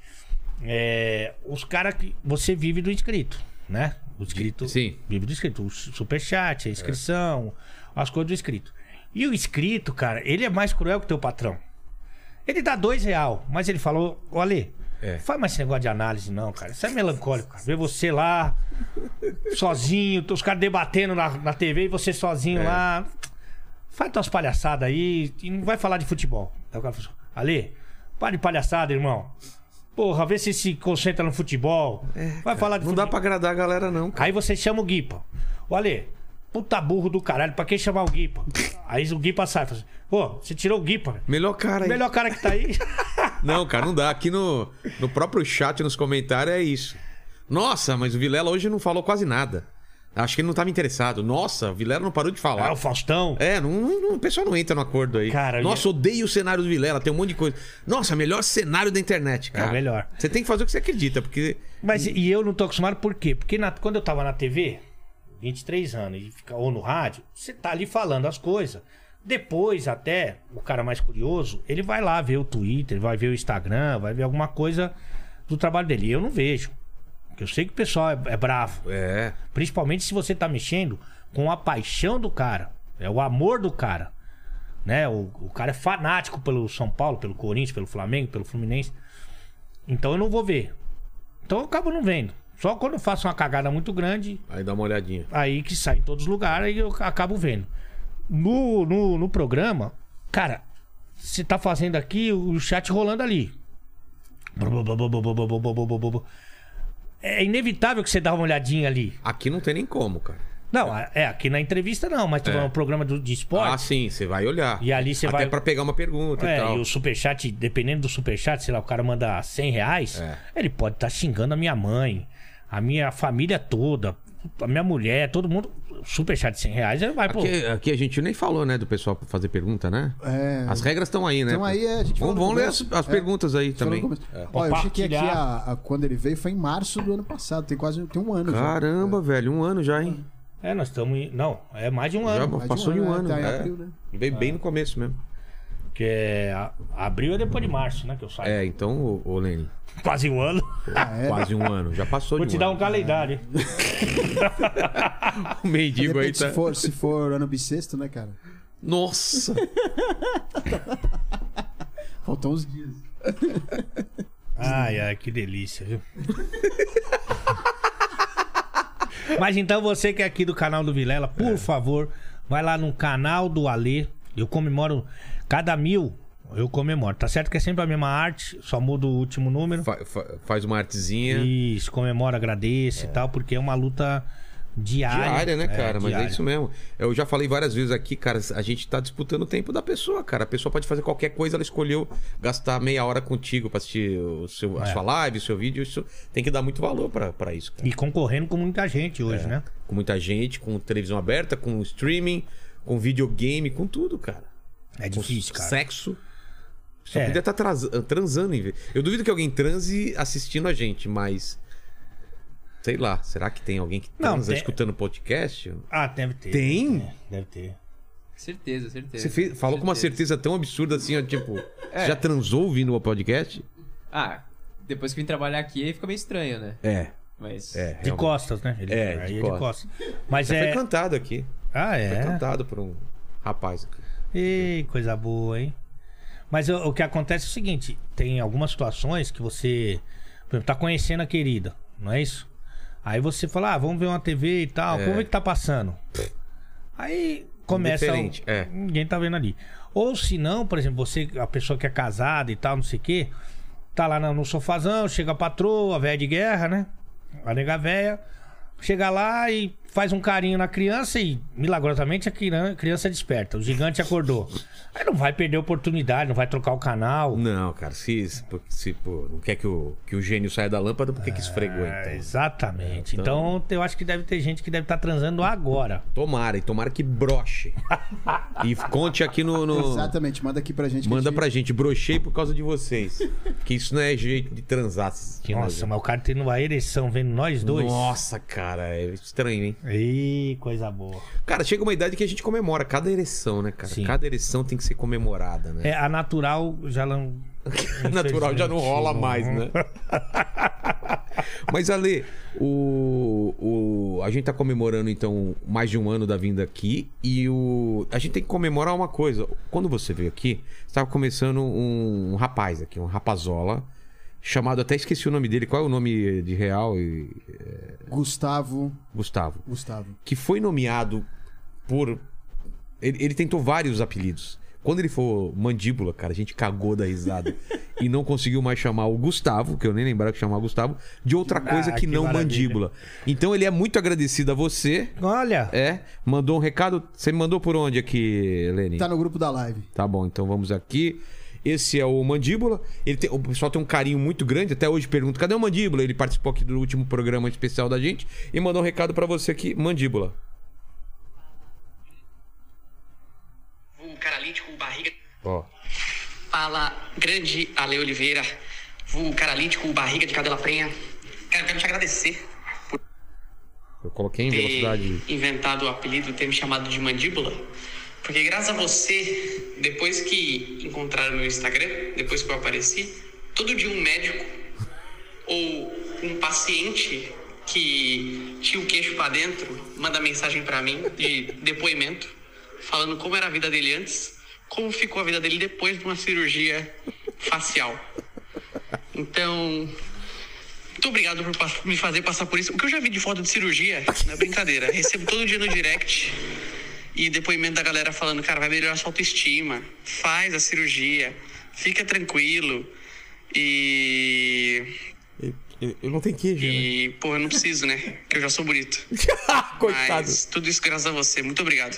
[SPEAKER 3] é, os caras que. Você vive do inscrito, né? O inscrito.
[SPEAKER 1] Sim.
[SPEAKER 3] Vive do inscrito. O superchat, a inscrição, as coisas do inscrito. E o inscrito, cara, ele é mais cruel que o teu patrão. Ele dá dois real, mas ele falou: ô Ale,
[SPEAKER 1] É.
[SPEAKER 3] faz mais esse negócio de análise, não, cara. Isso é melancólico, cara. Ver você lá, sozinho, os caras debatendo na, na T V e você sozinho
[SPEAKER 1] É.
[SPEAKER 3] lá. Faz tuas palhaçadas aí e não vai falar de futebol. Aí o cara falou: Ale, para de palhaçada, irmão. Porra, vê se se concentra no futebol. Vai falar de
[SPEAKER 1] Não dá
[SPEAKER 3] futebol.
[SPEAKER 1] pra agradar a galera, não, cara.
[SPEAKER 3] Aí você chama o Guipa. Ô, Ale, puta burro do caralho, pra que chamar o Guipa? Aí o Guipa sai. Fala assim, pô, você tirou o Guipa.
[SPEAKER 1] Melhor cara aí.
[SPEAKER 3] Melhor cara que tá aí.
[SPEAKER 1] Não, cara, não dá. Aqui no, no próprio chat, nos comentários, é isso. Nossa, mas o Vilela hoje não falou quase nada. Acho que ele não tava interessado. Nossa, o Vilela não parou de falar.
[SPEAKER 3] Ah, o Faustão.
[SPEAKER 1] É, não, não- o pessoal não entra no acordo aí.
[SPEAKER 3] Cara,
[SPEAKER 1] Nossa,
[SPEAKER 3] eu-
[SPEAKER 1] odeio o cenário do Vilela, tem um monte de coisa. Nossa, melhor cenário da internet, cara.
[SPEAKER 3] É o melhor.
[SPEAKER 1] Você tem que fazer o que você acredita, porque...
[SPEAKER 3] Mas e eu não tô acostumado por quê? Porque na- quando eu tava na T V, vinte e três anos, e fica, ou no rádio, você tá ali falando as coisas. Depois, até, o cara mais curioso, ele vai lá ver o Twitter, vai ver o Instagram, vai ver alguma coisa do trabalho dele. E eu não vejo. Porque eu sei que o pessoal é, é bravo.
[SPEAKER 1] É.
[SPEAKER 3] Principalmente se você tá mexendo com a paixão do cara. É o amor do cara. Né? O, o cara é fanático pelo São Paulo, pelo Corinthians, pelo Flamengo, pelo Fluminense. Então eu não vou ver. Então eu acabo não vendo. Só quando eu faço uma cagada muito grande,
[SPEAKER 1] Aí dá uma olhadinha.
[SPEAKER 3] aí que sai em todos os lugares, aí eu acabo vendo. No, no, no programa, cara, você tá fazendo aqui o chat rolando ali. É inevitável que você dá uma olhadinha ali.
[SPEAKER 1] Aqui não tem nem como, cara.
[SPEAKER 3] Não, é, aqui na entrevista não, mas tu vai no programa do, de esporte.
[SPEAKER 1] Ah, sim, você vai olhar.
[SPEAKER 3] E ali você
[SPEAKER 1] Até
[SPEAKER 3] vai-
[SPEAKER 1] pra pegar uma pergunta e
[SPEAKER 3] É,
[SPEAKER 1] tal.
[SPEAKER 3] e o superchat, dependendo do superchat, sei lá, o cara manda cem reais,
[SPEAKER 1] É.
[SPEAKER 3] ele pode estar xingando a minha mãe, a minha família toda, a minha mulher, todo mundo. Superchat de cem reais, ele vai, pô.
[SPEAKER 1] Aqui, aqui a gente nem falou, né, do pessoal pra fazer pergunta, né?
[SPEAKER 2] É.
[SPEAKER 1] As regras estão aí, né?
[SPEAKER 2] Então aí é, a gente falou
[SPEAKER 1] Vamos,
[SPEAKER 2] no
[SPEAKER 1] vamos ler
[SPEAKER 2] começo.
[SPEAKER 1] as, as
[SPEAKER 2] É.
[SPEAKER 1] perguntas aí
[SPEAKER 2] Falou no
[SPEAKER 1] também.
[SPEAKER 2] começo.
[SPEAKER 1] É.
[SPEAKER 2] Ó, eu chequei aqui
[SPEAKER 3] Compartilhar.
[SPEAKER 2] a, a- quando ele veio foi em março do ano passado. Tem quase tem um ano. já.
[SPEAKER 1] Caramba, velho, um ano já, hein?
[SPEAKER 3] É, nós estamos. em- Não, é mais de um
[SPEAKER 1] Já
[SPEAKER 3] ano.
[SPEAKER 2] Mais
[SPEAKER 1] passou de um
[SPEAKER 2] né?
[SPEAKER 1] ano.
[SPEAKER 2] Tá em
[SPEAKER 1] é.
[SPEAKER 2] abril, né?
[SPEAKER 1] Veio bem no começo mesmo.
[SPEAKER 3] Que é. a- Abril é depois de março, né? Que eu saio.
[SPEAKER 1] É, então, ô, ô Lenny,
[SPEAKER 3] Quase um ano.
[SPEAKER 2] Ah, é?
[SPEAKER 1] quase um ano. Já passou
[SPEAKER 3] Vou
[SPEAKER 1] de
[SPEAKER 3] te
[SPEAKER 1] um
[SPEAKER 3] dar um
[SPEAKER 1] ano.
[SPEAKER 3] calendário. hein?
[SPEAKER 1] O mendigo aí
[SPEAKER 2] Depende
[SPEAKER 1] tá...
[SPEAKER 2] se, for, se for ano bissexto, né, cara?
[SPEAKER 1] Nossa!
[SPEAKER 2] Faltam uns dias.
[SPEAKER 3] Ai, ai, que delícia, viu? Mas então você que é aqui do canal do Vilela, por favor, vai lá no canal do Alê. Eu comemoro cada mil, eu comemoro. Tá certo que é sempre a mesma arte, só muda o último número.
[SPEAKER 1] Fa- fa- faz uma artezinha.
[SPEAKER 3] Isso, comemora, agradece e tal, porque é uma luta diária.
[SPEAKER 1] Diária, né, cara? Mas
[SPEAKER 3] diária.
[SPEAKER 1] é isso mesmo. Eu já falei várias vezes aqui, cara, a gente tá disputando o tempo da pessoa, cara. A pessoa pode fazer qualquer coisa, ela escolheu gastar meia hora contigo pra assistir o seu, a
[SPEAKER 3] É.
[SPEAKER 1] sua live, o seu vídeo. Isso tem que dar muito valor pra, pra isso, cara.
[SPEAKER 3] E concorrendo com muita gente hoje, né?
[SPEAKER 1] Com muita gente, com televisão aberta, com streaming, com videogame, com tudo, cara.
[SPEAKER 3] É difícil,
[SPEAKER 1] com
[SPEAKER 3] cara.
[SPEAKER 1] Sexo. Só
[SPEAKER 3] É.
[SPEAKER 1] podia estar transando em vez. Eu duvido que alguém transe assistindo a gente, mas. Sei lá, será que tem alguém que
[SPEAKER 3] Não,
[SPEAKER 1] transa
[SPEAKER 3] tem-
[SPEAKER 1] escutando podcast?
[SPEAKER 3] Ah, deve ter.
[SPEAKER 1] Tem?
[SPEAKER 3] Deve ter. Deve ter.
[SPEAKER 4] Certeza, certeza.
[SPEAKER 1] Você fez- falou com uma certeza tão absurda assim, ó, tipo,
[SPEAKER 4] É.
[SPEAKER 1] você já transou ouvindo o podcast?
[SPEAKER 4] Ah, depois que vim trabalhar aqui, aí fica meio estranho, né?
[SPEAKER 1] É,
[SPEAKER 4] Mas.
[SPEAKER 1] é.
[SPEAKER 3] De
[SPEAKER 1] realmente.
[SPEAKER 3] costas, né? Ele,
[SPEAKER 1] É, de
[SPEAKER 3] aí é de
[SPEAKER 1] costas.
[SPEAKER 3] costas. Mas
[SPEAKER 1] Já
[SPEAKER 3] é.
[SPEAKER 1] foi cantado aqui.
[SPEAKER 3] Ah,
[SPEAKER 1] Foi
[SPEAKER 3] é.
[SPEAKER 1] cantado por um rapaz aqui.
[SPEAKER 3] Ei, coisa boa, hein? Mas o, o que acontece é o seguinte: tem algumas situações que você, por exemplo, tá conhecendo a querida, não é isso? Aí você fala, ah, vamos ver uma T V e tal,
[SPEAKER 1] É.
[SPEAKER 3] como é que tá passando? Aí começa.
[SPEAKER 1] Indiferente, é.
[SPEAKER 3] Ninguém tá vendo ali. Ou se não, por exemplo, você, a pessoa que é casada e tal, não sei o quê, tá lá no, no sofazão, chega a patroa, a velha de guerra, né? A nega véia. Chega lá e faz um carinho na criança e, milagrosamente, a crian- criança desperta. O gigante acordou. Aí não vai perder a oportunidade, não vai trocar o canal.
[SPEAKER 1] Não, cara, se, se, se pô, não quer que o, que o gênio saia da lâmpada, por que que esfregou,
[SPEAKER 3] É,
[SPEAKER 1] então?
[SPEAKER 3] exatamente.
[SPEAKER 1] Então-
[SPEAKER 3] Então, eu acho que deve ter gente que deve estar transando agora.
[SPEAKER 1] Tomara, e tomara que broche. E conte aqui no... no-
[SPEAKER 2] Exatamente, manda aqui pra gente. que a
[SPEAKER 1] Manda
[SPEAKER 2] gente-
[SPEAKER 1] pra gente, brochei por causa de vocês. Que isso não é jeito de transar.
[SPEAKER 3] Nossa, mas o cara tendo uma ereção vendo nós dois.
[SPEAKER 1] Nossa, cara, é estranho, hein?
[SPEAKER 3] Ih, coisa boa.
[SPEAKER 1] Cara, chega uma idade que a gente comemora cada ereção, né, cara?
[SPEAKER 3] Sim.
[SPEAKER 1] Cada ereção tem que ser comemorada, né?
[SPEAKER 3] É, a natural já não.
[SPEAKER 1] A natural já não rola mais, né? Mas, Ale, o, o, a gente tá comemorando, então, mais de um ano da vinda aqui. E o, a gente tem que comemorar uma coisa. Quando você veio aqui, estava começando um, um rapaz aqui, um rapazola, chamado, até esqueci o nome dele. Qual é o nome de real? E,
[SPEAKER 2] Gustavo.
[SPEAKER 1] Gustavo.
[SPEAKER 2] Gustavo.
[SPEAKER 1] Que foi nomeado por... Ele, ele tentou vários apelidos. Quando ele for Mandíbula, cara, a gente cagou da risada. E não conseguiu mais chamar o Gustavo, que eu nem lembrava que chamava Gustavo, de outra coisa
[SPEAKER 3] Ah,
[SPEAKER 1] que,
[SPEAKER 3] que
[SPEAKER 1] não
[SPEAKER 3] maravilha.
[SPEAKER 1] Mandíbula. Então ele é muito agradecido a você.
[SPEAKER 3] Olha!
[SPEAKER 1] É, mandou um recado. Você me mandou por onde aqui, Leni?
[SPEAKER 2] Tá no grupo da live.
[SPEAKER 1] Tá bom, então vamos aqui. Esse é o Mandíbula. Ele tem, o pessoal tem um carinho muito grande. Até hoje pergunta, cadê o Mandíbula? Ele participou aqui do último programa especial da gente e mandou um recado pra você aqui, Mandíbula.
[SPEAKER 6] O Caralítico, o Barriga...
[SPEAKER 1] Ó.
[SPEAKER 6] Fala, grande Ale Oliveira, o Caralítico, o Barriga de Cadela Prenha. Cara, eu quero te agradecer por
[SPEAKER 1] Eu coloquei em
[SPEAKER 6] ter
[SPEAKER 1] velocidade.
[SPEAKER 6] inventado o apelido, ter me chamado de Mandíbula. Porque graças a você, depois que encontraram meu Instagram, depois que eu apareci, todo dia um médico ou um paciente que tinha o queixo pra dentro manda mensagem pra mim de depoimento, falando como era a vida dele antes, como ficou a vida dele depois de uma cirurgia facial. Então, muito obrigado por pass- me fazer passar por isso. O que eu já vi de foto de cirurgia, não é brincadeira. Recebo todo dia no direct e depoimento da galera falando, cara, vai melhorar sua autoestima, faz a cirurgia, fica tranquilo. E...
[SPEAKER 1] Eu, eu não tenho queijo, né?
[SPEAKER 6] E, pô, eu não preciso, né? Que eu já sou bonito.
[SPEAKER 1] Coitado.
[SPEAKER 6] Mas tudo isso graças a você. Muito obrigado.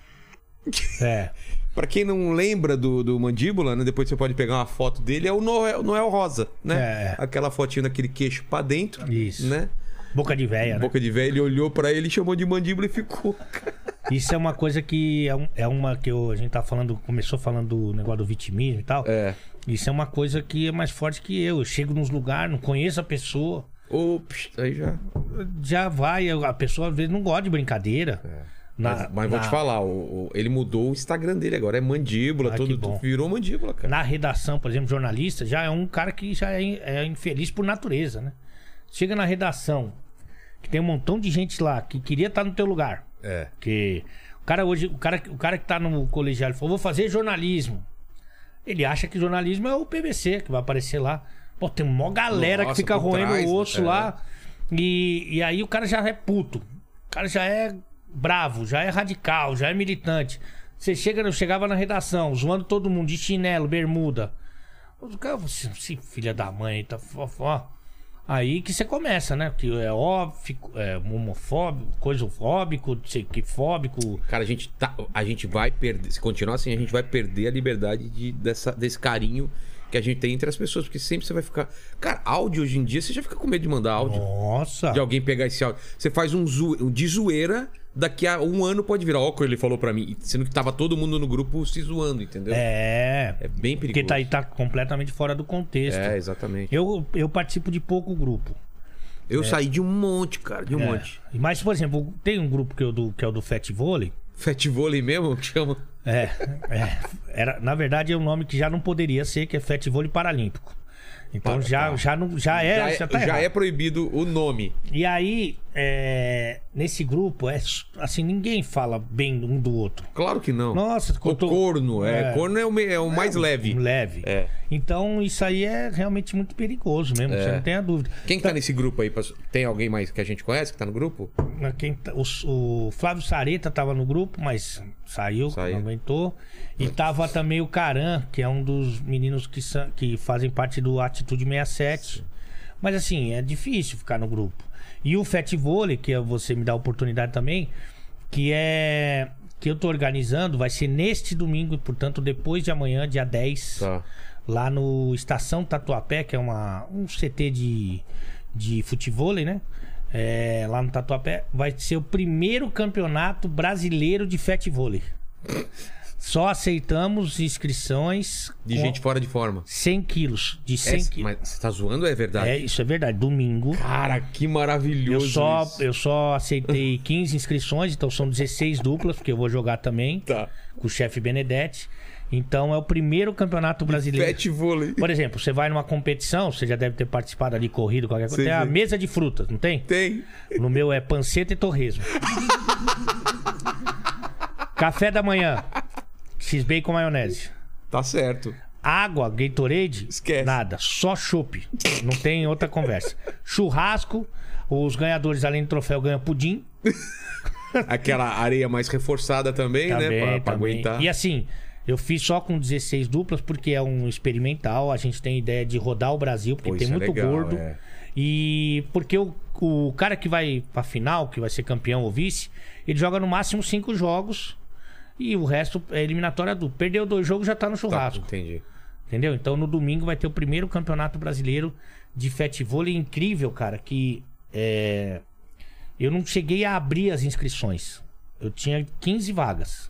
[SPEAKER 3] É.
[SPEAKER 1] Pra quem não lembra do, do Mandíbula, né? Depois você pode pegar uma foto dele, é o Noel, Noel Rosa, né?
[SPEAKER 3] É.
[SPEAKER 1] Aquela fotinha daquele queixo pra dentro.
[SPEAKER 3] Isso.
[SPEAKER 1] Né?
[SPEAKER 3] Boca de véia, né?
[SPEAKER 1] Boca de velho, ele olhou pra ele, chamou de Mandíbula e ficou.
[SPEAKER 3] Isso é uma coisa que é, um- é uma que eu- a gente tá falando, começou falando do negócio do vitimismo e tal.
[SPEAKER 1] É.
[SPEAKER 3] Isso é uma coisa que é mais forte que eu. Eu chego nos lugares, não conheço a pessoa,
[SPEAKER 1] Ops, aí já.
[SPEAKER 3] já vai. A pessoa às vezes não gosta de brincadeira. Na-
[SPEAKER 1] mas mas vou
[SPEAKER 3] na-
[SPEAKER 1] te falar, o, o- ele mudou o Instagram dele agora, é Mandíbula,
[SPEAKER 3] Ah,
[SPEAKER 1] todo,
[SPEAKER 3] que bom.
[SPEAKER 1] virou Mandíbula, cara.
[SPEAKER 3] Na redação, por exemplo, jornalista, já é um cara que já é, é infeliz por natureza, né? Chega na redação, que tem um montão de gente lá que queria estar no teu lugar.
[SPEAKER 1] É.
[SPEAKER 3] Que o cara hoje, o cara, o cara que tá no colegial falou, vou fazer jornalismo. Ele acha que jornalismo é o P V C que vai aparecer lá. Pô, tem uma galera
[SPEAKER 1] Nossa,
[SPEAKER 3] que fica
[SPEAKER 1] por
[SPEAKER 3] roendo
[SPEAKER 1] trás,
[SPEAKER 3] o osso
[SPEAKER 1] é.
[SPEAKER 3] lá. E, e aí o cara já é puto. O cara já é bravo, já é radical, já é militante. Você chega, eu chegava na redação, zoando todo mundo de chinelo, bermuda. Os caras, você, você, filha da mãe, tá fofó. Aí que você começa, né? Que é óbvio, é homofóbico, coisofóbico, não sei que fóbico.
[SPEAKER 1] Cara, a gente, tá, a gente vai perder. Se continuar assim, a gente vai perder a liberdade de, dessa, desse carinho que a gente tem entre as pessoas. Porque sempre você vai ficar. Cara, áudio hoje em dia, você já fica com medo de mandar áudio.
[SPEAKER 3] Nossa.
[SPEAKER 1] De alguém pegar esse áudio. Você faz um, zo... um de zoeira, daqui a um ano pode virar. Ó, o que ele falou pra mim. Sendo que tava todo mundo no grupo se zoando, entendeu?
[SPEAKER 3] É.
[SPEAKER 1] É bem perigoso.
[SPEAKER 3] Porque tá aí tá completamente fora do contexto.
[SPEAKER 1] É, exatamente.
[SPEAKER 3] Eu, eu participo de pouco grupo.
[SPEAKER 1] Eu saí de um monte, cara, de um
[SPEAKER 3] É.
[SPEAKER 1] monte.
[SPEAKER 3] Mas, por exemplo, tem um grupo que, eu do, que é o do Fat Vôlei.
[SPEAKER 1] Fat vôlei mesmo, que chama.
[SPEAKER 3] É, é. Era, na verdade é um nome que já não poderia ser, que é Fat Vôlei Paralímpico. Então
[SPEAKER 1] Para,
[SPEAKER 3] já,
[SPEAKER 1] tá.
[SPEAKER 3] já, não, já é.
[SPEAKER 1] já é,
[SPEAKER 3] já tá
[SPEAKER 1] já
[SPEAKER 3] errado.
[SPEAKER 1] é proibido o nome.
[SPEAKER 3] E aí, é, nesse grupo, é assim, ninguém fala bem um do outro.
[SPEAKER 1] Claro que não.
[SPEAKER 3] Nossa,
[SPEAKER 1] o
[SPEAKER 3] contou-
[SPEAKER 1] corno. É,
[SPEAKER 3] É.
[SPEAKER 1] corno é o, me- é o mais leve.
[SPEAKER 3] Leve.
[SPEAKER 1] É.
[SPEAKER 3] Então isso aí é realmente muito perigoso mesmo,
[SPEAKER 1] É.
[SPEAKER 3] você não tem a dúvida.
[SPEAKER 1] Quem que tá nesse grupo aí? pra- Tem alguém mais que a gente conhece que tá no grupo?
[SPEAKER 3] Quem tá- o, o Flávio Sareta tava no grupo, mas saiu,
[SPEAKER 1] Saiu.
[SPEAKER 3] não aguentou. E tava também o Caran, que é um dos meninos que, são- que fazem parte do Atitude sessenta e sete. Mas assim, é difícil ficar no grupo. E o Fat Vôlei, que você me dá a oportunidade também, que é que eu tô organizando, vai ser neste domingo, portanto, depois de amanhã, dia dez.
[SPEAKER 1] Tá.
[SPEAKER 3] Lá no Estação Tatuapé, que é uma, um C T de, de futevôlei, né? É, lá no Tatuapé, vai ser o primeiro campeonato brasileiro de futevôlei. Só aceitamos inscrições
[SPEAKER 1] De
[SPEAKER 3] com
[SPEAKER 1] gente fora de forma.
[SPEAKER 3] cem quilos. De cem
[SPEAKER 1] É,
[SPEAKER 3] quilos.
[SPEAKER 1] mas você tá zoando ou é verdade?
[SPEAKER 3] É, isso é verdade. Domingo.
[SPEAKER 1] Cara, que
[SPEAKER 3] Eu
[SPEAKER 1] maravilhoso
[SPEAKER 3] só,
[SPEAKER 1] isso.
[SPEAKER 3] eu só aceitei quinze inscrições, então são dezesseis duplas, porque eu vou jogar também
[SPEAKER 1] Tá.
[SPEAKER 3] com o chefe Benedetti. Então é o primeiro campeonato brasileiro.
[SPEAKER 1] Fat vôlei.
[SPEAKER 3] Por exemplo, você vai numa competição, você já deve ter participado ali, corrido, qualquer coisa.
[SPEAKER 1] Sei,
[SPEAKER 3] Tem a
[SPEAKER 1] sei.
[SPEAKER 3] mesa de frutas, não tem?
[SPEAKER 1] Tem.
[SPEAKER 3] No meu é panceta e torresmo. Café da manhã, X-Bacon com maionese.
[SPEAKER 1] Tá certo.
[SPEAKER 3] Água, Gatorade,
[SPEAKER 1] Esquece.
[SPEAKER 3] nada, só chopp. Não tem outra conversa. Churrasco, os ganhadores além do troféu ganham pudim.
[SPEAKER 1] Aquela areia mais reforçada também, né?
[SPEAKER 3] Também,
[SPEAKER 1] Pra, pra
[SPEAKER 3] também.
[SPEAKER 1] aguentar.
[SPEAKER 3] E assim, eu fiz só com dezesseis duplas porque é um experimental. A gente tem ideia de rodar o Brasil, porque
[SPEAKER 1] Pô,
[SPEAKER 3] tem
[SPEAKER 1] isso é
[SPEAKER 3] muito
[SPEAKER 1] legal,
[SPEAKER 3] gordo.
[SPEAKER 1] é.
[SPEAKER 3] E porque o, o cara que vai pra final, que vai ser campeão ou vice, ele joga no máximo cinco jogos e o resto é eliminatória dupla. Perdeu dois jogos, já tá no
[SPEAKER 1] Tá,
[SPEAKER 3] churrasco.
[SPEAKER 1] entendi.
[SPEAKER 3] Entendeu? Então no domingo vai ter o primeiro campeonato brasileiro de futevôlei incrível, cara, que é... eu não cheguei a abrir as inscrições. Eu tinha quinze vagas.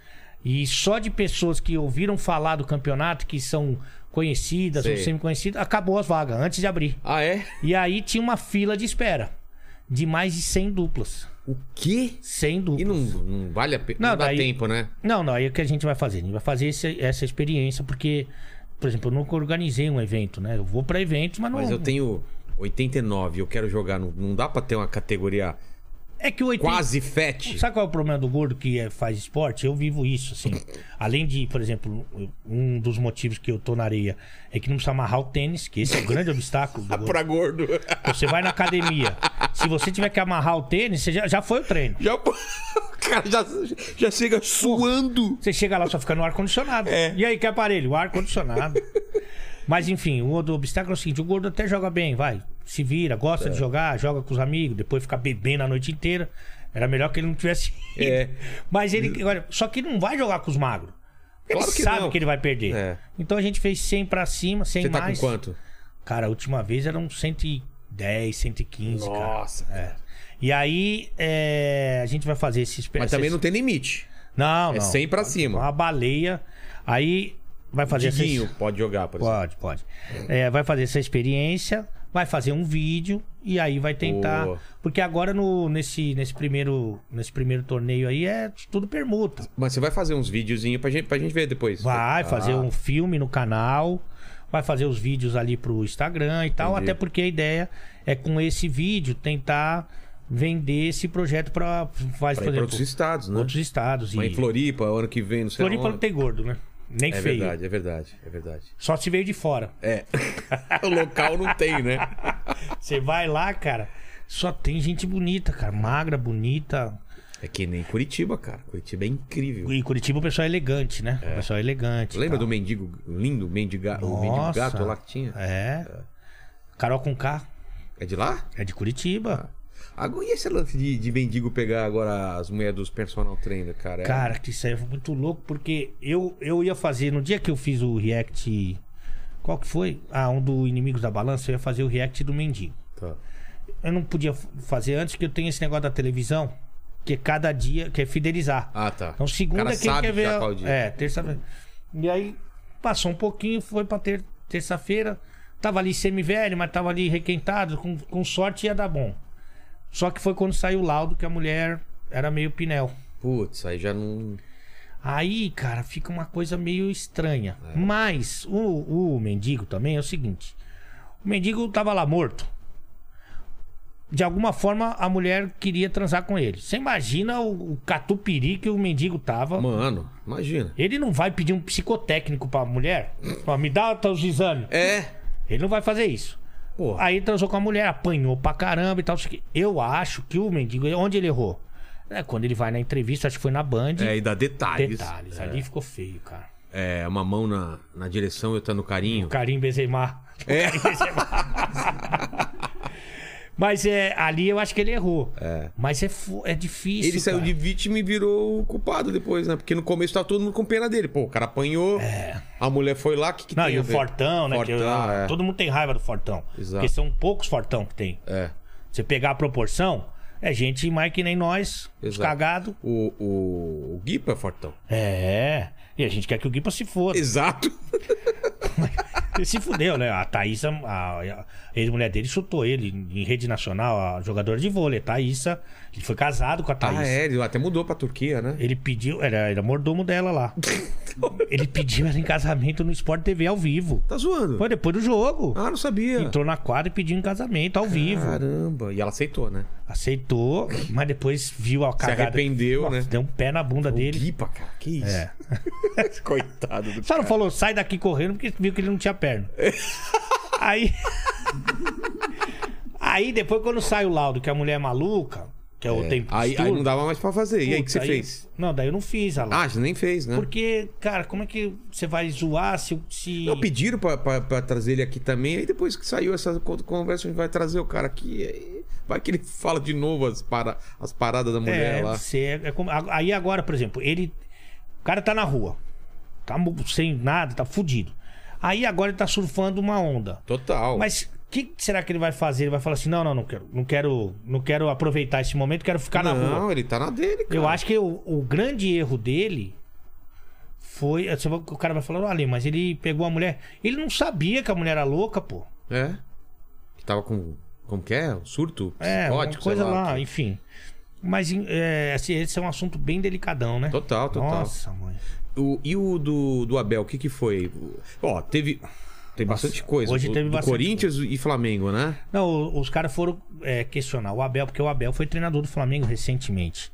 [SPEAKER 3] E só de pessoas que ouviram falar do campeonato, que são conhecidas
[SPEAKER 1] Sei.
[SPEAKER 3] ou semi-conhecidas, acabou as vagas antes de abrir.
[SPEAKER 1] Ah, é?
[SPEAKER 3] E aí tinha uma fila de espera de mais de cem duplas.
[SPEAKER 1] O quê?
[SPEAKER 3] cem duplas.
[SPEAKER 1] E não, não vale a pena. Não,
[SPEAKER 3] Não,
[SPEAKER 1] dá
[SPEAKER 3] daí-
[SPEAKER 1] tempo, né?
[SPEAKER 3] Não, não, aí é o que a gente vai fazer. A gente vai fazer esse- essa experiência, porque, por exemplo, eu nunca organizei um evento, né? Eu vou pra eventos, mas não.
[SPEAKER 1] Mas eu tenho oitenta e nove, eu quero jogar. Não, não dá pra ter uma categoria
[SPEAKER 3] É que o oitenta...
[SPEAKER 1] quase fat.
[SPEAKER 3] Sabe qual é o problema do gordo que é- faz esporte? Eu vivo isso, assim. Além de, por exemplo, um dos motivos que eu tô na areia é que não precisa amarrar o tênis, que esse é o grande obstáculo do gordo.
[SPEAKER 1] Pra gordo.
[SPEAKER 3] Você vai na academia. Se você tiver que amarrar o tênis, você já, já foi o treino.
[SPEAKER 1] Já, o cara já, já chega suando.
[SPEAKER 3] Você chega lá, só fica no ar-condicionado.
[SPEAKER 1] É.
[SPEAKER 3] E aí, que aparelho? O ar-condicionado. Mas enfim, o outro obstáculo é o seguinte: o gordo até joga bem, vai. Se vira, gosta
[SPEAKER 1] É.
[SPEAKER 3] de jogar, joga com os amigos, depois fica bebendo a noite inteira. Era melhor que ele não tivesse ido.
[SPEAKER 1] É.
[SPEAKER 3] Mas ele. Olha, só que ele não vai jogar com os magros. Ele
[SPEAKER 1] Claro que
[SPEAKER 3] sabe
[SPEAKER 1] não.
[SPEAKER 3] que ele vai perder.
[SPEAKER 1] É.
[SPEAKER 3] Então a gente fez cem pra cima, cem
[SPEAKER 1] Você tá
[SPEAKER 3] mais.
[SPEAKER 1] com quanto?
[SPEAKER 3] Cara, a última vez eram cento e dez, cento e quinze, cara.
[SPEAKER 1] Nossa.
[SPEAKER 3] É. E aí, é, a gente vai fazer esse...
[SPEAKER 1] Mas também não tem limite.
[SPEAKER 3] Não,
[SPEAKER 1] É
[SPEAKER 3] não.
[SPEAKER 1] cem pra cima.
[SPEAKER 3] Uma baleia. Aí vai fazer essa...
[SPEAKER 1] Diguinho pode jogar, por exemplo.
[SPEAKER 3] Pode, pode. É, vai fazer essa experiência, vai fazer um vídeo e aí vai tentar...
[SPEAKER 1] Boa.
[SPEAKER 3] Porque agora no, nesse, nesse, primeiro, nesse primeiro torneio aí é tudo permuta.
[SPEAKER 1] Mas você vai fazer uns videozinhos pra gente, pra gente ver depois.
[SPEAKER 3] Vai
[SPEAKER 1] Ah,
[SPEAKER 3] fazer um filme no canal, vai fazer os vídeos ali pro Instagram e tal,
[SPEAKER 1] Entendi.
[SPEAKER 3] até porque a ideia é com esse vídeo tentar vender esse projeto para faz
[SPEAKER 1] Pra
[SPEAKER 3] por
[SPEAKER 1] ir pra
[SPEAKER 3] exemplo,
[SPEAKER 1] outros estados, né?
[SPEAKER 3] outros estados
[SPEAKER 1] Mas
[SPEAKER 3] e
[SPEAKER 1] em Floripa, ano que vem, não sei
[SPEAKER 3] Floripa não
[SPEAKER 1] aonde.
[SPEAKER 3] tem gordo, né? Nem
[SPEAKER 1] É
[SPEAKER 3] feio.
[SPEAKER 1] verdade, é verdade, é verdade.
[SPEAKER 3] Só se veio de fora.
[SPEAKER 1] É. O local não tem, né?
[SPEAKER 3] Você vai lá, cara, só tem gente bonita, cara, magra, bonita.
[SPEAKER 1] É que nem Curitiba, cara. Curitiba é incrível.
[SPEAKER 3] E Curitiba o pessoal é elegante, né? O pessoal é elegante. e
[SPEAKER 1] Lembra
[SPEAKER 3] tal.
[SPEAKER 1] do mendigo lindo, mendiga, o mendigo
[SPEAKER 3] Nossa.
[SPEAKER 1] gato lá que tinha?
[SPEAKER 3] É. Carol com K
[SPEAKER 1] É de lá?
[SPEAKER 3] é de Curitiba.
[SPEAKER 1] Agora, e esse lance de, de mendigo pegar agora as mulheres dos personal trainer, cara? É-
[SPEAKER 3] Cara, que isso aí foi muito louco, porque eu, eu ia fazer, no dia que eu fiz o react. Qual que foi? Ah, um do Inimigos da Balança, eu ia fazer o react do mendigo.
[SPEAKER 1] Tá.
[SPEAKER 3] Eu não podia f- fazer antes, porque eu tenho esse negócio da televisão, que é cada dia, que é fidelizar.
[SPEAKER 1] Ah, tá.
[SPEAKER 3] Então, segunda
[SPEAKER 1] O cara
[SPEAKER 3] é quem
[SPEAKER 1] sabe
[SPEAKER 3] quer ver.
[SPEAKER 1] já
[SPEAKER 3] a-
[SPEAKER 1] qual dia.
[SPEAKER 3] É, terça-feira. E aí, passou um pouquinho, foi pra ter, terça-feira. Tava ali semi-velho, mas tava ali requentado. Com, com sorte ia dar bom. Só que foi quando saiu o laudo que a mulher era meio pinel.
[SPEAKER 1] Putz, aí já não...
[SPEAKER 3] Aí, cara, fica uma coisa meio estranha.
[SPEAKER 1] É.
[SPEAKER 3] Mas o, o mendigo também é o seguinte: o mendigo tava lá morto. De alguma forma a mulher queria transar com ele. Você imagina o, o catupiry que o mendigo tava.
[SPEAKER 1] Mano, imagina.
[SPEAKER 3] Ele não vai pedir um psicotécnico pra mulher? Ó, me dá os exames.
[SPEAKER 1] É.
[SPEAKER 3] Ele não vai fazer isso.
[SPEAKER 1] Porra.
[SPEAKER 3] Aí transou com a mulher, apanhou pra caramba e tal. Eu acho que o mendigo, onde ele errou? É quando ele vai na entrevista, acho que foi na Band.
[SPEAKER 1] É, e dá detalhes.
[SPEAKER 3] Detalhes.
[SPEAKER 1] É.
[SPEAKER 3] Ali ficou feio, cara.
[SPEAKER 1] É, uma mão na, na direção e outra no carinho.
[SPEAKER 3] Karim Benzema.
[SPEAKER 1] É.
[SPEAKER 3] Karim Benzema. Mas é, ali eu acho que ele errou.
[SPEAKER 1] É.
[SPEAKER 3] Mas é, fo- é difícil.
[SPEAKER 1] Ele saiu
[SPEAKER 3] cara.
[SPEAKER 1] de vítima e virou o culpado depois, né? Porque no começo tá todo mundo com pena dele. Pô, o cara apanhou, a mulher foi lá, o que, que
[SPEAKER 3] Não,
[SPEAKER 1] tem
[SPEAKER 3] e
[SPEAKER 1] a
[SPEAKER 3] o
[SPEAKER 1] ver?
[SPEAKER 3] Fortão, né? que eu-
[SPEAKER 1] Fortão, é.
[SPEAKER 3] Todo mundo tem raiva do Fortão.
[SPEAKER 1] Exato.
[SPEAKER 3] Porque são poucos Fortão que tem.
[SPEAKER 1] É.
[SPEAKER 3] Você pegar a proporção, é gente mais que nem nós, os
[SPEAKER 1] Exato.
[SPEAKER 3] cagados.
[SPEAKER 1] O, o, o Guipa é fortão.
[SPEAKER 3] É. E a gente quer que o Guipa se foda.
[SPEAKER 1] Exato.
[SPEAKER 3] Ele se fudeu, né? A Thaísa, a, a ex-mulher dele, chutou ele em rede nacional, a jogadora de vôlei. A Thaísa, ele foi casado com a Thaísa.
[SPEAKER 1] Ah, é, ele até mudou pra Turquia, né?
[SPEAKER 3] Ele pediu, era, era mordomo dela lá. Ele pediu ela em casamento no Sport T V ao vivo.
[SPEAKER 1] Tá zoando?
[SPEAKER 3] Foi depois do jogo.
[SPEAKER 1] Ah, não sabia.
[SPEAKER 3] Entrou na quadra e pediu em casamento ao vivo.
[SPEAKER 1] Caramba. E ela aceitou, né?
[SPEAKER 3] Aceitou, mas depois viu a cagada.
[SPEAKER 1] arrependeu,
[SPEAKER 3] Nossa,
[SPEAKER 1] né?
[SPEAKER 3] Deu um pé na bunda
[SPEAKER 1] O
[SPEAKER 3] dele.
[SPEAKER 1] Guipa, cara. Que isso?
[SPEAKER 3] É.
[SPEAKER 1] Coitado do
[SPEAKER 3] Só não
[SPEAKER 1] cara.
[SPEAKER 3] falou, sai daqui correndo, porque viu que ele não tinha perna. Aí. Aí depois, quando sai o laudo que a mulher é maluca, que é o
[SPEAKER 1] É,
[SPEAKER 3] tempo de
[SPEAKER 1] aí, aí
[SPEAKER 3] estudo,
[SPEAKER 1] não dava mais pra fazer. E aí, o que
[SPEAKER 3] putz,
[SPEAKER 1] você fez?
[SPEAKER 3] Não, daí eu não fiz a laudo.
[SPEAKER 1] Ah, você nem fez, né?
[SPEAKER 3] Porque, cara, como é que você vai zoar se. se...
[SPEAKER 1] Não, pediram pra, pra, pra trazer ele aqui também. Aí depois que saiu essa con- conversa, a gente vai trazer o cara aqui. Aí vai que ele fala de novo as, para, as paradas da mulher
[SPEAKER 3] É,
[SPEAKER 1] lá.
[SPEAKER 3] você é, é como- aí agora, por exemplo, ele. O cara tá na rua. Tá mo- sem nada, tá fudido. Aí agora ele tá surfando uma onda.
[SPEAKER 1] Total.
[SPEAKER 3] Mas o que será que ele vai fazer? Ele vai falar assim: não, não, não quero, não quero, não quero aproveitar esse momento, quero ficar
[SPEAKER 1] não,
[SPEAKER 3] na rua.
[SPEAKER 1] Não, ele tá na dele, cara.
[SPEAKER 3] Eu acho que o, o grande erro dele foi. O cara vai falar, olha, mas ele pegou a mulher. Ele não sabia que a mulher era louca, pô.
[SPEAKER 1] É. Que tava com. Como que é? Surto?
[SPEAKER 3] É, uma coisa
[SPEAKER 1] sei lá,
[SPEAKER 3] lá, enfim. Mas é, assim, esse é um assunto bem delicadão, né?
[SPEAKER 1] Total, total.
[SPEAKER 3] Nossa, mãe.
[SPEAKER 1] O, e o do, do Abel, o que que foi? Ó, teve. Tem
[SPEAKER 3] Nossa,
[SPEAKER 1] bastante coisa.
[SPEAKER 3] hoje
[SPEAKER 1] o,
[SPEAKER 3] teve
[SPEAKER 1] do
[SPEAKER 3] bastante
[SPEAKER 1] Corinthians e Flamengo, né?
[SPEAKER 3] Não, os caras foram é, questionar o Abel, porque o Abel foi treinador do Flamengo recentemente.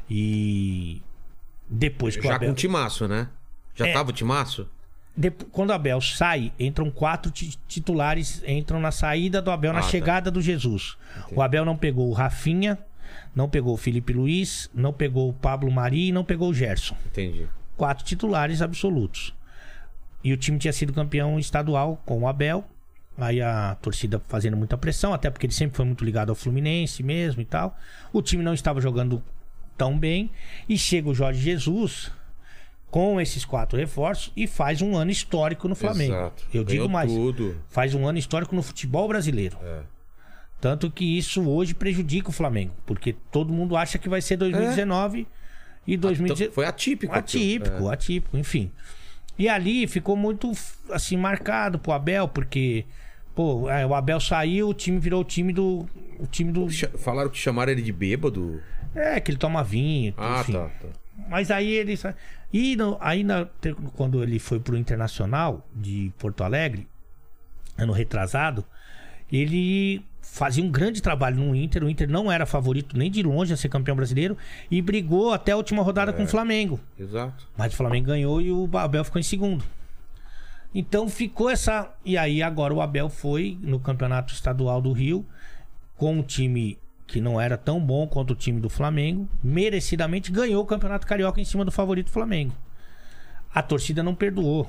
[SPEAKER 3] E depois que
[SPEAKER 1] Já
[SPEAKER 3] o Abel...
[SPEAKER 1] com o timaço, né? Já
[SPEAKER 3] É.
[SPEAKER 1] tava o timaço?
[SPEAKER 3] Depo- Quando o Abel sai, entram quatro ti- titulares, entram na saída do Abel, na
[SPEAKER 1] Ah, tá.
[SPEAKER 3] chegada do Jesus. O Abel não pegou o Rafinha, não pegou o Felipe Luiz, não pegou o Pablo Mari e não pegou o Gerson.
[SPEAKER 1] Entendi.
[SPEAKER 3] Quatro titulares absolutos. E o time tinha sido campeão estadual com o Abel. Aí a torcida fazendo muita pressão, até porque ele sempre foi muito ligado ao Fluminense mesmo e tal. O time não estava jogando tão bem. E chega o Jorge Jesus com esses quatro reforços e faz um ano histórico no Flamengo.
[SPEAKER 1] Exato.
[SPEAKER 3] Eu
[SPEAKER 1] Ganhou
[SPEAKER 3] digo mais,
[SPEAKER 1] tudo.
[SPEAKER 3] faz um ano histórico no futebol brasileiro.
[SPEAKER 1] É.
[SPEAKER 3] Tanto que isso hoje prejudica o Flamengo, porque todo mundo acha que vai ser dois mil e dezenove e dois mil e dezenove.
[SPEAKER 1] Então, foi atípico.
[SPEAKER 3] Atípico,
[SPEAKER 1] É.
[SPEAKER 3] atípico, enfim. E ali ficou muito, assim, marcado pro Abel, porque, pô, é, o Abel saiu, o time virou o time do... O time do...
[SPEAKER 1] Cha- Falaram que chamaram ele de bêbado.
[SPEAKER 3] É, que ele toma vinho,
[SPEAKER 1] Ah,
[SPEAKER 3] enfim.
[SPEAKER 1] tá, tá.
[SPEAKER 3] Mas aí ele... sa- E no- aí, na- quando ele foi pro Internacional de Porto Alegre, ano retrasado, ele fazia um grande trabalho no Inter. O Inter não era favorito nem de longe a ser campeão brasileiro e brigou até a última rodada com o Flamengo.
[SPEAKER 1] Exato.
[SPEAKER 3] Mas o Flamengo ganhou e o Abel ficou em segundo. Então ficou essa... E aí agora o Abel foi no Campeonato Estadual do Rio com um time que não era tão bom quanto o time do Flamengo. Merecidamente ganhou o Campeonato Carioca em cima do favorito Flamengo. A torcida não perdoou.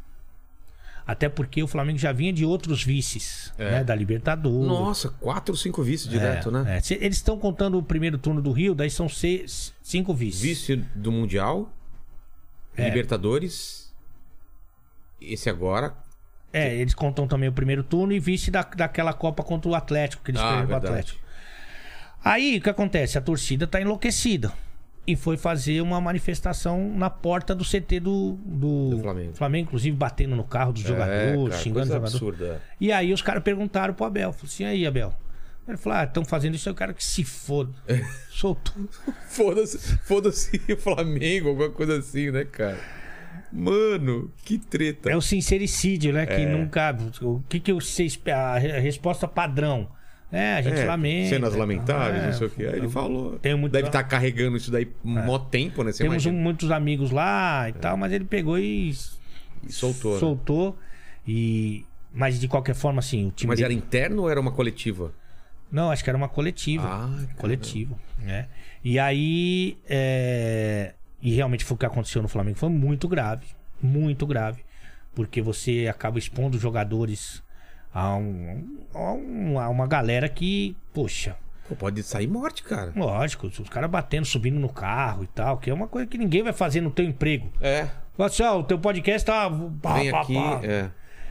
[SPEAKER 3] Até porque o Flamengo já vinha de outros vices,
[SPEAKER 1] É.
[SPEAKER 3] né? Da Libertadores.
[SPEAKER 1] Nossa, quatro, cinco vices direto,
[SPEAKER 3] É,
[SPEAKER 1] né?
[SPEAKER 3] é. Se- Eles estão contando o primeiro turno do Rio, daí são seis, cinco vices.
[SPEAKER 1] Vice do Mundial,
[SPEAKER 3] É.
[SPEAKER 1] Libertadores, esse agora.
[SPEAKER 3] É, eles contam também o primeiro turno e vice da, daquela Copa contra o Atlético, que eles
[SPEAKER 1] Ah,
[SPEAKER 3] perderam pro
[SPEAKER 1] verdade.
[SPEAKER 3] Atlético. Aí, o que acontece? A torcida tá enlouquecida. E foi fazer uma manifestação na porta do C T do, do,
[SPEAKER 1] Do Flamengo.
[SPEAKER 3] Flamengo, inclusive batendo no carro dos
[SPEAKER 1] É,
[SPEAKER 3] jogadores,
[SPEAKER 1] cara,
[SPEAKER 3] xingando os
[SPEAKER 1] coisa
[SPEAKER 3] jogadores.
[SPEAKER 1] absurda.
[SPEAKER 3] E aí os caras perguntaram pro Abel. Falaram assim, e aí, Abel? Ele falou, ah, estão fazendo isso, eu quero que se foda. Soltou.
[SPEAKER 1] Foda-se, foda-se o Flamengo, alguma coisa assim, né, cara? Mano, que treta.
[SPEAKER 3] É o sincericídio, né? Que
[SPEAKER 1] É.
[SPEAKER 3] nunca... O que que você espera? A re- a resposta padrão. É, a gente
[SPEAKER 1] É,
[SPEAKER 3] lamenta.
[SPEAKER 1] cenas lamentáveis,
[SPEAKER 3] É,
[SPEAKER 1] não sei o que. Aí ele falou.
[SPEAKER 3] Tenho muito-
[SPEAKER 1] Deve estar carregando isso daí um mó tempo, né? Você
[SPEAKER 3] Temos um-
[SPEAKER 1] imagina.
[SPEAKER 3] muitos amigos lá e tal, mas ele pegou e
[SPEAKER 1] E soltou, né?
[SPEAKER 3] soltou. E... Mas de qualquer forma, assim, o time.
[SPEAKER 1] Mas
[SPEAKER 3] dele-
[SPEAKER 1] era interno ou era uma coletiva?
[SPEAKER 3] Não, acho que era uma coletiva.
[SPEAKER 1] Ah, caramba.
[SPEAKER 3] coletiva, né? E aí. é, E realmente foi o que aconteceu no Flamengo. Foi muito grave. Muito grave. Porque você acaba expondo os jogadores a, um... a, um... a uma galera que, poxa.
[SPEAKER 1] Pô, pode sair morte, cara.
[SPEAKER 3] Lógico, os caras batendo, subindo no carro e tal, que é uma coisa que ninguém vai fazer no teu emprego.
[SPEAKER 1] É.
[SPEAKER 3] Fala assim, ó, o teu podcast tá. Pá,
[SPEAKER 1] Vem
[SPEAKER 3] pá,
[SPEAKER 1] aqui.
[SPEAKER 3] pá.
[SPEAKER 1] É.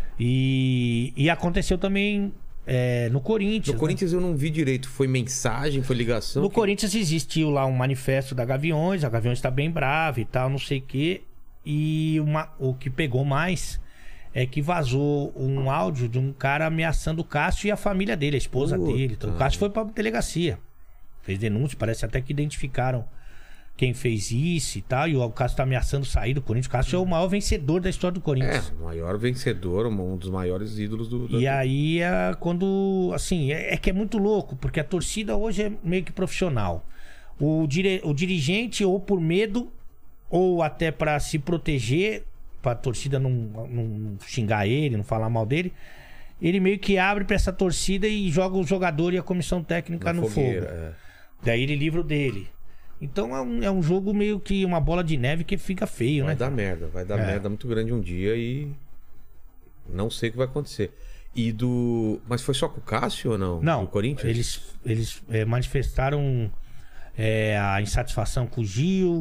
[SPEAKER 3] E, e aconteceu também é, no Corinthians.
[SPEAKER 1] No
[SPEAKER 3] né?
[SPEAKER 1] Corinthians eu não vi direito. Foi mensagem, foi ligação?
[SPEAKER 3] No
[SPEAKER 1] Que-
[SPEAKER 3] Corinthians existiu lá um manifesto da Gaviões, a Gaviões tá bem brava e tal, não sei o quê. E uma, o que pegou mais é que vazou um áudio de um cara ameaçando o Cássio e a família dele, a esposa
[SPEAKER 1] Puta.
[SPEAKER 3] dele. Então, o Cássio foi pra delegacia. Fez denúncia, parece até que identificaram quem fez isso e tal. E o Cássio tá ameaçando sair do Corinthians. O Cássio é o maior vencedor da história do
[SPEAKER 1] É,
[SPEAKER 3] Corinthians.
[SPEAKER 1] o maior vencedor, um dos maiores ídolos do. do-
[SPEAKER 3] E aí é quando. Assim, é, é que é muito louco, porque a torcida hoje é meio que profissional. O, dire, o dirigente, ou por medo, ou até pra se proteger, pra torcida não, não xingar ele, não falar mal dele, ele meio que abre pra essa torcida e joga o jogador e a comissão técnica
[SPEAKER 1] na
[SPEAKER 3] no
[SPEAKER 1] fogueira,
[SPEAKER 3] fogo.
[SPEAKER 1] é.
[SPEAKER 3] Daí ele livra o dele. Então é um, é um jogo meio que uma bola de neve que fica feio,
[SPEAKER 1] Vai
[SPEAKER 3] né?
[SPEAKER 1] dar merda, vai dar
[SPEAKER 3] É.
[SPEAKER 1] merda muito grande um dia e. Não sei o que vai acontecer. E do. Mas foi só com o Cássio ou não?
[SPEAKER 3] Não,
[SPEAKER 1] Do Corinthians?
[SPEAKER 3] eles, eles é, manifestaram é, a insatisfação com o Gil,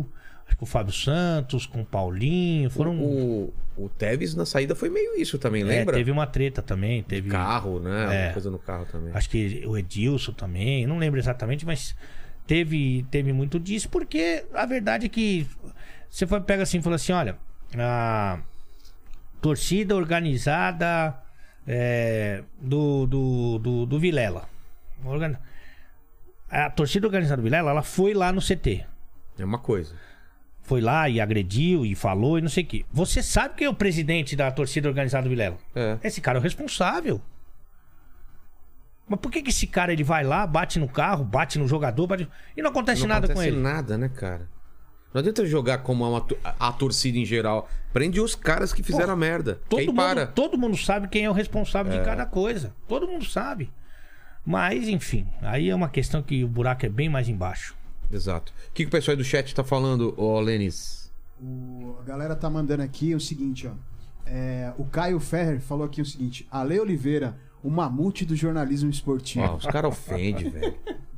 [SPEAKER 3] acho que o Fábio Santos, com o Paulinho, foram...
[SPEAKER 1] O, o Tevez na saída foi meio isso também,
[SPEAKER 3] É,
[SPEAKER 1] lembra?
[SPEAKER 3] teve uma treta também, teve...
[SPEAKER 1] Carro, né?
[SPEAKER 3] É.
[SPEAKER 1] Uma coisa no carro também.
[SPEAKER 3] Acho que o Edilson também, não lembro exatamente, mas teve, teve muito disso, porque a verdade é que você foi, pega assim e fala assim, olha, a torcida organizada é, do, do, do, do Vilela. Organ- A torcida organizada do Vilela, ela foi lá no C T.
[SPEAKER 1] É uma coisa.
[SPEAKER 3] Foi lá e agrediu e falou e não sei o que. Você sabe quem é o presidente da torcida organizada do Vilela?
[SPEAKER 1] É.
[SPEAKER 3] Esse cara é o responsável. Mas por que, que esse cara ele vai lá, bate no carro, bate no jogador bate... e não acontece
[SPEAKER 1] Não
[SPEAKER 3] nada
[SPEAKER 1] acontece
[SPEAKER 3] com ele?
[SPEAKER 1] nada, né, cara? Não adianta jogar como uma, to- a, a torcida em geral. Prende os caras que fizeram
[SPEAKER 3] Pô,
[SPEAKER 1] a merda.
[SPEAKER 3] Todo
[SPEAKER 1] Quem
[SPEAKER 3] mundo,
[SPEAKER 1] para?
[SPEAKER 3] todo mundo sabe quem é o responsável de cada coisa. Todo mundo sabe. Mas, enfim, aí é uma questão que o buraco é bem mais embaixo.
[SPEAKER 1] Exato. O que, que o pessoal aí do chat tá falando, ô Lênis?
[SPEAKER 2] O- a galera tá mandando aqui o seguinte, ó. É, o Caio Ferrer falou aqui o seguinte: Ale Oliveira, o mamute do jornalismo esportivo.
[SPEAKER 1] Ó, os caras ofendem, velho.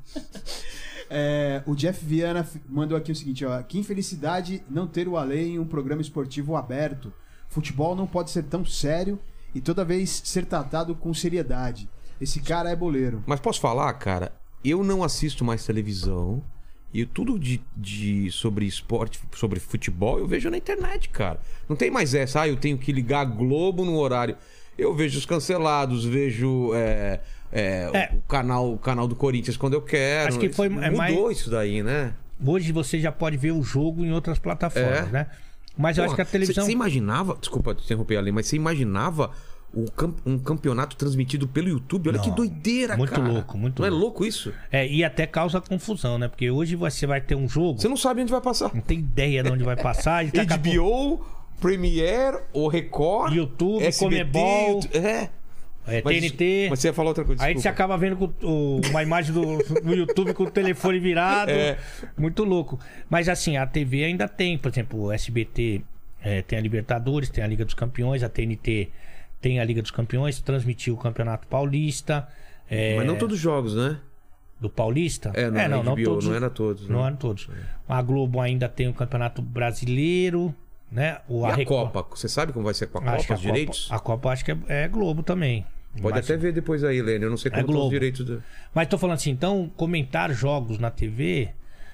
[SPEAKER 2] É, o Jeff Viana f- mandou aqui o seguinte, ó. Que infelicidade não ter o Ale em um programa esportivo aberto. Futebol não pode ser tão sério e toda vez ser tratado com seriedade. Esse cara é boleiro.
[SPEAKER 1] Mas posso falar, cara? Eu não assisto mais televisão. E tudo de, de sobre esporte, sobre futebol, eu vejo na internet, cara. Não tem mais essa, ah, eu tenho que ligar a Globo no horário. Eu vejo os cancelados, vejo é, é,
[SPEAKER 3] É.
[SPEAKER 1] O, canal, o canal do Corinthians quando eu quero.
[SPEAKER 3] Acho que foi-
[SPEAKER 1] Isso
[SPEAKER 3] é
[SPEAKER 1] mudou
[SPEAKER 3] mais-
[SPEAKER 1] isso daí, né?
[SPEAKER 3] Hoje você já pode ver o jogo em outras plataformas,
[SPEAKER 1] É.
[SPEAKER 3] né? Mas eu acho que a televisão...
[SPEAKER 1] Você imaginava, desculpa te interromper ali, mas você imaginava o cam- um campeonato transmitido pelo YouTube? Olha
[SPEAKER 3] Não,
[SPEAKER 1] que doideira,
[SPEAKER 3] muito
[SPEAKER 1] cara.
[SPEAKER 3] louco, muito
[SPEAKER 1] Não
[SPEAKER 3] louco.
[SPEAKER 1] é louco isso?
[SPEAKER 3] É, e até causa confusão, né? Porque hoje você vai ter um jogo,
[SPEAKER 1] Você não sabe onde vai passar.
[SPEAKER 3] não tem ideia de onde vai passar. E daqui a
[SPEAKER 1] H B O, Premiere, o Record,
[SPEAKER 3] YouTube,
[SPEAKER 1] S B T,
[SPEAKER 3] Comebol.
[SPEAKER 1] É.
[SPEAKER 3] É,
[SPEAKER 1] Mas-
[SPEAKER 3] T N T.
[SPEAKER 1] Mas você ia falar outra coisa,
[SPEAKER 3] Aí você
[SPEAKER 1] desculpa.
[SPEAKER 3] acaba vendo com o- uma imagem do, do YouTube com o telefone virado.
[SPEAKER 1] É.
[SPEAKER 3] Muito louco. Mas assim, a T V ainda tem, por exemplo, o S B T é, tem a Libertadores, tem a Liga dos Campeões, a T N T tem a Liga dos Campeões, transmitiu o Campeonato Paulista. é,
[SPEAKER 1] Mas não todos os jogos, né?
[SPEAKER 3] Do Paulista?
[SPEAKER 1] É, não,
[SPEAKER 3] é, não,
[SPEAKER 1] H B O,
[SPEAKER 3] não todos.
[SPEAKER 1] não era todos.
[SPEAKER 3] Não
[SPEAKER 1] né?
[SPEAKER 3] eram todos. A Globo ainda tem o Campeonato Brasileiro, né? O
[SPEAKER 1] E a
[SPEAKER 3] Record-
[SPEAKER 1] Copa? Você sabe como vai ser com a
[SPEAKER 3] Acho que
[SPEAKER 1] Copa,
[SPEAKER 3] a
[SPEAKER 1] os direitos?
[SPEAKER 3] Copa, a Copa acho que é, é Globo também.
[SPEAKER 1] Pode
[SPEAKER 3] Mas-
[SPEAKER 1] até ver depois aí, Lênin. Eu não sei como
[SPEAKER 3] É
[SPEAKER 1] estão os
[SPEAKER 3] Globo.
[SPEAKER 1] direitos. Do...
[SPEAKER 3] Mas tô falando assim, então comentar jogos na T V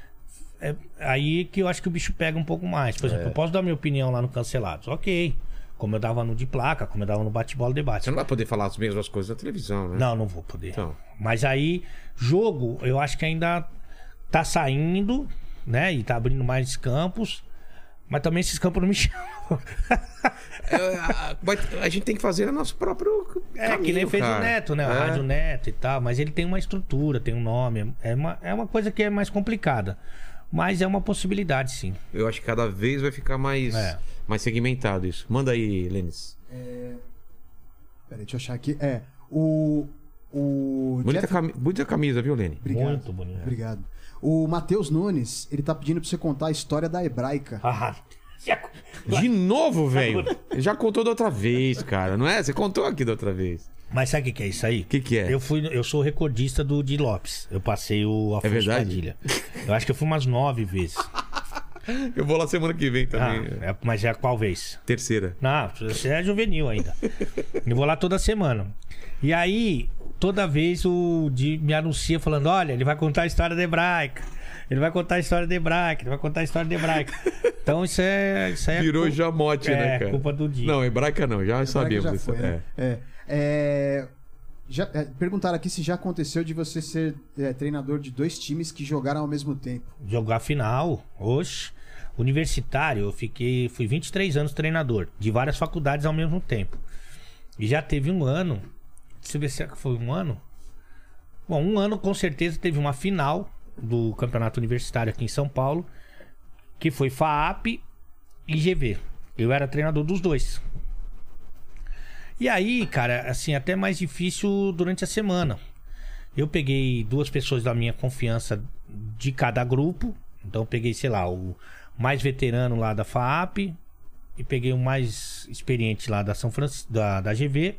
[SPEAKER 3] é aí que eu acho que o bicho pega um pouco mais. Por
[SPEAKER 1] É.
[SPEAKER 3] exemplo, eu posso dar minha opinião lá no Cancelados, ok. Como eu dava no de placa, como eu dava no bate-bola debate.
[SPEAKER 1] Você não vai poder falar as mesmas coisas na televisão, né?
[SPEAKER 3] Não, não vou poder.
[SPEAKER 1] Então.
[SPEAKER 3] Mas aí, jogo, eu acho que ainda tá saindo, né? E tá abrindo mais campos. Mas também esses campos não me chamam.
[SPEAKER 1] É, a, mas a gente tem que fazer o nosso próprio
[SPEAKER 3] É,
[SPEAKER 1] caminho,
[SPEAKER 3] que nem fez
[SPEAKER 1] cara.
[SPEAKER 3] o Neto, né? A
[SPEAKER 1] É.
[SPEAKER 3] Rádio Neto e tal. Mas ele tem uma estrutura, tem um nome. É uma, é uma coisa que é mais complicada. Mas é uma possibilidade, sim.
[SPEAKER 1] Eu acho que cada vez vai ficar mais,
[SPEAKER 3] É.
[SPEAKER 1] mais segmentado isso. Manda aí, Lênis.
[SPEAKER 2] Peraí, deixa eu achar aqui. É, o... O
[SPEAKER 1] Bonita,
[SPEAKER 2] Jeff-
[SPEAKER 1] cami... Bonita camisa, viu, Lênin?
[SPEAKER 2] Obrigado.
[SPEAKER 3] Muito bonito.
[SPEAKER 2] Obrigado. O Matheus Nunes, ele tá pedindo pra você contar a história da hebraica.
[SPEAKER 3] Ah,
[SPEAKER 1] De novo, velho? Já contou da outra vez, cara, não é? Você contou aqui da outra vez.
[SPEAKER 3] mas sabe o que, que é isso aí? O
[SPEAKER 1] que que é?
[SPEAKER 3] Eu, fui, eu sou recordista do Di Lopes. Eu passei o Afonso
[SPEAKER 1] verdade?
[SPEAKER 3] Padilha. Eu acho que eu fui umas nove vezes.
[SPEAKER 1] Eu vou lá semana que vem
[SPEAKER 3] Ah,
[SPEAKER 1] também.
[SPEAKER 3] é, mas é qual vez?
[SPEAKER 1] Terceira.
[SPEAKER 3] Não, você é juvenil ainda. Eu vou lá toda semana. E aí, toda vez o Di me anuncia falando: olha, ele vai contar a história da hebraica. Ele vai contar a história da hebraica. Ele vai contar a história da hebraica. Então isso é. Isso aí é
[SPEAKER 1] Virou
[SPEAKER 3] culpa-
[SPEAKER 1] já mote,
[SPEAKER 3] é,
[SPEAKER 1] né, cara?
[SPEAKER 3] culpa do Di.
[SPEAKER 1] Não, hebraica não, já sabíamos
[SPEAKER 2] já
[SPEAKER 1] isso.
[SPEAKER 2] foi,
[SPEAKER 1] é.
[SPEAKER 2] né? É. É, já, é, perguntaram aqui se já aconteceu de você ser é, treinador de dois times que jogaram ao mesmo tempo.
[SPEAKER 3] Jogar final, oxe. Universitário, eu fiquei. Fui vinte e três anos treinador, de várias faculdades ao mesmo tempo. E já teve um ano. Deixa eu ver se foi um ano. Bom, um ano com certeza teve uma final do campeonato universitário aqui em São Paulo, que foi FAAP e G V. Eu era treinador dos dois. E aí, cara, assim, até mais difícil durante a semana. Eu peguei duas pessoas da minha confiança de cada grupo. Então eu peguei, sei lá, o mais veterano lá da FAAP e peguei o mais experiente lá da São Francisco, da, da G V.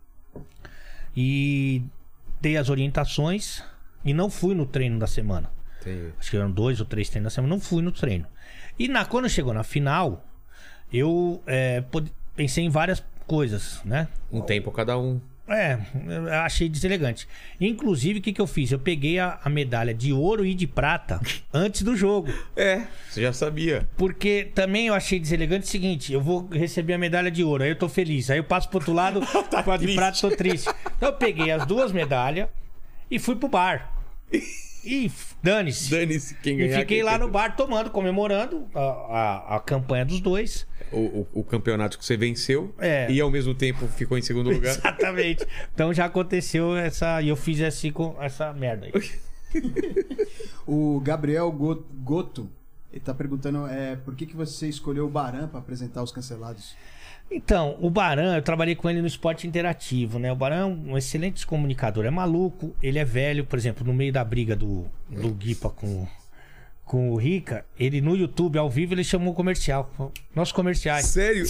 [SPEAKER 3] E dei as orientações e não fui no treino da semana.
[SPEAKER 1] Entendi.
[SPEAKER 3] Acho que eram dois ou três treinos na semana. Não fui no treino. E na, quando chegou na final, eu é, pod- pensei em várias coisas, né?
[SPEAKER 1] Um tempo cada um.
[SPEAKER 3] É, eu achei deselegante. Inclusive, o que, que eu fiz? Eu peguei a, a medalha de ouro e de prata antes do jogo.
[SPEAKER 1] É, você já sabia.
[SPEAKER 3] Porque também eu achei deselegante o seguinte: eu vou receber a medalha de ouro, aí eu tô feliz. Aí eu passo pro outro lado,
[SPEAKER 1] Tá
[SPEAKER 3] com a de
[SPEAKER 1] triste.
[SPEAKER 3] prata, tô triste. Então eu peguei as duas medalhas e fui pro bar. E f- dane-se.
[SPEAKER 1] Dane-se quem
[SPEAKER 3] E
[SPEAKER 1] ganhar.
[SPEAKER 3] fiquei
[SPEAKER 1] quem
[SPEAKER 3] lá
[SPEAKER 1] perdeu.
[SPEAKER 3] no bar tomando, comemorando a, a, a campanha dos dois.
[SPEAKER 1] O, o, o campeonato que você venceu
[SPEAKER 3] É.
[SPEAKER 1] e ao mesmo tempo ficou em segundo lugar.
[SPEAKER 3] Exatamente. Então já aconteceu essa. E eu fiz esse, com essa merda aí.
[SPEAKER 2] O Gabriel Go- Goto, ele tá perguntando é, por que, que você escolheu o Baran pra apresentar os cancelados?
[SPEAKER 3] Então, o Baran, eu trabalhei com ele no esporte interativo, né? O Baran é um excelente comunicador, é maluco, ele é velho, por exemplo, no meio da briga do, do Guipa com, com o Rica, ele no YouTube, ao vivo, ele chamou o comercial. Nossos comerciais.
[SPEAKER 1] Sério?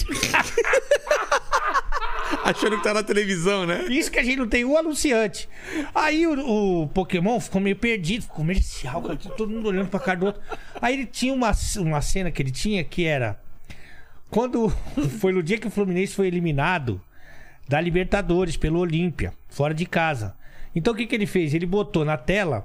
[SPEAKER 1] Achando que tá na televisão, né?
[SPEAKER 3] Isso que a gente não tem um anunciante. Aí o, o Pokémon ficou meio perdido, comercial, cara, todo mundo olhando pra cara do outro. Aí ele tinha uma, uma cena que ele tinha que era... Quando foi no dia que o Fluminense foi eliminado da Libertadores pelo Olímpia, fora de casa. Então o que, que ele fez? Ele botou na tela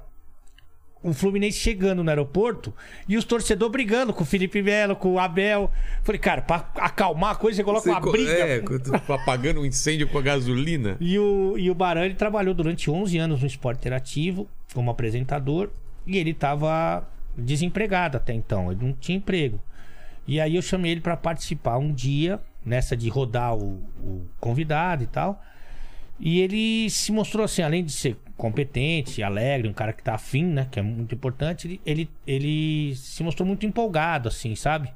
[SPEAKER 3] o Fluminense chegando no aeroporto e os torcedores brigando com o Felipe Melo, com o Abel. Falei, cara, pra acalmar a coisa, você coloca
[SPEAKER 1] Você
[SPEAKER 3] uma
[SPEAKER 1] co-
[SPEAKER 3] briga.
[SPEAKER 1] É, apagando um incêndio com a gasolina.
[SPEAKER 3] E o, e o Baran, ele trabalhou durante onze anos no esporte interativo como apresentador e ele tava desempregado até então, ele não tinha emprego. E aí eu chamei ele para participar um dia, nessa de rodar o, o convidado e tal. E ele se mostrou assim, além de ser competente, alegre, um cara que tá afim, né? Que é muito importante, ele, ele, ele se mostrou muito empolgado, assim, sabe?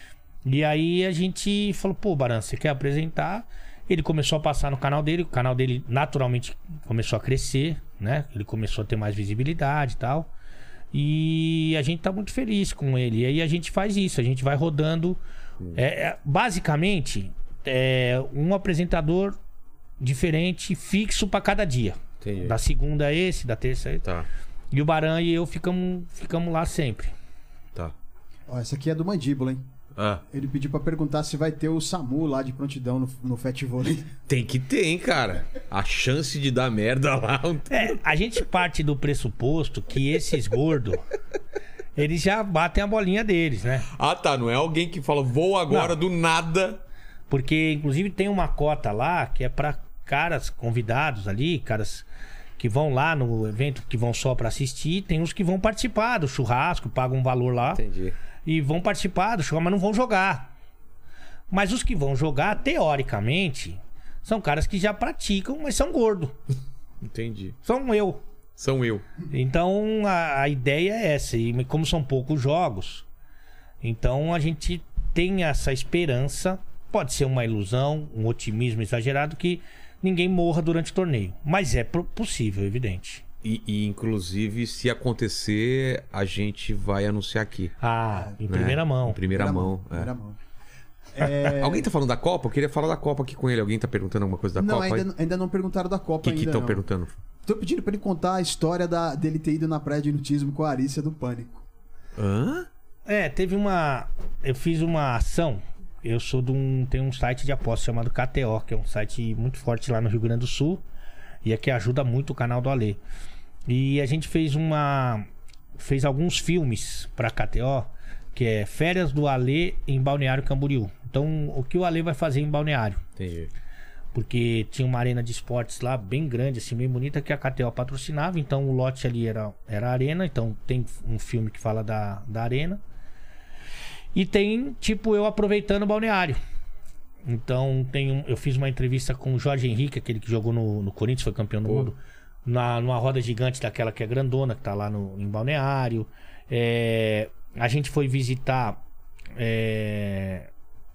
[SPEAKER 3] E aí a gente falou, pô, Baran, você quer apresentar? Ele começou a passar no canal dele, o canal dele naturalmente começou a crescer, né? Ele começou a ter mais visibilidade e tal. E a gente tá muito feliz com ele. E aí a gente faz isso, a gente vai rodando. É, é, basicamente, é um apresentador diferente, fixo pra cada dia.
[SPEAKER 1] Entendi.
[SPEAKER 3] Da segunda é esse, da terça é esse.
[SPEAKER 1] Tá,
[SPEAKER 3] E o Baran e eu ficamos, ficamos lá sempre.
[SPEAKER 1] tá.
[SPEAKER 2] Ó, essa aqui é do Mandíbula, hein?
[SPEAKER 1] Ah,
[SPEAKER 2] Ele pediu pra perguntar se vai ter o SAMU lá de prontidão no, no Fat Vôlei.
[SPEAKER 1] tem que ter, hein, cara. A chance de dar merda lá.
[SPEAKER 3] É, a gente parte do pressuposto que esses gordos, eles já batem a bolinha deles, né?
[SPEAKER 1] Ah, tá. Não é alguém que fala, vou agora
[SPEAKER 3] Não.
[SPEAKER 1] do nada.
[SPEAKER 3] Porque, inclusive, tem uma cota lá que é pra caras convidados ali, caras que vão lá no evento, que vão só pra assistir. Tem uns que vão participar do churrasco, pagam um valor lá.
[SPEAKER 1] Entendi.
[SPEAKER 3] E vão participar do churrasco, mas não vão jogar. Mas os que vão jogar, teoricamente, são caras que já praticam, mas são gordos.
[SPEAKER 1] Entendi.
[SPEAKER 3] São eu.
[SPEAKER 1] São eu.
[SPEAKER 3] Então a, a ideia é essa. E como são poucos jogos, então a gente tem essa esperança. Pode ser uma ilusão, um otimismo exagerado, que ninguém morra durante o torneio. Mas é pro- possível, evidente.
[SPEAKER 1] E, e, inclusive, se acontecer, a gente vai anunciar aqui.
[SPEAKER 3] Ah, em
[SPEAKER 1] né?
[SPEAKER 3] primeira mão.
[SPEAKER 1] Em primeira, mão. é.
[SPEAKER 2] Primeira mão. É,
[SPEAKER 1] Alguém tá falando da Copa? Eu queria falar da Copa aqui com ele. Alguém tá perguntando alguma coisa da
[SPEAKER 2] não,
[SPEAKER 1] Copa?
[SPEAKER 2] ainda,
[SPEAKER 1] aí?
[SPEAKER 2] não- ainda não perguntaram da
[SPEAKER 1] O
[SPEAKER 2] Copa
[SPEAKER 1] que
[SPEAKER 2] ainda.
[SPEAKER 1] que estão
[SPEAKER 2] não.
[SPEAKER 1] perguntando?
[SPEAKER 2] Tô pedindo pra ele contar a história da, dele ter ido na praia de nudismo com a Arícia do Pânico.
[SPEAKER 1] Hã?
[SPEAKER 3] É, teve uma. Eu fiz uma ação. Eu sou de um. Tem um site de apostas chamado K T O, que é um site muito forte lá no Rio Grande do Sul. E é que ajuda muito o canal do Alê. E a gente fez uma. Fez alguns filmes pra K T O, que é Férias do Alê em Balneário Camboriú. Então, o que o Alê vai fazer em Balneário?
[SPEAKER 1] Entendi.
[SPEAKER 3] Porque tinha uma arena de esportes lá bem grande, assim, bem bonita, que a K T O patrocinava. Então o lote ali era, era a arena. Então tem um filme que fala da, da arena. E tem, tipo, eu aproveitando o balneário. Então tem um, eu fiz uma entrevista com o Jorge Henrique, aquele que jogou no, no Corinthians, foi campeão do
[SPEAKER 1] Pô.
[SPEAKER 3] mundo. Na, numa roda gigante daquela que é grandona, que tá lá no, em balneário. É, a gente foi visitar... É,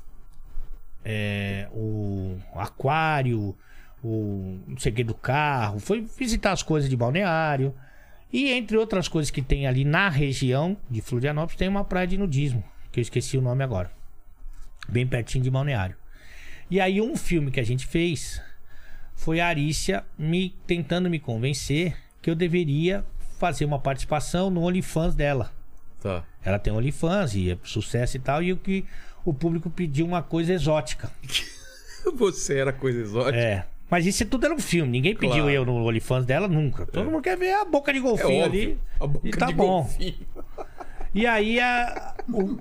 [SPEAKER 3] É, o aquário, o segredo do carro, foi visitar as coisas de balneário. E entre outras coisas que tem ali na região de Florianópolis, tem uma praia de nudismo, que eu esqueci o nome agora, bem pertinho de Balneário. E aí um filme que a gente fez foi a Arícia me tentando me convencer que eu deveria fazer uma participação no OnlyFans dela.
[SPEAKER 1] Tá.
[SPEAKER 3] Ela tem OnlyFans e é sucesso e tal, e o que o público pediu uma coisa exótica.
[SPEAKER 1] Você era coisa exótica.
[SPEAKER 3] É. Mas isso tudo era um filme. Ninguém pediu
[SPEAKER 1] Claro.
[SPEAKER 3] eu no OnlyFans dela nunca. Todo
[SPEAKER 1] É.
[SPEAKER 3] mundo quer ver a boca de golfinho
[SPEAKER 1] É
[SPEAKER 3] ali.
[SPEAKER 1] óbvio, a boca
[SPEAKER 3] e tá
[SPEAKER 1] de
[SPEAKER 3] bom.
[SPEAKER 1] golfinho.
[SPEAKER 3] E aí a, o,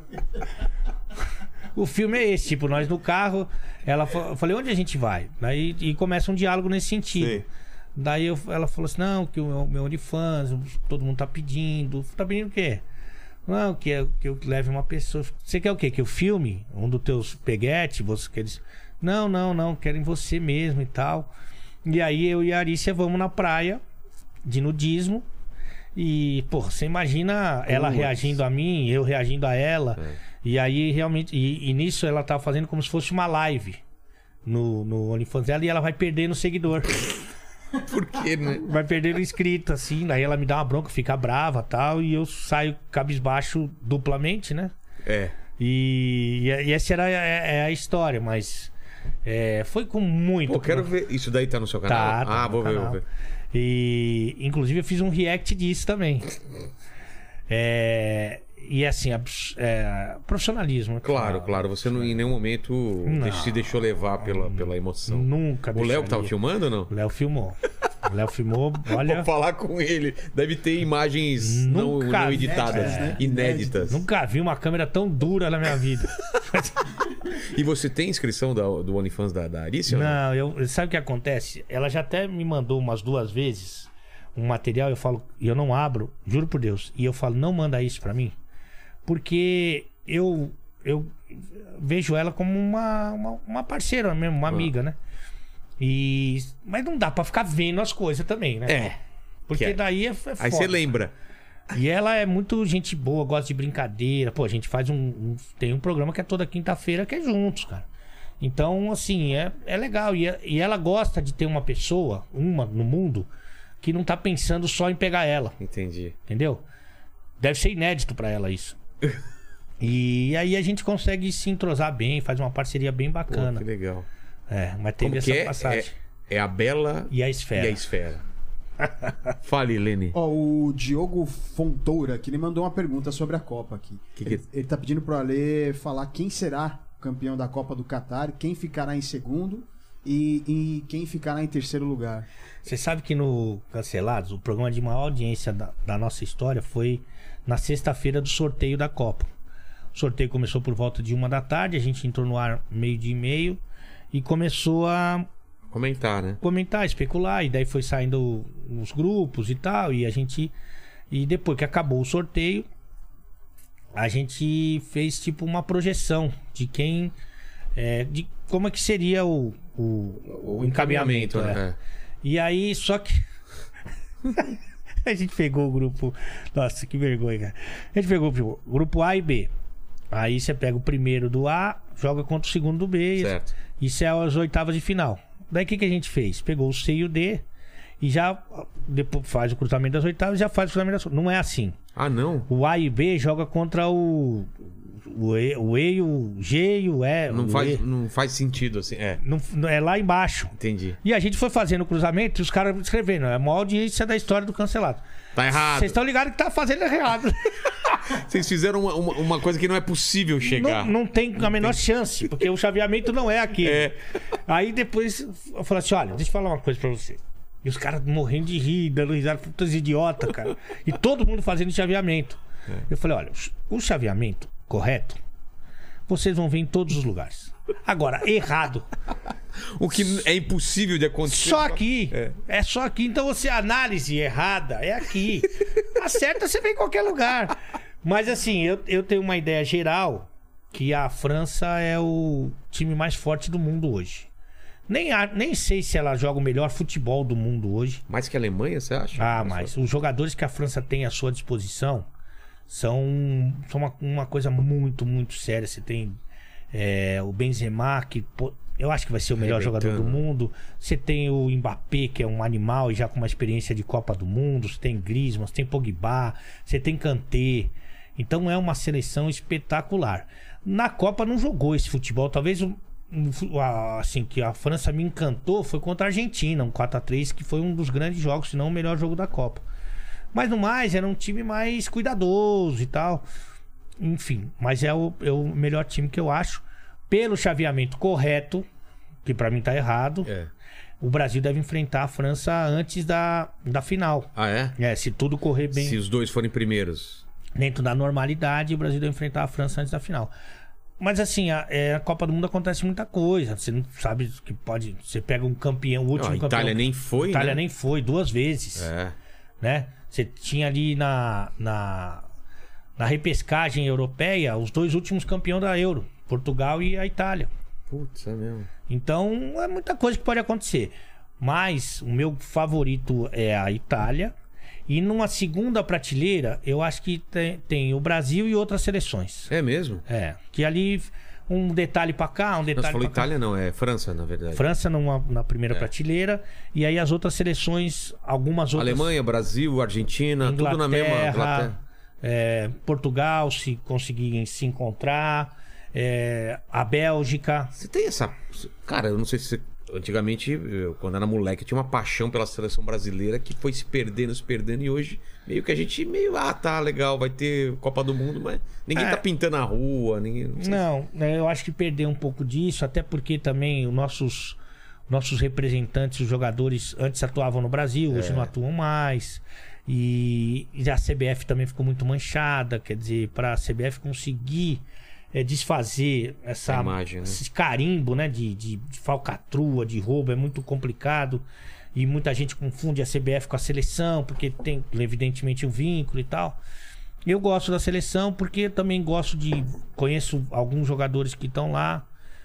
[SPEAKER 3] o filme é esse, tipo, nós no carro, ela fa- eu falei, onde a gente vai? Daí e começa um diálogo nesse sentido.
[SPEAKER 1] Sim.
[SPEAKER 3] Daí eu- ela falou assim, não, que o meu, meu OnlyFans, todo mundo tá pedindo. Tá pedindo o quê? Não, que, é, que eu leve uma pessoa. Você quer o quê? Que eu filme um dos teus peguetes? Você quer... Não, não, não, querem você mesmo e tal. E aí eu e a Arícia vamos na praia de nudismo. E, pô, você imagina ela
[SPEAKER 1] Putz.
[SPEAKER 3] reagindo a mim, eu reagindo a ela.
[SPEAKER 1] É.
[SPEAKER 3] E aí realmente. E, e nisso ela tava fazendo como se fosse uma live no, no OnlyFans dela, e ela vai perdendo seguidor.
[SPEAKER 1] Por quê, né?
[SPEAKER 3] Vai perdendo inscrito, assim. Daí ela me dá uma bronca, fica brava e tal. E eu saio cabisbaixo duplamente, né?
[SPEAKER 1] É.
[SPEAKER 3] E, e essa era a, é a história, mas. É, foi com muito.
[SPEAKER 1] Pô, quero ver. Isso daí tá no seu canal?
[SPEAKER 3] Tá, tá
[SPEAKER 1] ah,
[SPEAKER 3] no
[SPEAKER 1] vou ver,
[SPEAKER 3] canal.
[SPEAKER 1] vou ver.
[SPEAKER 3] E inclusive eu fiz um react disso também. É, e assim, abs- é, profissionalismo. né?
[SPEAKER 1] Claro,
[SPEAKER 3] Ah,
[SPEAKER 1] claro. Você não, em nenhum momento
[SPEAKER 3] Não.
[SPEAKER 1] deixa- se deixou levar pela, pela emoção.
[SPEAKER 3] Nunca
[SPEAKER 1] O Léo que
[SPEAKER 3] deixaria.
[SPEAKER 1] tava filmando ou não?
[SPEAKER 3] O Léo filmou. O Léo filmou, olha.
[SPEAKER 1] Vou falar com ele. Deve ter imagens não,
[SPEAKER 3] Nunca
[SPEAKER 1] não
[SPEAKER 3] vi.
[SPEAKER 1] editadas,
[SPEAKER 2] Inéditas, né?
[SPEAKER 1] inéditas.
[SPEAKER 3] Nunca vi uma câmera tão dura na minha vida.
[SPEAKER 1] E você tem inscrição da- do OnlyFans da, da Arícia? ou
[SPEAKER 3] Não, eu, sabe o que acontece? Ela já até me mandou umas duas vezes um material, eu falo, e eu não abro, juro por Deus. E eu falo, não manda isso pra mim, porque eu, eu vejo ela como uma, uma, uma parceira mesmo, uma amiga, né? E, mas não dá pra ficar vendo as coisas também, né?
[SPEAKER 1] É.
[SPEAKER 3] Porque
[SPEAKER 1] que é.
[SPEAKER 3] daí é, é
[SPEAKER 1] Aí
[SPEAKER 3] foda.
[SPEAKER 1] você lembra.
[SPEAKER 3] E ela é muito gente boa, gosta de brincadeira. Pô, a gente faz um, um- tem um programa que é toda quinta-feira que é juntos, cara. Então, assim, é, é legal. E, é- e ela gosta de ter uma pessoa, uma no mundo, que não tá pensando só em pegar ela,
[SPEAKER 1] Entendi.
[SPEAKER 3] entendeu? Deve ser inédito pra ela isso. E aí a gente consegue se entrosar bem, faz uma parceria bem
[SPEAKER 1] Pô,
[SPEAKER 3] bacana.
[SPEAKER 1] que legal.
[SPEAKER 3] É, mas teve
[SPEAKER 1] Como
[SPEAKER 3] essa
[SPEAKER 1] que é?
[SPEAKER 3] passagem.
[SPEAKER 1] É, é a Bela
[SPEAKER 3] E a
[SPEAKER 1] e
[SPEAKER 3] esfera.
[SPEAKER 1] a Esfera. Fale, Lene.
[SPEAKER 2] Ó, o Diogo Fontoura, que ele mandou uma pergunta sobre a Copa aqui.
[SPEAKER 1] Que que-
[SPEAKER 2] Ele, ele tá pedindo pro Ale falar quem será o campeão da Copa do Catar, quem ficará em segundo e, e quem ficará em terceiro lugar.
[SPEAKER 3] Você sabe que no Cancelados, o programa de maior audiência da, da nossa história foi na sexta-feira do sorteio da Copa. O sorteio começou por volta de uma da tarde, a gente entrou no ar meio dia e meio e começou a
[SPEAKER 1] Comentar, né?
[SPEAKER 3] comentar, especular, e daí foi saindo os grupos e tal, e a gente... E depois que acabou o sorteio, a gente fez tipo uma projeção de quem... é, de como é que seria o, o, o encaminhamento,
[SPEAKER 1] né?
[SPEAKER 3] é.
[SPEAKER 1] É.
[SPEAKER 3] E aí, só que. A gente pegou o grupo. Nossa, que vergonha, cara. A gente pegou o grupo A e B. Aí você pega o primeiro do A, joga contra o segundo do B.
[SPEAKER 1] Certo.
[SPEAKER 3] Isso é as oitavas de final. Daí o que, que a gente fez? Pegou o C e o D e já depois faz o cruzamento das oitavas e já faz o cruzamento das. Não é assim.
[SPEAKER 1] Ah, não?
[SPEAKER 3] O A e B joga contra o. O E, o, e, o G e o E.
[SPEAKER 1] Não
[SPEAKER 3] o
[SPEAKER 1] faz,
[SPEAKER 3] E.
[SPEAKER 1] não faz sentido assim. É,
[SPEAKER 3] Não, não- é lá embaixo.
[SPEAKER 1] entendi.
[SPEAKER 3] E a gente foi fazendo o cruzamento e os caras escrevendo. É a maior audiência da história do Cancelado.
[SPEAKER 1] Tá errado.
[SPEAKER 3] Vocês estão ligados que tá fazendo errado.
[SPEAKER 1] Vocês fizeram uma, uma, uma coisa que não é possível chegar.
[SPEAKER 3] Não, não tem a menor chance, porque o chaveamento não é aqui.
[SPEAKER 1] É.
[SPEAKER 3] Aí depois eu falei assim: olha, deixa eu falar uma coisa pra você. E os caras morrendo de rir, dando risada, todos idiota, cara. E todo mundo fazendo chaveamento. Eu falei: olha, o chaveamento correto, vocês vão ver em todos os lugares. Agora, errado.
[SPEAKER 1] O que é impossível de acontecer.
[SPEAKER 3] Só aqui.
[SPEAKER 1] É.
[SPEAKER 3] É. só aqui. Então você, a análise errada é aqui. Acerta, você vê em qualquer lugar. Mas assim, eu, eu tenho uma ideia geral que a França é o time mais forte do mundo hoje. Nem, a- nem sei se ela joga o melhor futebol do mundo hoje.
[SPEAKER 1] Mais que a Alemanha, você acha?
[SPEAKER 3] Ah, mas os jogadores que a França tem à sua disposição são, são uma, uma coisa muito, muito séria. Você tem é, o Benzema, que pô, eu acho que vai ser o melhor jogador do
[SPEAKER 1] Arrebentando.
[SPEAKER 3] mundo. Você tem o Mbappé, que é um animal e já com uma experiência de Copa do Mundo. Você tem Griezmann, você tem Pogba, você tem Kanté. Então é uma seleção espetacular. Na Copa não jogou esse futebol. Talvez o o- a- assim que a França me encantou foi contra a Argentina, um quatro a três, que foi um dos grandes jogos, se não o melhor jogo da Copa. Mas no mais, era um time mais cuidadoso e tal. Enfim, mas é o, é o melhor time que eu acho. Pelo chaveamento correto, que pra mim tá errado,
[SPEAKER 1] É.
[SPEAKER 3] o Brasil deve enfrentar a França antes da, da final.
[SPEAKER 1] Ah, é?
[SPEAKER 3] É, se tudo correr bem
[SPEAKER 1] Se os dois forem primeiros.
[SPEAKER 3] dentro da normalidade, o Brasil deve enfrentar a França antes da final. Mas assim, a, é, a Copa do Mundo acontece muita coisa. Você não sabe que pode... Você pega um campeão, o último
[SPEAKER 1] Não, a
[SPEAKER 3] campeão...
[SPEAKER 1] Itália nem foi,
[SPEAKER 3] A Itália
[SPEAKER 1] né?
[SPEAKER 3] nem foi, duas vezes.
[SPEAKER 1] É.
[SPEAKER 3] Né? Você tinha ali na, na, na repescagem europeia os dois últimos campeões da Euro, Portugal e a Itália.
[SPEAKER 1] Putz, é mesmo.
[SPEAKER 3] Então é muita coisa que pode acontecer. Mas o meu favorito é a Itália. E numa segunda prateleira, eu acho que tem, tem o Brasil e outras seleções.
[SPEAKER 1] É mesmo?
[SPEAKER 3] É, que ali um detalhe pra cá, um
[SPEAKER 1] Não,
[SPEAKER 3] detalhe
[SPEAKER 1] você falou
[SPEAKER 3] pra cá.
[SPEAKER 1] Itália, não, é França, na verdade.
[SPEAKER 3] França numa, na primeira
[SPEAKER 1] É.
[SPEAKER 3] prateleira. E aí as outras seleções, algumas outras...
[SPEAKER 1] Alemanha, Brasil, Argentina, tudo na mesma. Inglaterra.
[SPEAKER 3] é, Portugal, se conseguirem se encontrar, é, a Bélgica.
[SPEAKER 1] Você tem essa. Cara, eu não sei se você. Antigamente, eu, quando era moleque, eu tinha uma paixão pela seleção brasileira que foi se perdendo, se perdendo, e hoje meio que a gente meio, ah, tá, legal, vai ter Copa do Mundo, mas ninguém
[SPEAKER 3] É.
[SPEAKER 1] tá pintando a rua, ninguém. Não, sei
[SPEAKER 3] Não, né, eu acho que perdeu um pouco disso, até porque também os nossos, nossos representantes, os jogadores, antes atuavam no Brasil, hoje
[SPEAKER 1] É.
[SPEAKER 3] não atuam mais. E, e a C B F também ficou muito manchada, quer dizer, para a C B F conseguir é, desfazer essa,
[SPEAKER 1] A imagem, né?
[SPEAKER 3] esse carimbo, né, de, de, de falcatrua, de roubo, é muito complicado. E muita gente confunde a C B F com a seleção, porque tem, evidentemente, um vínculo e tal. Eu gosto da seleção porque também gosto de... Conheço alguns jogadores que estão lá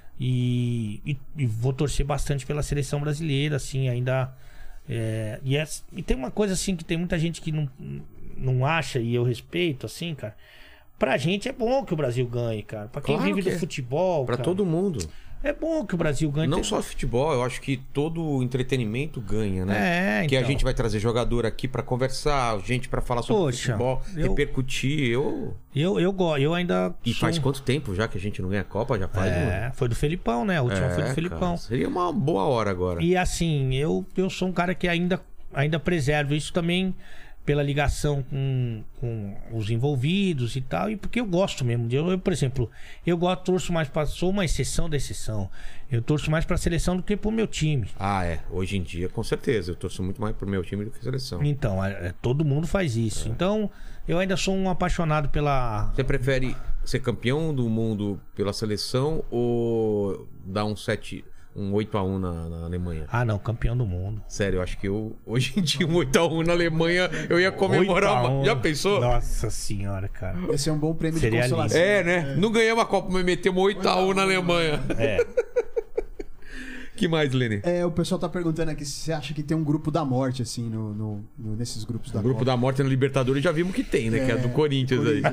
[SPEAKER 3] e, e, e vou torcer bastante pela seleção brasileira, assim, ainda... É, e, é, e tem uma coisa, assim, que tem muita gente que não, não acha, e eu respeito, assim, cara. Pra gente é bom que o Brasil ganhe, cara. Pra quem
[SPEAKER 1] Claro
[SPEAKER 3] vive
[SPEAKER 1] que
[SPEAKER 3] do
[SPEAKER 1] é.
[SPEAKER 3] futebol,
[SPEAKER 1] Pra
[SPEAKER 3] cara,
[SPEAKER 1] todo mundo.
[SPEAKER 3] é bom que o Brasil ganhe.
[SPEAKER 1] Não
[SPEAKER 3] Tem-
[SPEAKER 1] só futebol, eu acho que todo o entretenimento ganha, né?
[SPEAKER 3] É,
[SPEAKER 1] Que a
[SPEAKER 3] então.
[SPEAKER 1] gente vai trazer jogador aqui pra conversar, gente pra falar sobre
[SPEAKER 3] Poxa,
[SPEAKER 1] futebol,
[SPEAKER 3] eu-
[SPEAKER 1] repercutir. Eu...
[SPEAKER 3] Eu, eu, go- eu ainda
[SPEAKER 1] E
[SPEAKER 3] sou
[SPEAKER 1] faz
[SPEAKER 3] um-
[SPEAKER 1] quanto tempo já que a gente não ganha a Copa? Já faz
[SPEAKER 3] É, foi do Felipão, né? A
[SPEAKER 1] um...
[SPEAKER 3] última foi do
[SPEAKER 1] É,
[SPEAKER 3] Felipão.
[SPEAKER 1] cara, seria uma boa hora agora.
[SPEAKER 3] E assim, eu, eu sou um cara que ainda, ainda preservo isso também pela ligação com, com os envolvidos e tal, e porque eu gosto mesmo. Eu, eu, por exemplo, eu gosto, torço mais pra. Sou uma exceção da exceção. Eu torço mais pra seleção do que pro meu time.
[SPEAKER 1] Ah, é. Hoje em dia, com certeza. Eu torço muito mais pro meu time do que a seleção.
[SPEAKER 3] Então, é- é, todo mundo faz isso. Então, eu ainda sou um apaixonado pela.
[SPEAKER 1] Você prefere ser campeão do mundo pela seleção ou dar um sete, um oito a um na, na Alemanha?
[SPEAKER 3] Ah, não, campeão do mundo.
[SPEAKER 1] Sério, eu acho que eu hoje em dia um oito a um na Alemanha eu ia comemorar.
[SPEAKER 3] oito a um.
[SPEAKER 1] Já pensou?
[SPEAKER 3] Nossa senhora, cara.
[SPEAKER 2] Esse é um bom prêmio
[SPEAKER 3] Seria
[SPEAKER 2] de consolação.
[SPEAKER 1] É, né? Não ganhamos a Copa, mas metemos oito a um na Alemanha.
[SPEAKER 3] É.
[SPEAKER 1] Que mais, Lene?
[SPEAKER 2] É, o pessoal tá perguntando aqui se você acha que tem um grupo da morte, assim, no, no- no- nesses grupos da
[SPEAKER 1] O grupo
[SPEAKER 2] Copa.
[SPEAKER 1] da morte na Libertadores já vimos que tem, né? Que é a do
[SPEAKER 2] É,
[SPEAKER 1] Corinthians aí.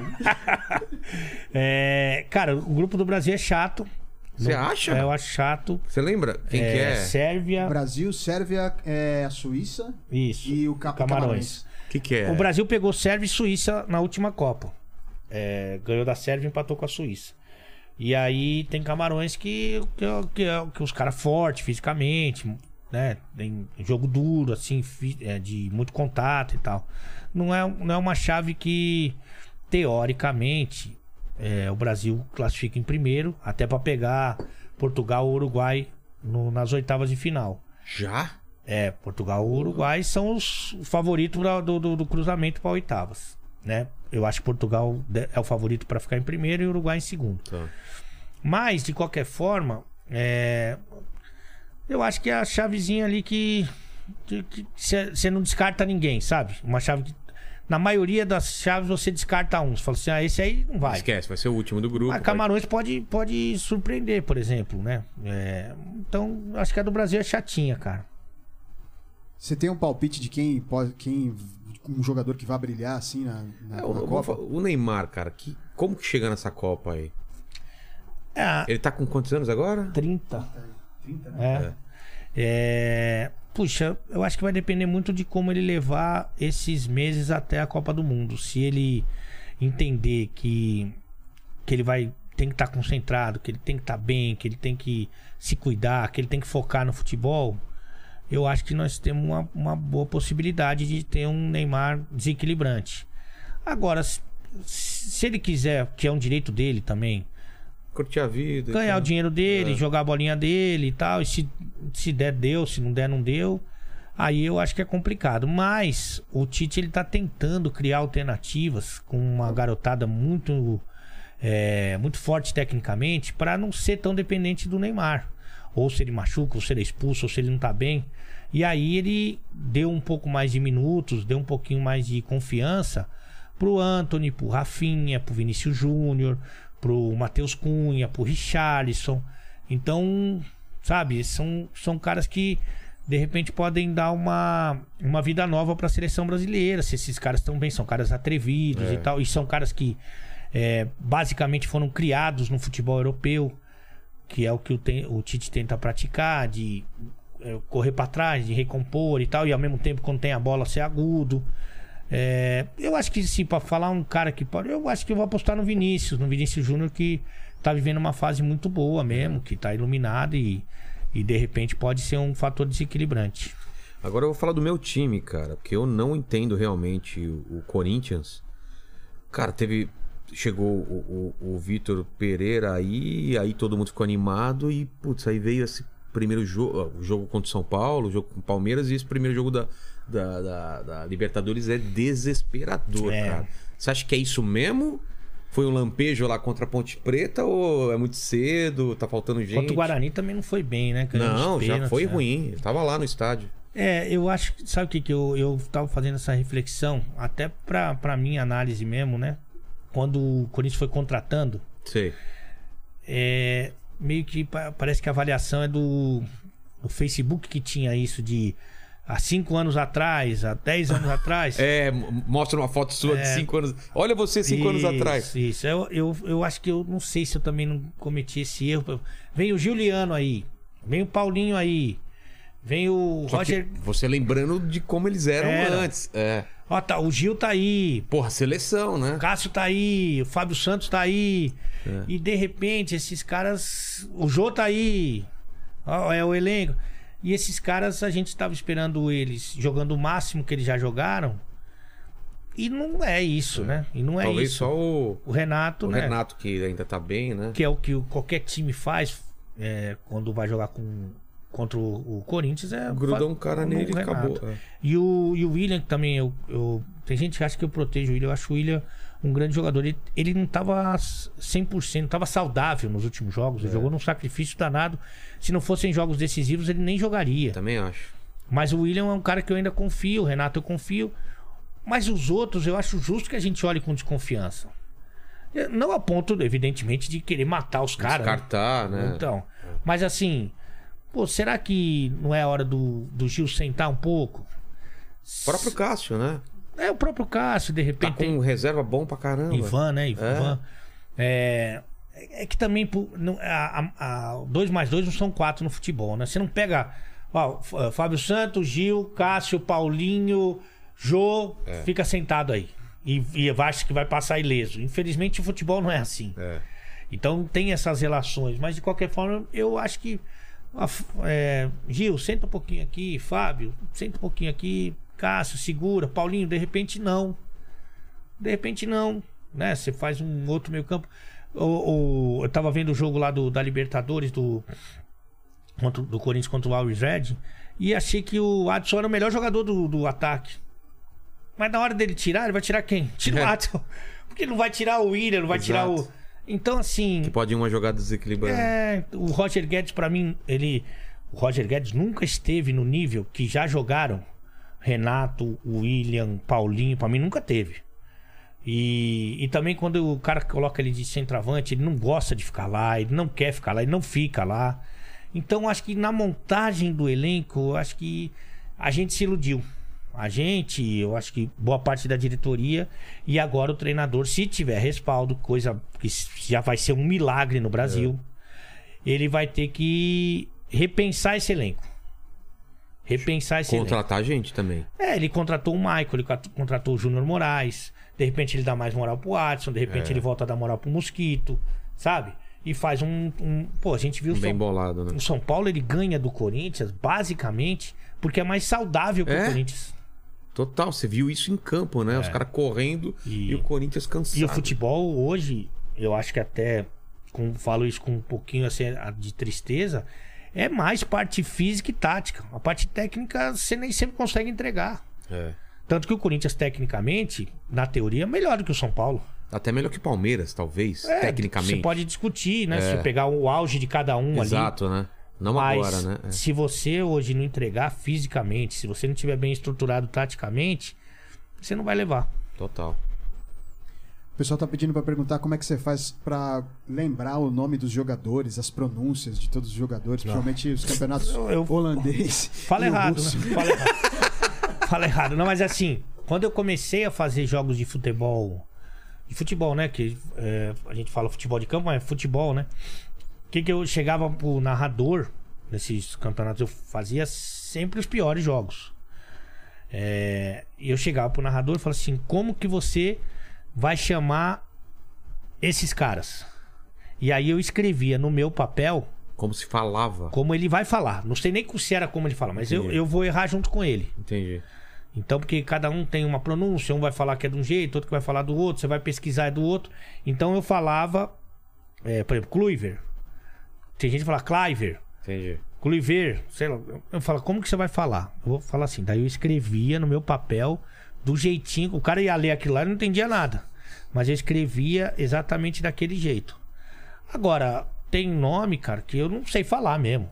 [SPEAKER 3] É, cara, o grupo do Brasil é chato.
[SPEAKER 1] Você
[SPEAKER 3] Não-
[SPEAKER 1] acha?
[SPEAKER 3] É, eu acho chato.
[SPEAKER 1] Você lembra quem que é?
[SPEAKER 3] Sérvia.
[SPEAKER 2] Brasil, Sérvia, é, a Suíça
[SPEAKER 3] Isso.
[SPEAKER 2] e o Cap
[SPEAKER 3] Camarões.
[SPEAKER 1] O que que é?
[SPEAKER 3] O Brasil pegou Sérvia e Suíça na última Copa. É, ganhou da Sérvia e empatou com a Suíça. E aí tem Camarões que, que, que, que os caras fortes fisicamente, né? Tem jogo duro, assim, fi- é, de muito contato e tal. Não é, não é uma chave que, teoricamente, é, o Brasil classifica em primeiro, até pra pegar Portugal ou Uruguai no- nas oitavas de final.
[SPEAKER 1] Já?
[SPEAKER 3] É, Portugal e Uruguai são os favoritos da- do, do, do cruzamento para oitavas, né? Eu acho que Portugal de- é o favorito para ficar em primeiro e Uruguai em segundo.
[SPEAKER 1] Tá.
[SPEAKER 3] Mas, de qualquer forma, é, eu acho que é a chavezinha ali que você não descarta ninguém, sabe? Uma chave que, na maioria das chaves, você descarta um. Você fala assim, ah, esse aí não vai.
[SPEAKER 1] Esquece, vai ser o último do grupo.
[SPEAKER 3] Mas Camarões pode, pode surpreender, por exemplo, né? É, então, acho que a do Brasil é chatinha, cara.
[SPEAKER 2] Você tem um palpite de quem pode, quem um jogador que vai brilhar assim na, na,
[SPEAKER 1] É, o,
[SPEAKER 2] na
[SPEAKER 1] o-
[SPEAKER 2] Copa?
[SPEAKER 1] o Neymar, cara, que, como que chega nessa Copa aí?
[SPEAKER 3] É,
[SPEAKER 1] Ele tá com quantos anos agora?
[SPEAKER 3] trinta.
[SPEAKER 2] trinta, né?
[SPEAKER 3] É. É, puxa, eu acho que vai depender muito de como ele levar esses meses até a Copa do Mundo. Se ele entender que, que ele vai tem que estar concentrado, que ele tem que estar bem, que ele tem que se cuidar, que ele tem que focar no futebol, eu acho que nós temos uma, uma boa possibilidade de ter um Neymar desequilibrante. Agora, se, se ele quiser, que é um direito dele também,
[SPEAKER 1] curtir a vida,
[SPEAKER 3] ganhar o dinheiro dele,
[SPEAKER 1] é.
[SPEAKER 3] jogar a bolinha dele e tal, e se, se der, deu, se não der, não deu. Aí eu acho que é complicado. Mas o Tite, ele tá tentando criar alternativas com uma garotada muito, é, muito forte tecnicamente, para não ser tão dependente do Neymar. Ou se ele machuca, ou se ele é expulso, ou se ele não tá bem. E aí ele deu um pouco mais de minutos, deu um pouquinho mais de confiança pro Antony, pro Rafinha, pro Vinícius Júnior, pro Matheus Cunha, pro Richarlison. Então, sabe, são, são caras que de repente podem dar uma, uma vida nova para a seleção brasileira, se esses caras também são caras atrevidos
[SPEAKER 1] É.
[SPEAKER 3] e tal, e são caras que é, basicamente foram criados no futebol europeu, que é o que o, tem, o Tite tenta praticar, de é, correr para trás, de recompor e tal, e ao mesmo tempo quando tem a bola ser agudo. É, eu acho que sim, para falar um cara que pode, eu acho que eu vou apostar no Vinícius, no Vinícius Júnior, que tá vivendo uma fase muito boa mesmo, que tá iluminado e, e de repente pode ser um fator desequilibrante.
[SPEAKER 1] Agora eu vou falar do meu time, cara, porque eu não entendo realmente o, o Corinthians. Cara, teve... Chegou o, o, o Vitor Pereira aí, aí todo mundo ficou animado e, putz, aí veio esse primeiro jogo, o jogo contra o São Paulo, o jogo com o Palmeiras, e esse primeiro jogo da, da, da, da Libertadores é desesperador,
[SPEAKER 3] É.
[SPEAKER 1] cara. Você acha que é isso mesmo? Foi um lampejo lá contra a Ponte Preta ou é muito cedo, tá faltando gente?
[SPEAKER 3] Contra o Guarani também não foi bem, né? Ganhamos
[SPEAKER 1] Não, já
[SPEAKER 3] pênaltis,
[SPEAKER 1] foi
[SPEAKER 3] né?
[SPEAKER 1] ruim. Eu tava lá no estádio.
[SPEAKER 3] É, eu acho que, sabe o que que eu, eu tava fazendo essa reflexão, até pra, pra minha análise mesmo, né? Quando o Corinthians foi contratando,
[SPEAKER 1] Sei.
[SPEAKER 3] é, meio que pa- parece que a avaliação é do, do Facebook, que tinha isso de há cinco anos atrás, há dez anos atrás.
[SPEAKER 1] É, m- mostra uma foto sua de cinco anos. Olha você cinco anos
[SPEAKER 3] Isso,
[SPEAKER 1] atrás.
[SPEAKER 3] Isso, eu, eu, eu acho que eu não sei se eu também não cometi esse erro. Vem o Juliano aí, vem o Paulinho aí, vem o
[SPEAKER 1] Só
[SPEAKER 3] Roger.
[SPEAKER 1] que você lembrando de como eles eram
[SPEAKER 3] Eram.
[SPEAKER 1] antes. É.
[SPEAKER 3] Ó, tá, o Gil tá aí,
[SPEAKER 1] Porra, seleção, né?
[SPEAKER 3] o Cássio tá aí, o Fábio Santos tá aí.
[SPEAKER 1] É.
[SPEAKER 3] E de repente esses caras. O Jô tá aí. Ó, é o elenco. E esses caras, a gente tava esperando eles jogando o máximo que eles já jogaram. E não é isso, né? E não é
[SPEAKER 1] Talvez
[SPEAKER 3] isso.
[SPEAKER 1] só o,
[SPEAKER 3] O Renato,
[SPEAKER 1] o
[SPEAKER 3] né?
[SPEAKER 1] Renato, que ainda tá bem, né?
[SPEAKER 3] Que é o que o- qualquer time faz é, quando vai jogar com, contra o, o Corinthians. É,
[SPEAKER 1] Grudou um
[SPEAKER 3] fa-
[SPEAKER 1] cara
[SPEAKER 3] no
[SPEAKER 1] nele e
[SPEAKER 3] Renato.
[SPEAKER 1] acabou. É.
[SPEAKER 3] E o, e o William, que também eu, eu. Tem gente que acha que eu protejo o William. Eu acho o William um grande jogador. Ele, ele não tava cem por cento, tava saudável nos últimos jogos. Ele
[SPEAKER 1] É.
[SPEAKER 3] jogou num sacrifício danado. Se não fossem jogos decisivos, ele nem jogaria.
[SPEAKER 1] Também acho.
[SPEAKER 3] Mas o William é um cara que eu ainda confio. O Renato eu confio. Mas os outros, eu acho justo que a gente olhe com desconfiança. Eu- Não a ponto, evidentemente, de querer matar os caras. né?
[SPEAKER 1] Descartar, né?
[SPEAKER 3] Então, mas assim, pô, será que não é a hora do, do Gil sentar um pouco?
[SPEAKER 1] O próprio Cássio, né?
[SPEAKER 3] É o próprio Cássio, de
[SPEAKER 1] Tá
[SPEAKER 3] repente.
[SPEAKER 1] com reserva bom pra caramba.
[SPEAKER 3] Ivan, né? Ivan. É, é que também pô, não- a, a, a dois mais dois não são quatro no futebol, né? Você não pega. Ó, F- Fábio Santos, Gil, Cássio, Paulinho, Jô,
[SPEAKER 1] É.
[SPEAKER 3] fica sentado aí. E, e acha que vai passar ileso. Infelizmente o futebol não é assim.
[SPEAKER 1] É.
[SPEAKER 3] Então tem essas relações, mas de qualquer forma eu acho que a f- é, Gil, senta um pouquinho aqui, Fábio, senta um pouquinho aqui, Cássio, segura, Paulinho, de repente não. De repente não, né? Você faz um outro meio campo. O, o- eu tava vendo o jogo lá do, da Libertadores do, contra- do Corinthians contra o Always Red e achei que o Adson era o melhor jogador do, do ataque. Mas na hora dele tirar, ele vai tirar quem? Tira o
[SPEAKER 1] É.
[SPEAKER 3] Adson. Porque não vai tirar o William, não vai tirar
[SPEAKER 1] Exato.
[SPEAKER 3] o... Então assim...
[SPEAKER 1] Que pode ir uma jogada desequilibrada.
[SPEAKER 3] É, o Roger Guedes, pra mim, ele. O Roger Guedes nunca esteve no nível que já jogaram Renato, William, Paulinho. Pra mim, nunca teve. E, e também quando o cara coloca ele de centroavante, ele não gosta de ficar lá, ele não quer ficar lá, ele não fica lá. Então, acho que na montagem do elenco, eu acho que a gente se iludiu. A gente, eu acho que boa parte da diretoria e agora o treinador, se tiver respaldo, coisa que já vai ser um milagre no Brasil, ele vai ter que repensar esse elenco. Repensar esse elenco.
[SPEAKER 1] Contratar gente também.
[SPEAKER 3] É, ele contratou o Michael, ele cont- contratou o Júnior Moraes. De repente ele dá mais moral pro Adson, de repente
[SPEAKER 1] É.
[SPEAKER 3] ele volta a dar moral pro Mosquito, sabe? e faz um... um... Pô, a gente viu o
[SPEAKER 1] Bem
[SPEAKER 3] São...
[SPEAKER 1] bolado, né?
[SPEAKER 3] o São Paulo, ele ganha do Corinthians, basicamente, porque é mais saudável que
[SPEAKER 1] É?
[SPEAKER 3] o Corinthians.
[SPEAKER 1] Total, você viu isso em campo, né? Os caras correndo e...
[SPEAKER 3] E-
[SPEAKER 1] o Corinthians cansado.
[SPEAKER 3] E o futebol hoje, eu acho que até com, falo isso com um pouquinho assim, de tristeza, é mais parte física e tática. A parte técnica você nem sempre consegue entregar.
[SPEAKER 1] É.
[SPEAKER 3] Tanto que o Corinthians, tecnicamente, na teoria, é melhor do que o São Paulo.
[SPEAKER 1] Até melhor que o Palmeiras, talvez,
[SPEAKER 3] É,
[SPEAKER 1] tecnicamente.
[SPEAKER 3] Você pode discutir, né? Se pegar o auge de cada um ali.
[SPEAKER 1] Exato, né? Não
[SPEAKER 3] Mas
[SPEAKER 1] agora, né? É.
[SPEAKER 3] se você hoje não entregar fisicamente, se você não tiver bem estruturado taticamente, você não vai levar.
[SPEAKER 1] Total.
[SPEAKER 2] O pessoal tá pedindo pra perguntar como é que você faz pra lembrar o nome dos jogadores, as pronúncias de todos os jogadores, principalmente os campeonatos
[SPEAKER 3] Eu- eu-
[SPEAKER 2] holandês.
[SPEAKER 3] Fala
[SPEAKER 2] e o
[SPEAKER 3] errado,
[SPEAKER 2] russo.
[SPEAKER 3] né? Fala errado. Fala errado. Não, mas assim, quando eu comecei a fazer jogos de futebol, de futebol, né? Que é, a gente fala futebol de campo, mas é futebol, né? O que que eu chegava pro narrador nesses campeonatos, eu fazia sempre os piores jogos. É, e eu chegava pro narrador e falava assim, como que você vai chamar esses caras? E aí eu escrevia no meu papel
[SPEAKER 1] Como se falava.
[SPEAKER 3] como ele vai falar. Não sei nem se era como ele fala, mas eu,
[SPEAKER 1] Entendi.
[SPEAKER 3] eu vou errar junto com ele.
[SPEAKER 1] Entendi.
[SPEAKER 3] Então, porque cada um tem uma pronúncia, um vai falar que é de um jeito, outro que vai falar do outro, você vai pesquisar é do outro. Então eu falava, é, por exemplo, Kluivert. Tem gente que fala Cliver,
[SPEAKER 1] Entendi.
[SPEAKER 3] Kluivert, sei lá. Eu falo, como que você vai falar? Eu vou falar assim. Daí eu escrevia no meu papel, do jeitinho. O cara ia ler aquilo lá e não entendia nada. Mas eu escrevia exatamente daquele jeito. Agora, tem nome, cara, que eu não sei falar mesmo.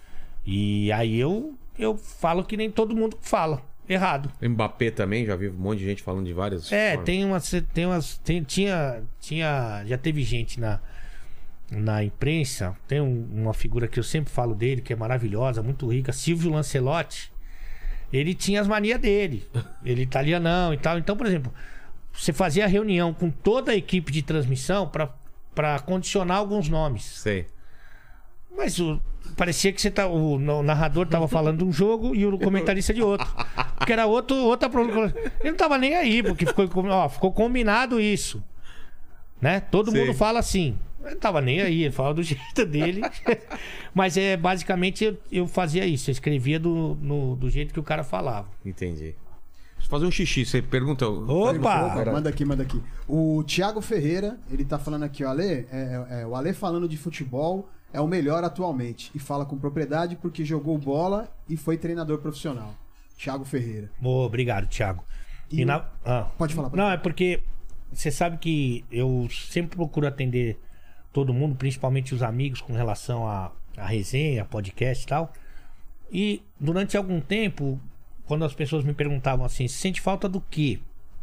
[SPEAKER 3] E aí eu, eu falo que nem todo mundo fala. Errado.
[SPEAKER 1] Mbappé também, já vi um monte de gente falando de várias
[SPEAKER 3] É,
[SPEAKER 1] formas.
[SPEAKER 3] tem umas. Tem umas tem, tinha, tinha. Já teve gente na, na imprensa. Tem um- uma figura que eu sempre falo dele, que é maravilhosa, muito rica, Silvio Lancelotti. Ele tinha as manias dele. Ele italianão e tal. Então, por exemplo, você fazia reunião com toda a equipe de transmissão pra, pra condicionar alguns nomes.
[SPEAKER 1] Sei.
[SPEAKER 3] Mas o, parecia que você tá, o, o narrador tava falando de um jogo e o comentarista de outro. Porque era outro, outra problema. Ele não tava nem aí, porque ficou, ó, ficou combinado isso. Né? Todo
[SPEAKER 1] Sim.
[SPEAKER 3] mundo fala assim. Ele não tava nem aí, ele falava do jeito dele. Mas é basicamente eu, eu fazia isso. Eu escrevia do, no- do jeito que o cara falava.
[SPEAKER 1] Entendi. Deixa eu fazer um xixi. Você pergunta.
[SPEAKER 3] Opa!
[SPEAKER 2] Opa, manda aqui, manda aqui. O Thiago Ferreira, ele tá falando aqui, ó, Ale, é, é, é, o Ale falando de futebol é o melhor atualmente. E fala com propriedade porque jogou bola e foi treinador profissional. Thiago Ferreira.
[SPEAKER 3] Ô, obrigado, Thiago.
[SPEAKER 2] E
[SPEAKER 3] E
[SPEAKER 2] o-
[SPEAKER 3] na- ah.
[SPEAKER 2] Pode falar. Pode
[SPEAKER 3] Não,
[SPEAKER 2] falar.
[SPEAKER 3] é porque você sabe que eu sempre procuro atender todo mundo, principalmente os amigos, com relação a, a resenha, podcast e tal. E durante algum tempo, quando as pessoas me perguntavam assim, você sente falta do quê?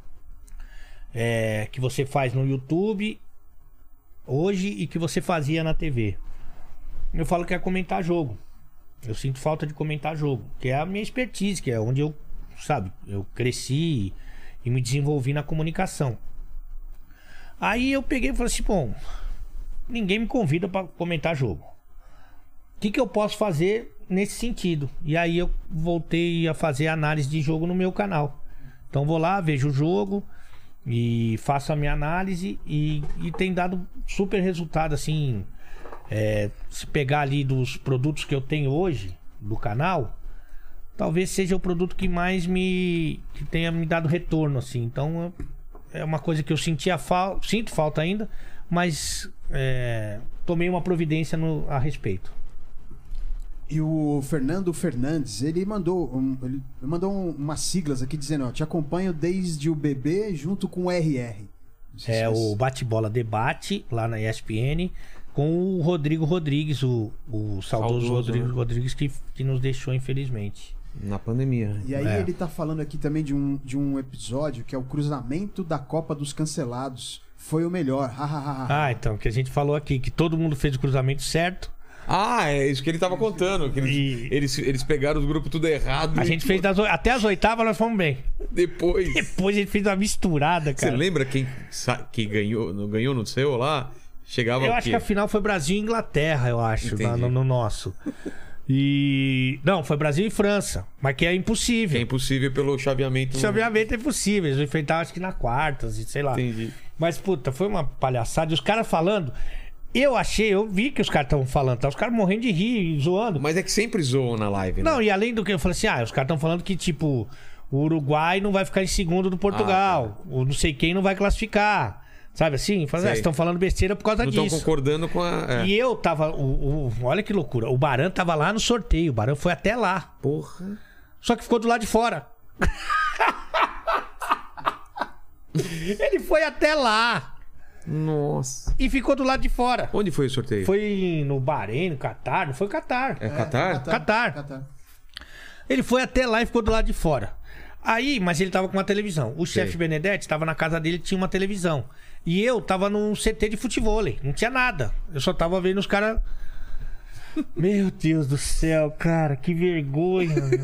[SPEAKER 3] É, que você faz no YouTube hoje e que você fazia na T V? Eu falo que é comentar jogo. Eu sinto falta de comentar jogo, que é a minha expertise, que é onde eu, sabe, eu cresci e me desenvolvi na comunicação. Aí eu peguei e falei assim, bom, ninguém me convida pra comentar jogo. O que que eu posso fazer nesse sentido? E aí eu voltei a fazer análise de jogo no meu canal. Então vou lá, vejo o jogo e faço a minha análise e, e tem dado super resultado, assim. É, se pegar ali dos produtos que eu tenho hoje do canal, talvez seja o produto que mais me que tenha me dado retorno, assim. Então é uma coisa que eu sentia fal sinto falta ainda, mas é, tomei uma providência no, a respeito.
[SPEAKER 2] E o Fernando Fernandes, ele mandou, um, ele mandou um- umas siglas aqui dizendo, ó, te acompanho desde o bebê junto com o R R. Não sei
[SPEAKER 3] É
[SPEAKER 2] se
[SPEAKER 3] o Bate-Bola Debate lá na E S P N com o Rodrigo Rodrigues, o, o saudoso,
[SPEAKER 1] Saudoso,
[SPEAKER 3] Rodrigo
[SPEAKER 1] né?
[SPEAKER 3] Rodrigues que, que nos deixou, infelizmente.
[SPEAKER 1] Na pandemia.
[SPEAKER 2] E aí
[SPEAKER 3] É.
[SPEAKER 2] ele tá falando aqui também de um, de um episódio que é o cruzamento da Copa dos Cancelados. Foi o melhor. Ha, ha, ha, ha.
[SPEAKER 3] Ah, então, que a gente falou aqui, que todo mundo fez o cruzamento certo.
[SPEAKER 1] Ah, é isso que ele tava contando. Que eles,
[SPEAKER 3] E-
[SPEAKER 1] eles, eles pegaram os grupos tudo errado.
[SPEAKER 3] A
[SPEAKER 1] e
[SPEAKER 3] gente fez das, oi- até as oitavas, nós fomos bem.
[SPEAKER 1] depois.
[SPEAKER 3] Depois a gente fez uma misturada,
[SPEAKER 1] Você
[SPEAKER 3] cara.
[SPEAKER 1] lembra quem sa- que ganhou, não ganhou no seu lá? Chegava
[SPEAKER 3] Eu
[SPEAKER 1] o
[SPEAKER 3] acho
[SPEAKER 1] quê?
[SPEAKER 3] que a final foi Brasil e Inglaterra, eu acho,
[SPEAKER 1] Entendi.
[SPEAKER 3] na- no, no nosso. E. Não, foi Brasil e França. Mas que é
[SPEAKER 1] Que
[SPEAKER 3] impossível.
[SPEAKER 1] é impossível pelo chaveamento.
[SPEAKER 3] Esse obviamente é impossível. Eles enfrentaram acho que na quartas, e sei lá.
[SPEAKER 1] Entendi.
[SPEAKER 3] Mas, puta, foi uma palhaçada. E os caras falando. Eu achei, eu vi que os caras estavam falando, tá? Os caras morrendo de rir, zoando.
[SPEAKER 1] Mas é que sempre zoam na live, né?
[SPEAKER 3] Não, e além do que eu falei assim, ah, os caras estão falando que, tipo, o Uruguai não vai ficar em segundo do Portugal. Ah, tá. O não sei quem não vai classificar. Sabe assim? Fala, ah, estão falando besteira por causa
[SPEAKER 1] não
[SPEAKER 3] disso.
[SPEAKER 1] Não estão concordando com a... É.
[SPEAKER 3] E eu tava... O, o, olha que loucura. O Baran tava lá no sorteio. O Baran foi até lá.
[SPEAKER 1] Porra.
[SPEAKER 3] Só que ficou do lado de fora. Ele foi até lá.
[SPEAKER 1] Nossa.
[SPEAKER 3] E ficou do lado de fora.
[SPEAKER 1] Onde foi o sorteio?
[SPEAKER 3] Foi no Bahrein, no Catar. Não foi Catar.
[SPEAKER 1] É, é Catar?
[SPEAKER 3] Catar. Catar. Ele foi até lá e ficou do lado de fora. Aí, mas ele tava com uma televisão. O chefe Benedetti tava na casa dele, tinha uma televisão. E eu tava num C T de futevôlei. Não tinha nada. Eu só tava vendo os caras... Meu Deus do céu, cara. Que vergonha, meu.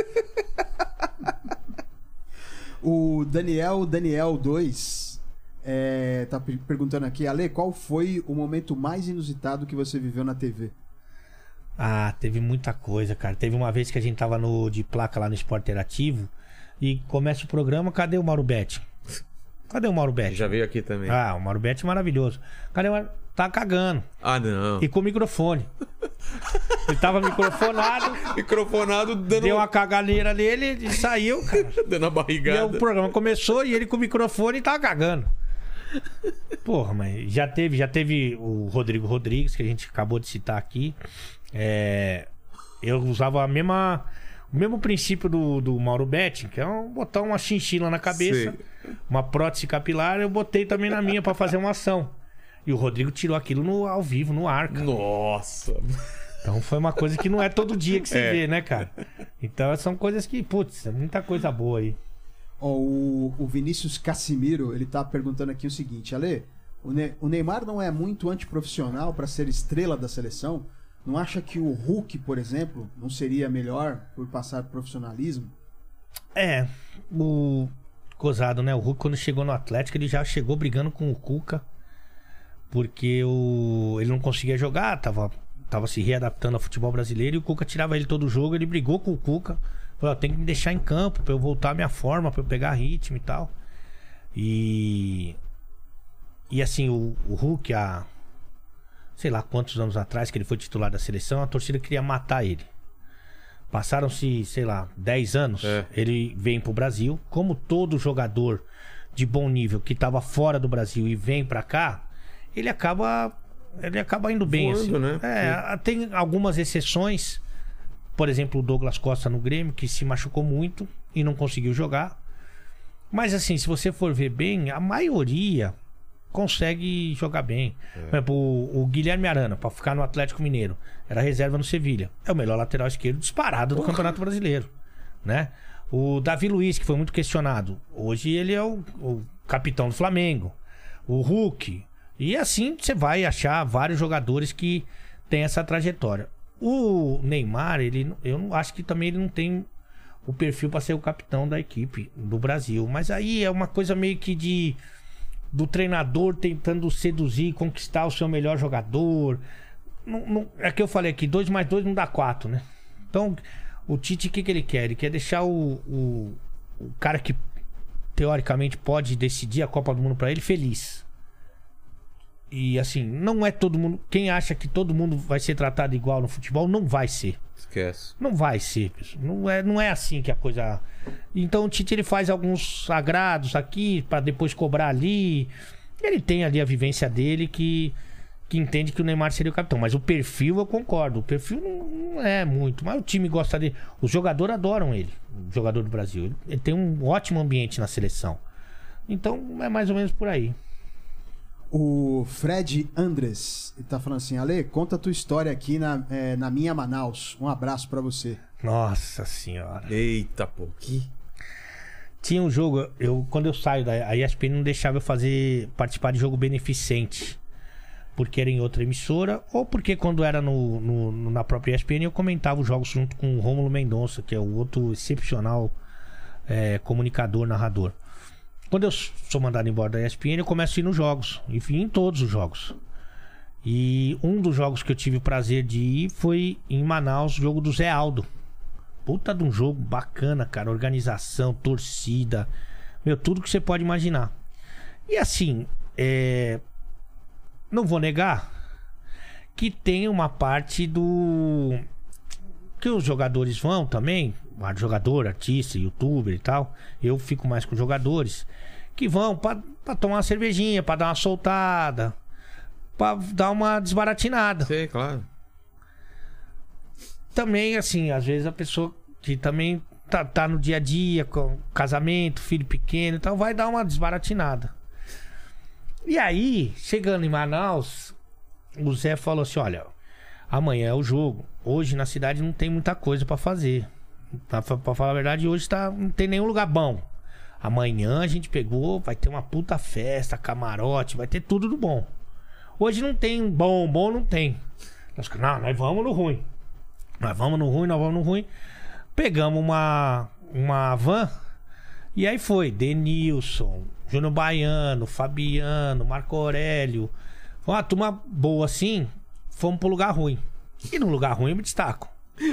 [SPEAKER 2] O Daniel, Daniel dois, é, tá perguntando aqui, Ale, qual foi o momento mais inusitado que você viveu na T V?
[SPEAKER 3] Ah, teve muita coisa, cara. Teve uma vez que a gente tava no, de placa lá no Esporte Interativo e começa o programa, cadê o Mauro Betti? Cadê o Mauro Betti?
[SPEAKER 1] Já veio aqui também.
[SPEAKER 3] Ah, o Mauro Betti é maravilhoso. Cadê o Mauro? Tá cagando.
[SPEAKER 1] Ah, não.
[SPEAKER 3] E com o microfone. Ele tava microfonado.
[SPEAKER 1] Microfonado dando...
[SPEAKER 3] Deu uma caganeira nele e saiu, cara.
[SPEAKER 1] Dando a barrigada.
[SPEAKER 3] E aí o programa começou e ele com o microfone tava cagando. Porra, mas já teve, já teve o Rodrigo Rodrigues, que a gente acabou de citar aqui. É, eu usava a mesma, o mesmo princípio do, do Mauro Betti, que é um, botar uma chinchila na cabeça, sim, uma prótese capilar, eu botei também na minha pra fazer uma ação. E o Rodrigo tirou aquilo no, ao vivo, no ar, cara.
[SPEAKER 1] Nossa!
[SPEAKER 3] Então foi uma coisa que não é todo dia que você é. vê, né, cara? Então são coisas que, putz, é muita coisa boa aí.
[SPEAKER 2] Ó, o, o Vinícius Casimiro, ele tá perguntando aqui o seguinte, Ale, o, ne o Neymar não é muito antiprofissional pra ser estrela da seleção? Não acha que o Hulk, por exemplo, não seria melhor por passar profissionalismo?
[SPEAKER 3] É, o gozado, né? O Hulk, quando chegou no Atlético, ele já chegou brigando com o Cuca, porque o... ele não conseguia jogar, tava, tava se readaptando ao futebol brasileiro, e o Cuca tirava ele todo jogo, ele brigou com o Cuca, falou, tem que me deixar em campo pra eu voltar à minha forma, pra eu pegar ritmo e tal. E... E assim, o, o Hulk, a... sei lá quantos anos atrás que ele foi titular da seleção, a torcida queria matar ele. Passaram-se, sei lá, dez anos, é. ele vem pro Brasil. Como todo jogador de bom nível que tava fora do Brasil e vem pra cá, ele acaba ele acaba indo bem, voando, assim. Né? É, tem algumas exceções. Por exemplo, o Douglas Costa no Grêmio, que se machucou muito e não conseguiu jogar. Mas assim, se você for ver bem, a maioria consegue jogar bem. É. Por exemplo, o, o Guilherme Arana, pra ficar no Atlético Mineiro, era reserva no Sevilha. É o melhor lateral esquerdo disparado do Porra. Campeonato Brasileiro, né? O Davi Luiz, que foi muito questionado, hoje ele é o, o capitão do Flamengo. O Hulk. E assim você vai achar vários jogadores que têm essa trajetória. O Neymar, ele, eu não acho que também ele não tem o perfil para ser o capitão da equipe do Brasil. Mas aí é uma coisa meio que de do treinador tentando seduzir e conquistar o seu melhor jogador. Não, não, é que eu falei aqui, dois mais dois não dá quatro, né? Então, o Tite, o que, que ele quer? Ele quer deixar o, o, o cara que teoricamente pode decidir a Copa do Mundo para ele feliz. E assim, não é todo mundo... Quem acha que todo mundo vai ser tratado igual no futebol, não vai ser.
[SPEAKER 1] Esquece.
[SPEAKER 3] Não vai ser, pessoal. Não é, não é assim que a coisa... Então o Tite, ele faz alguns agrados aqui para depois cobrar ali. Ele tem ali a vivência dele que, que entende que o Neymar seria o capitão. Mas o perfil, eu concordo. O perfil não, não é muito. Mas o time gosta dele. Os jogadores adoram ele. O jogador do Brasil. Ele, ele tem um ótimo ambiente na seleção. Então é mais ou menos por aí.
[SPEAKER 2] O Fred Andres, ele tá falando assim, Ale, conta a tua história aqui na, é, na minha Manaus. Um abraço pra você.
[SPEAKER 3] Nossa senhora.
[SPEAKER 1] Eita, pô, que...
[SPEAKER 3] Tinha um jogo, eu, quando eu saio da a E S P N não deixava eu fazer, participar de jogo beneficente. Porque era em outra emissora, ou porque quando era no, no, na própria E S P N eu comentava os jogos junto com o Rômulo Mendonça, que é o outro excepcional é, comunicador, narrador. Quando eu sou mandado embora da E S P N, eu começo a ir nos jogos. Enfim, em todos os jogos. E um dos jogos que eu tive o prazer de ir foi em Manaus, o jogo do Zé Aldo. Puta de um jogo bacana, cara. Organização, torcida. Meu, tudo que você pode imaginar. E assim, é... não vou negar que tem uma parte do... que os jogadores vão também, jogador, artista, youtuber e tal. Eu fico mais com jogadores que vão pra, pra tomar uma cervejinha, pra dar uma soltada, pra dar uma desbaratinada.
[SPEAKER 1] Sim, claro.
[SPEAKER 3] Também, assim, às vezes a pessoa que também tá, tá no dia a dia, com casamento, filho pequeno e tal, vai dar uma desbaratinada. E aí, chegando em Manaus, o Zé falou assim, olha, amanhã é o jogo. Hoje na cidade não tem muita coisa pra fazer. Pra, pra falar a verdade, hoje tá, não tem nenhum lugar bom. Amanhã a gente pegou, vai ter uma puta festa, camarote, vai ter tudo do bom. Hoje não tem bom, bom não tem. Nós, não, nós vamos no ruim. Nós vamos no ruim, nós vamos no ruim. Pegamos uma, uma van e aí foi. Denilson, Júnior Baiano, Fabiano, Marco Aurélio. Foi uma turma boa assim. Fomos pro lugar ruim. E no lugar ruim eu me destaco.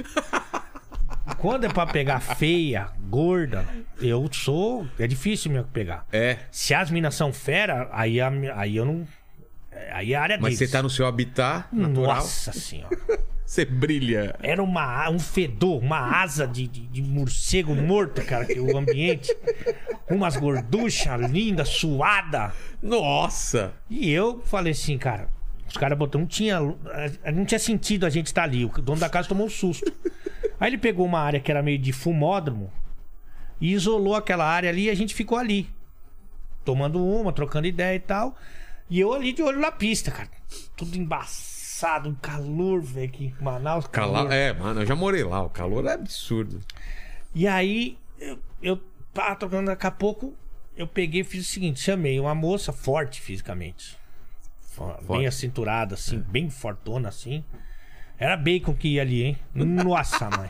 [SPEAKER 3] Quando é pra pegar feia, gorda, eu sou... É difícil me pegar.
[SPEAKER 1] É.
[SPEAKER 3] Se as minas são fera, aí, a, aí eu não... Aí é a área
[SPEAKER 1] Mas
[SPEAKER 3] deles.
[SPEAKER 1] você tá no seu habitat natural.
[SPEAKER 3] Nossa senhora.
[SPEAKER 1] Você brilha.
[SPEAKER 3] Era uma, um fedor, uma asa de, de, de morcego morto, cara, que o ambiente. Umas gorduchas lindas, suada.
[SPEAKER 1] Nossa.
[SPEAKER 3] E eu falei assim, cara, os caras botaram, não tinha, não tinha sentido a gente estar ali. O dono da casa tomou um susto. Aí ele pegou uma área que era meio de fumódromo e isolou aquela área ali e a gente ficou ali. Tomando uma, trocando ideia e tal. E eu ali de olho na pista, cara. Tudo embaçado, um calor, velho, aqui em Manaus. Calor.
[SPEAKER 1] Cala... É, mano, eu já morei lá. O calor é absurdo.
[SPEAKER 3] E aí, eu, eu tava trocando, daqui a pouco, eu peguei e fiz o seguinte: chamei uma moça forte fisicamente. Forte. Bem acinturada, assim, é. Bem fortona, assim. Era bacon que ia ali, hein? Nossa, mãe.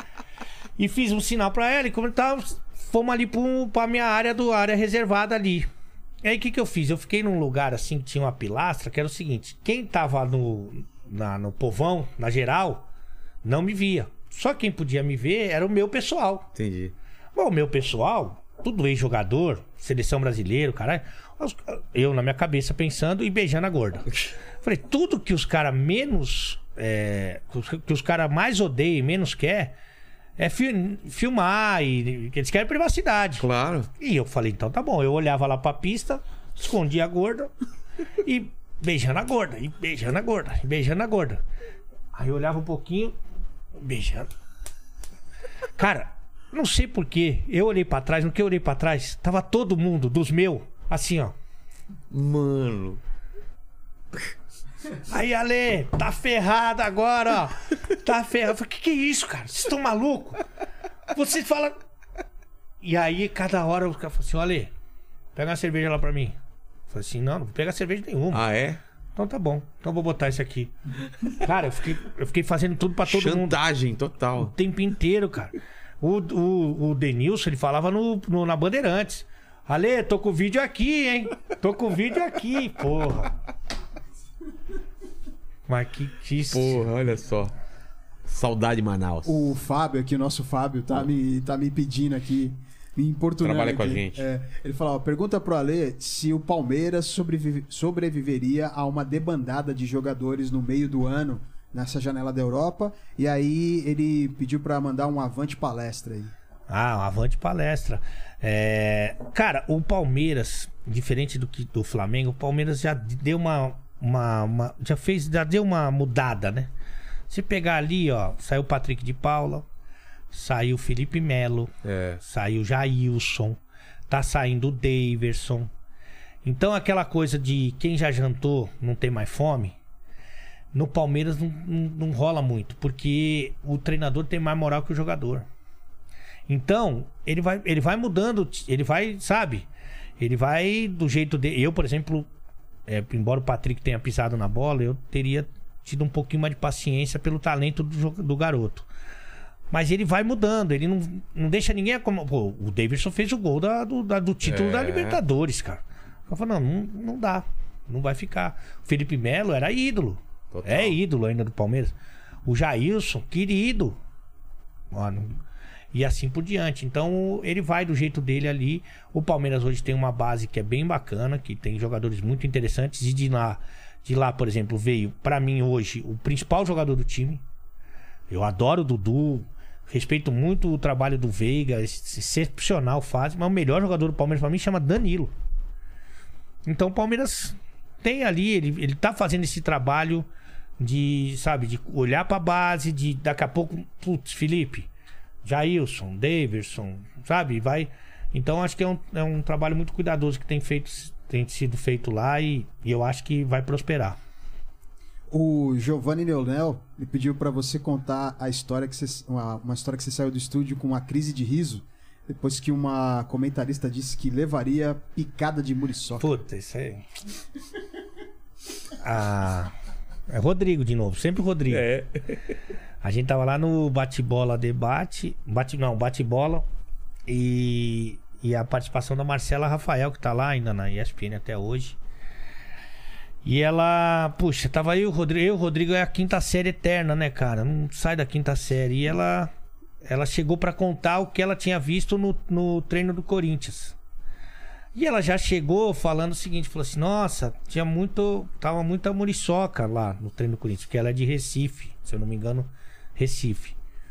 [SPEAKER 3] E fiz um sinal pra ela e como tava, fomos ali pro, pra minha área, do, área reservada ali. E aí o que que eu fiz? Eu fiquei num lugar assim que tinha uma pilastra, que era o seguinte: quem tava no, na, no povão, na geral, não me via. Só quem podia me ver era o meu pessoal.
[SPEAKER 1] Entendi.
[SPEAKER 3] Bom, o meu pessoal, tudo ex-jogador, seleção brasileira, caralho. Eu na minha cabeça pensando e beijando a gorda. Falei, tudo que os caras menos... É, que os caras mais odeiam e menos quer é fi filmar e que eles querem privacidade.
[SPEAKER 1] Claro.
[SPEAKER 3] E eu falei, então tá bom. Eu olhava lá pra pista, escondia a gorda e beijando a gorda, e beijando a gorda, e beijando a gorda. Aí eu olhava um pouquinho, beijando. Cara, não sei porquê. Eu olhei pra trás, no que eu olhei pra trás, tava todo mundo dos meus, assim, ó.
[SPEAKER 1] Mano.
[SPEAKER 3] Aí, Ale, tá ferrado agora, ó. Tá ferrado. Eu falei, que que é isso, cara? Vocês estão malucos? Você fala... E aí, cada hora, o cara falou assim, Ale, pega uma cerveja lá pra mim. Eu falei assim, não, não vou pegar cerveja nenhuma.
[SPEAKER 1] Ah, é?
[SPEAKER 3] Então tá bom. Então vou botar esse aqui. Cara, eu fiquei, eu fiquei fazendo tudo pra todo
[SPEAKER 1] Chantagem
[SPEAKER 3] mundo.
[SPEAKER 1] Chantagem total.
[SPEAKER 3] O tempo inteiro, cara. O, o, o Denilson, ele falava no, no, na Bandeirantes. Ale, tô com o vídeo aqui, hein? Tô com o vídeo aqui, porra. Mas que, que...
[SPEAKER 1] Porra, olha só. Saudade de Manaus.
[SPEAKER 2] O Fábio aqui, o nosso Fábio, tá, me, tá me pedindo aqui, me importunando.
[SPEAKER 1] Trabalha
[SPEAKER 2] aqui.
[SPEAKER 1] com a gente.
[SPEAKER 2] É, ele falou, ó, pergunta pro Ale se o Palmeiras sobrevive, sobreviveria a uma debandada de jogadores no meio do ano, nessa janela da Europa. E aí ele pediu pra mandar um avante palestra aí.
[SPEAKER 3] Ah, um avante palestra. É... Cara, o Palmeiras, diferente do que do Flamengo, o Palmeiras já deu uma... Uma, uma, já fez, já deu uma mudada, né? Se pegar ali, ó, saiu o Patrick de Paula, saiu o Felipe Melo,
[SPEAKER 1] é. Saiu
[SPEAKER 3] o Jailson, tá saindo o Daverson. Então aquela coisa de quem já jantou não tem mais fome, no Palmeiras não, não, não rola muito, porque o treinador tem mais moral que o jogador. Então, ele vai, ele vai mudando, ele vai, sabe? Ele vai do jeito dele. Eu, por exemplo... É, embora o Patrick tenha pisado na bola, eu teria tido um pouquinho mais de paciência pelo talento do, do garoto. Mas ele vai mudando, ele não, não deixa ninguém... Pô, o Davidson fez o gol da, do, da, do título é. da Libertadores, cara. Eu falei, não, não, não dá, não vai ficar. O Felipe Melo era ídolo. Total. É ídolo ainda do Palmeiras. O Jailson, querido. Mano... E assim por diante. Então ele vai do jeito dele ali. O Palmeiras hoje tem uma base que é bem bacana, que tem jogadores muito interessantes. E de lá De lá, por exemplo, veio, pra mim hoje, o principal jogador do time. Eu adoro o Dudu, respeito muito o trabalho do Veiga, excepcional fase, mas o melhor jogador do Palmeiras pra mim chama Danilo. Então o Palmeiras tem ali, ele, ele tá fazendo esse trabalho de, sabe, de olhar pra base, de daqui a pouco, putz, Felipe, Jailson, Daverson, sabe, vai... Então acho que é um, é um trabalho muito cuidadoso que tem, feito, tem sido feito lá e, e eu acho que vai prosperar.
[SPEAKER 2] O Giovanni Leonel me pediu pra você contar a história que você, uma, uma história que você saiu do estúdio com uma crise de riso depois que uma comentarista disse que levaria picada de muriçoca.
[SPEAKER 3] Puta, isso aí... Ah, é Rodrigo de novo, sempre o Rodrigo.
[SPEAKER 1] É.
[SPEAKER 3] A gente tava lá no bate-bola debate, bate, não, bate-bola e, e a participação da Marcela Rafael, que tá lá ainda na E S P N até hoje. E ela, puxa, tava aí o Rodrigo, eu, o Rodrigo é a quinta série eterna, né, cara? Não sai da quinta série. E ela, ela chegou pra contar o que ela tinha visto no, no treino do Corinthians. E ela já chegou falando o seguinte, falou assim, nossa, tinha muito, tava muita muriçoca lá no treino do Corinthians, porque ela é de Recife, se eu não me engano, Recife.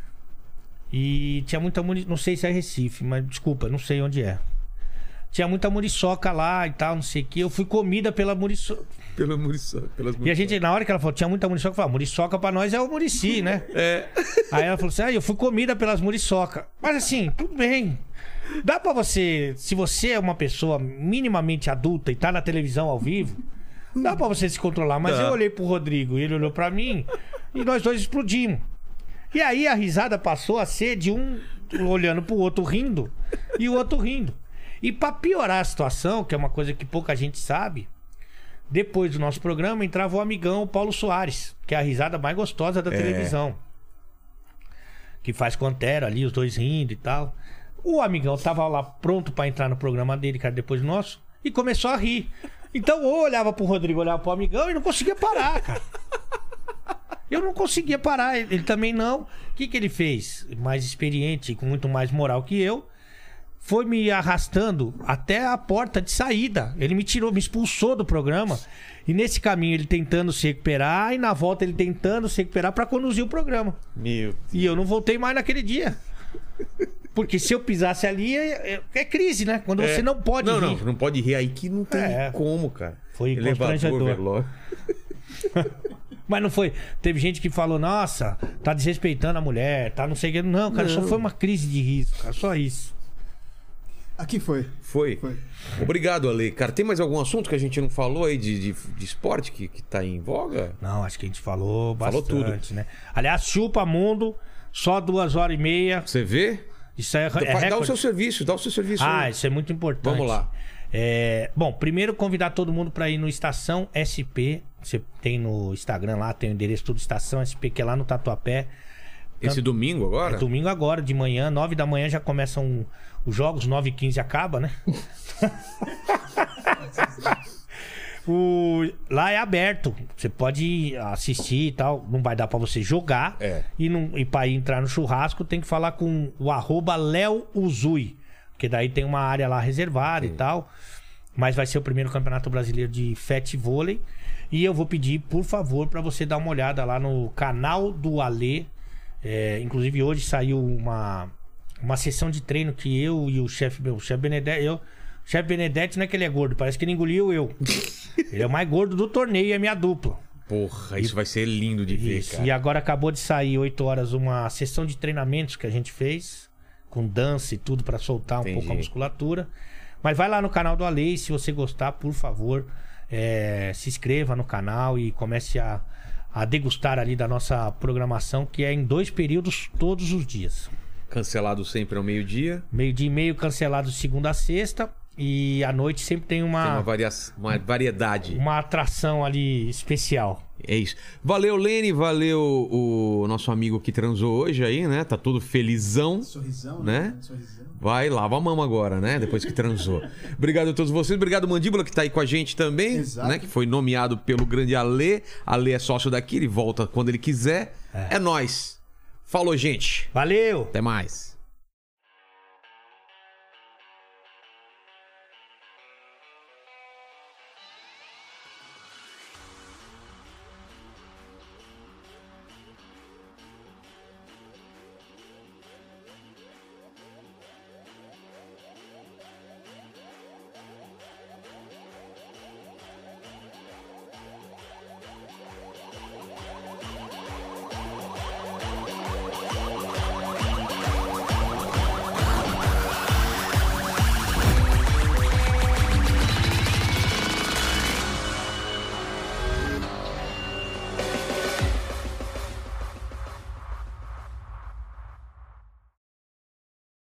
[SPEAKER 3] E tinha muita muriçoca, não sei se é Recife, mas desculpa, não sei onde é. Tinha muita muriçoca lá e tal, não sei o que. Eu fui comida pela muriçoca.
[SPEAKER 1] Pela muriçoca, pelas muriçoca.
[SPEAKER 3] E a gente, na hora que ela falou, tinha muita muriçoca, eu falei, muriçoca pra nós é o Murici, né?
[SPEAKER 1] É.
[SPEAKER 3] Aí ela falou assim, ah, eu fui comida pelas muriçoca. Mas assim, tudo bem. Dá pra você, se você é uma pessoa minimamente adulta e tá na televisão ao vivo, dá pra você se controlar. Mas
[SPEAKER 1] Dá.
[SPEAKER 3] eu olhei pro Rodrigo, ele olhou pra mim e nós dois explodimos. E aí a risada passou a ser de um olhando pro outro rindo e o outro rindo. E pra piorar a situação, que é uma coisa que pouca gente sabe, depois do nosso programa entrava o amigão o Paulo Soares, que é a risada mais gostosa da
[SPEAKER 1] É.
[SPEAKER 3] televisão. Que faz com Antero ali, os dois rindo e tal. O amigão tava lá pronto pra entrar no programa dele, cara, depois do nosso, e começou a rir. Então eu olhava pro Rodrigo, olhava pro amigão e não conseguia parar, cara. Eu não conseguia parar, ele também não. O que que ele fez? Mais experiente, com muito mais moral que eu, foi me arrastando até a porta de saída. Ele me tirou, me expulsou do programa. E nesse caminho ele tentando se recuperar, e na volta ele tentando se recuperar pra conduzir o programa.
[SPEAKER 1] Meu Deus.
[SPEAKER 3] E eu não voltei mais naquele dia. Porque se eu pisasse ali, é, é- é crise, né? Quando
[SPEAKER 1] É.
[SPEAKER 3] você não pode
[SPEAKER 1] Não,
[SPEAKER 3] rir.
[SPEAKER 1] não, não pode rir aí que não tem
[SPEAKER 3] É.
[SPEAKER 1] como, cara.
[SPEAKER 3] Foi
[SPEAKER 1] Elevador,
[SPEAKER 3] constrangedor.
[SPEAKER 1] velório.
[SPEAKER 3] Mas não foi. Teve gente que falou, nossa, tá desrespeitando a mulher, tá não sei o que. Não, cara, só
[SPEAKER 1] Não.
[SPEAKER 3] foi uma crise de riso, cara. Só isso.
[SPEAKER 2] Aqui foi.
[SPEAKER 1] Foi.
[SPEAKER 2] Foi.
[SPEAKER 1] Obrigado, Ale. Cara, tem mais algum assunto que a gente não falou aí de, de, de esporte que, que tá em voga?
[SPEAKER 3] Não, acho que a gente falou
[SPEAKER 1] Falou
[SPEAKER 3] bastante, né? Aliás, chupa mundo, só duas horas e meia.
[SPEAKER 1] Você vê?
[SPEAKER 3] Isso é, é
[SPEAKER 1] Dá, dá o
[SPEAKER 3] recorde.
[SPEAKER 1] seu serviço, dá o seu serviço.
[SPEAKER 3] Ah,
[SPEAKER 1] aí.
[SPEAKER 3] isso é muito importante.
[SPEAKER 1] Vamos lá.
[SPEAKER 3] É, bom, primeiro convidar todo mundo para ir no Estação S P. Você tem no Instagram lá, tem o endereço tudo Estação S P, que é lá no Tatuapé.
[SPEAKER 1] Esse domingo agora?
[SPEAKER 3] É domingo agora, de manhã, nove da manhã já começam os jogos, nove e quinze acaba, né? O... Lá é aberto, você pode assistir e tal. Não vai dar pra você jogar.
[SPEAKER 1] É.
[SPEAKER 3] E, não... e pra ir entrar no churrasco tem que falar com o arroba Léo Uzui, porque daí tem uma área lá reservada e tal. Mas vai ser o primeiro campeonato brasileiro de fat vôlei. E eu vou pedir, por favor, pra você dar uma olhada lá no canal do Ale. É, inclusive hoje saiu uma, uma sessão de treino que eu e o chefe meu, o chefe Benedetti, eu, o chefe Benedetti não é que ele é gordo, parece que ele engoliu eu. Ele é o mais gordo do torneio e é minha dupla.
[SPEAKER 1] Porra, isso vai ser lindo de ver,
[SPEAKER 3] Isso.
[SPEAKER 1] cara.
[SPEAKER 3] E agora acabou de sair oito horas uma sessão de treinamentos que a gente fez, com dança e tudo pra soltar um
[SPEAKER 1] Entendi.
[SPEAKER 3] pouco a musculatura. Mas vai lá no canal do Ale e se você gostar, por favor, é, se inscreva no canal e comece a a degustar ali da nossa programação, que é em dois períodos todos os dias.
[SPEAKER 1] Cancelado sempre ao meio-dia.
[SPEAKER 3] Meio-dia e meio cancelado de segunda a sexta. E à noite sempre tem uma,
[SPEAKER 1] Tem uma, varia... uma variedade.
[SPEAKER 3] uma atração ali especial.
[SPEAKER 1] É isso. Valeu, Lene. Valeu o nosso amigo que transou hoje aí, né? Tá todo felizão.
[SPEAKER 2] Sorrisão,
[SPEAKER 1] Né?
[SPEAKER 2] né? Sorrisão.
[SPEAKER 1] Vai, lava a mama agora, né? Depois que transou. Obrigado a todos vocês. Obrigado, Mandíbula, que tá aí com a gente também.
[SPEAKER 2] Exato.
[SPEAKER 1] Né? Que foi nomeado pelo grande Ale. Ale é sócio daqui, ele volta quando ele quiser. É, é nóis. Falou, gente.
[SPEAKER 3] Valeu!
[SPEAKER 1] Até mais.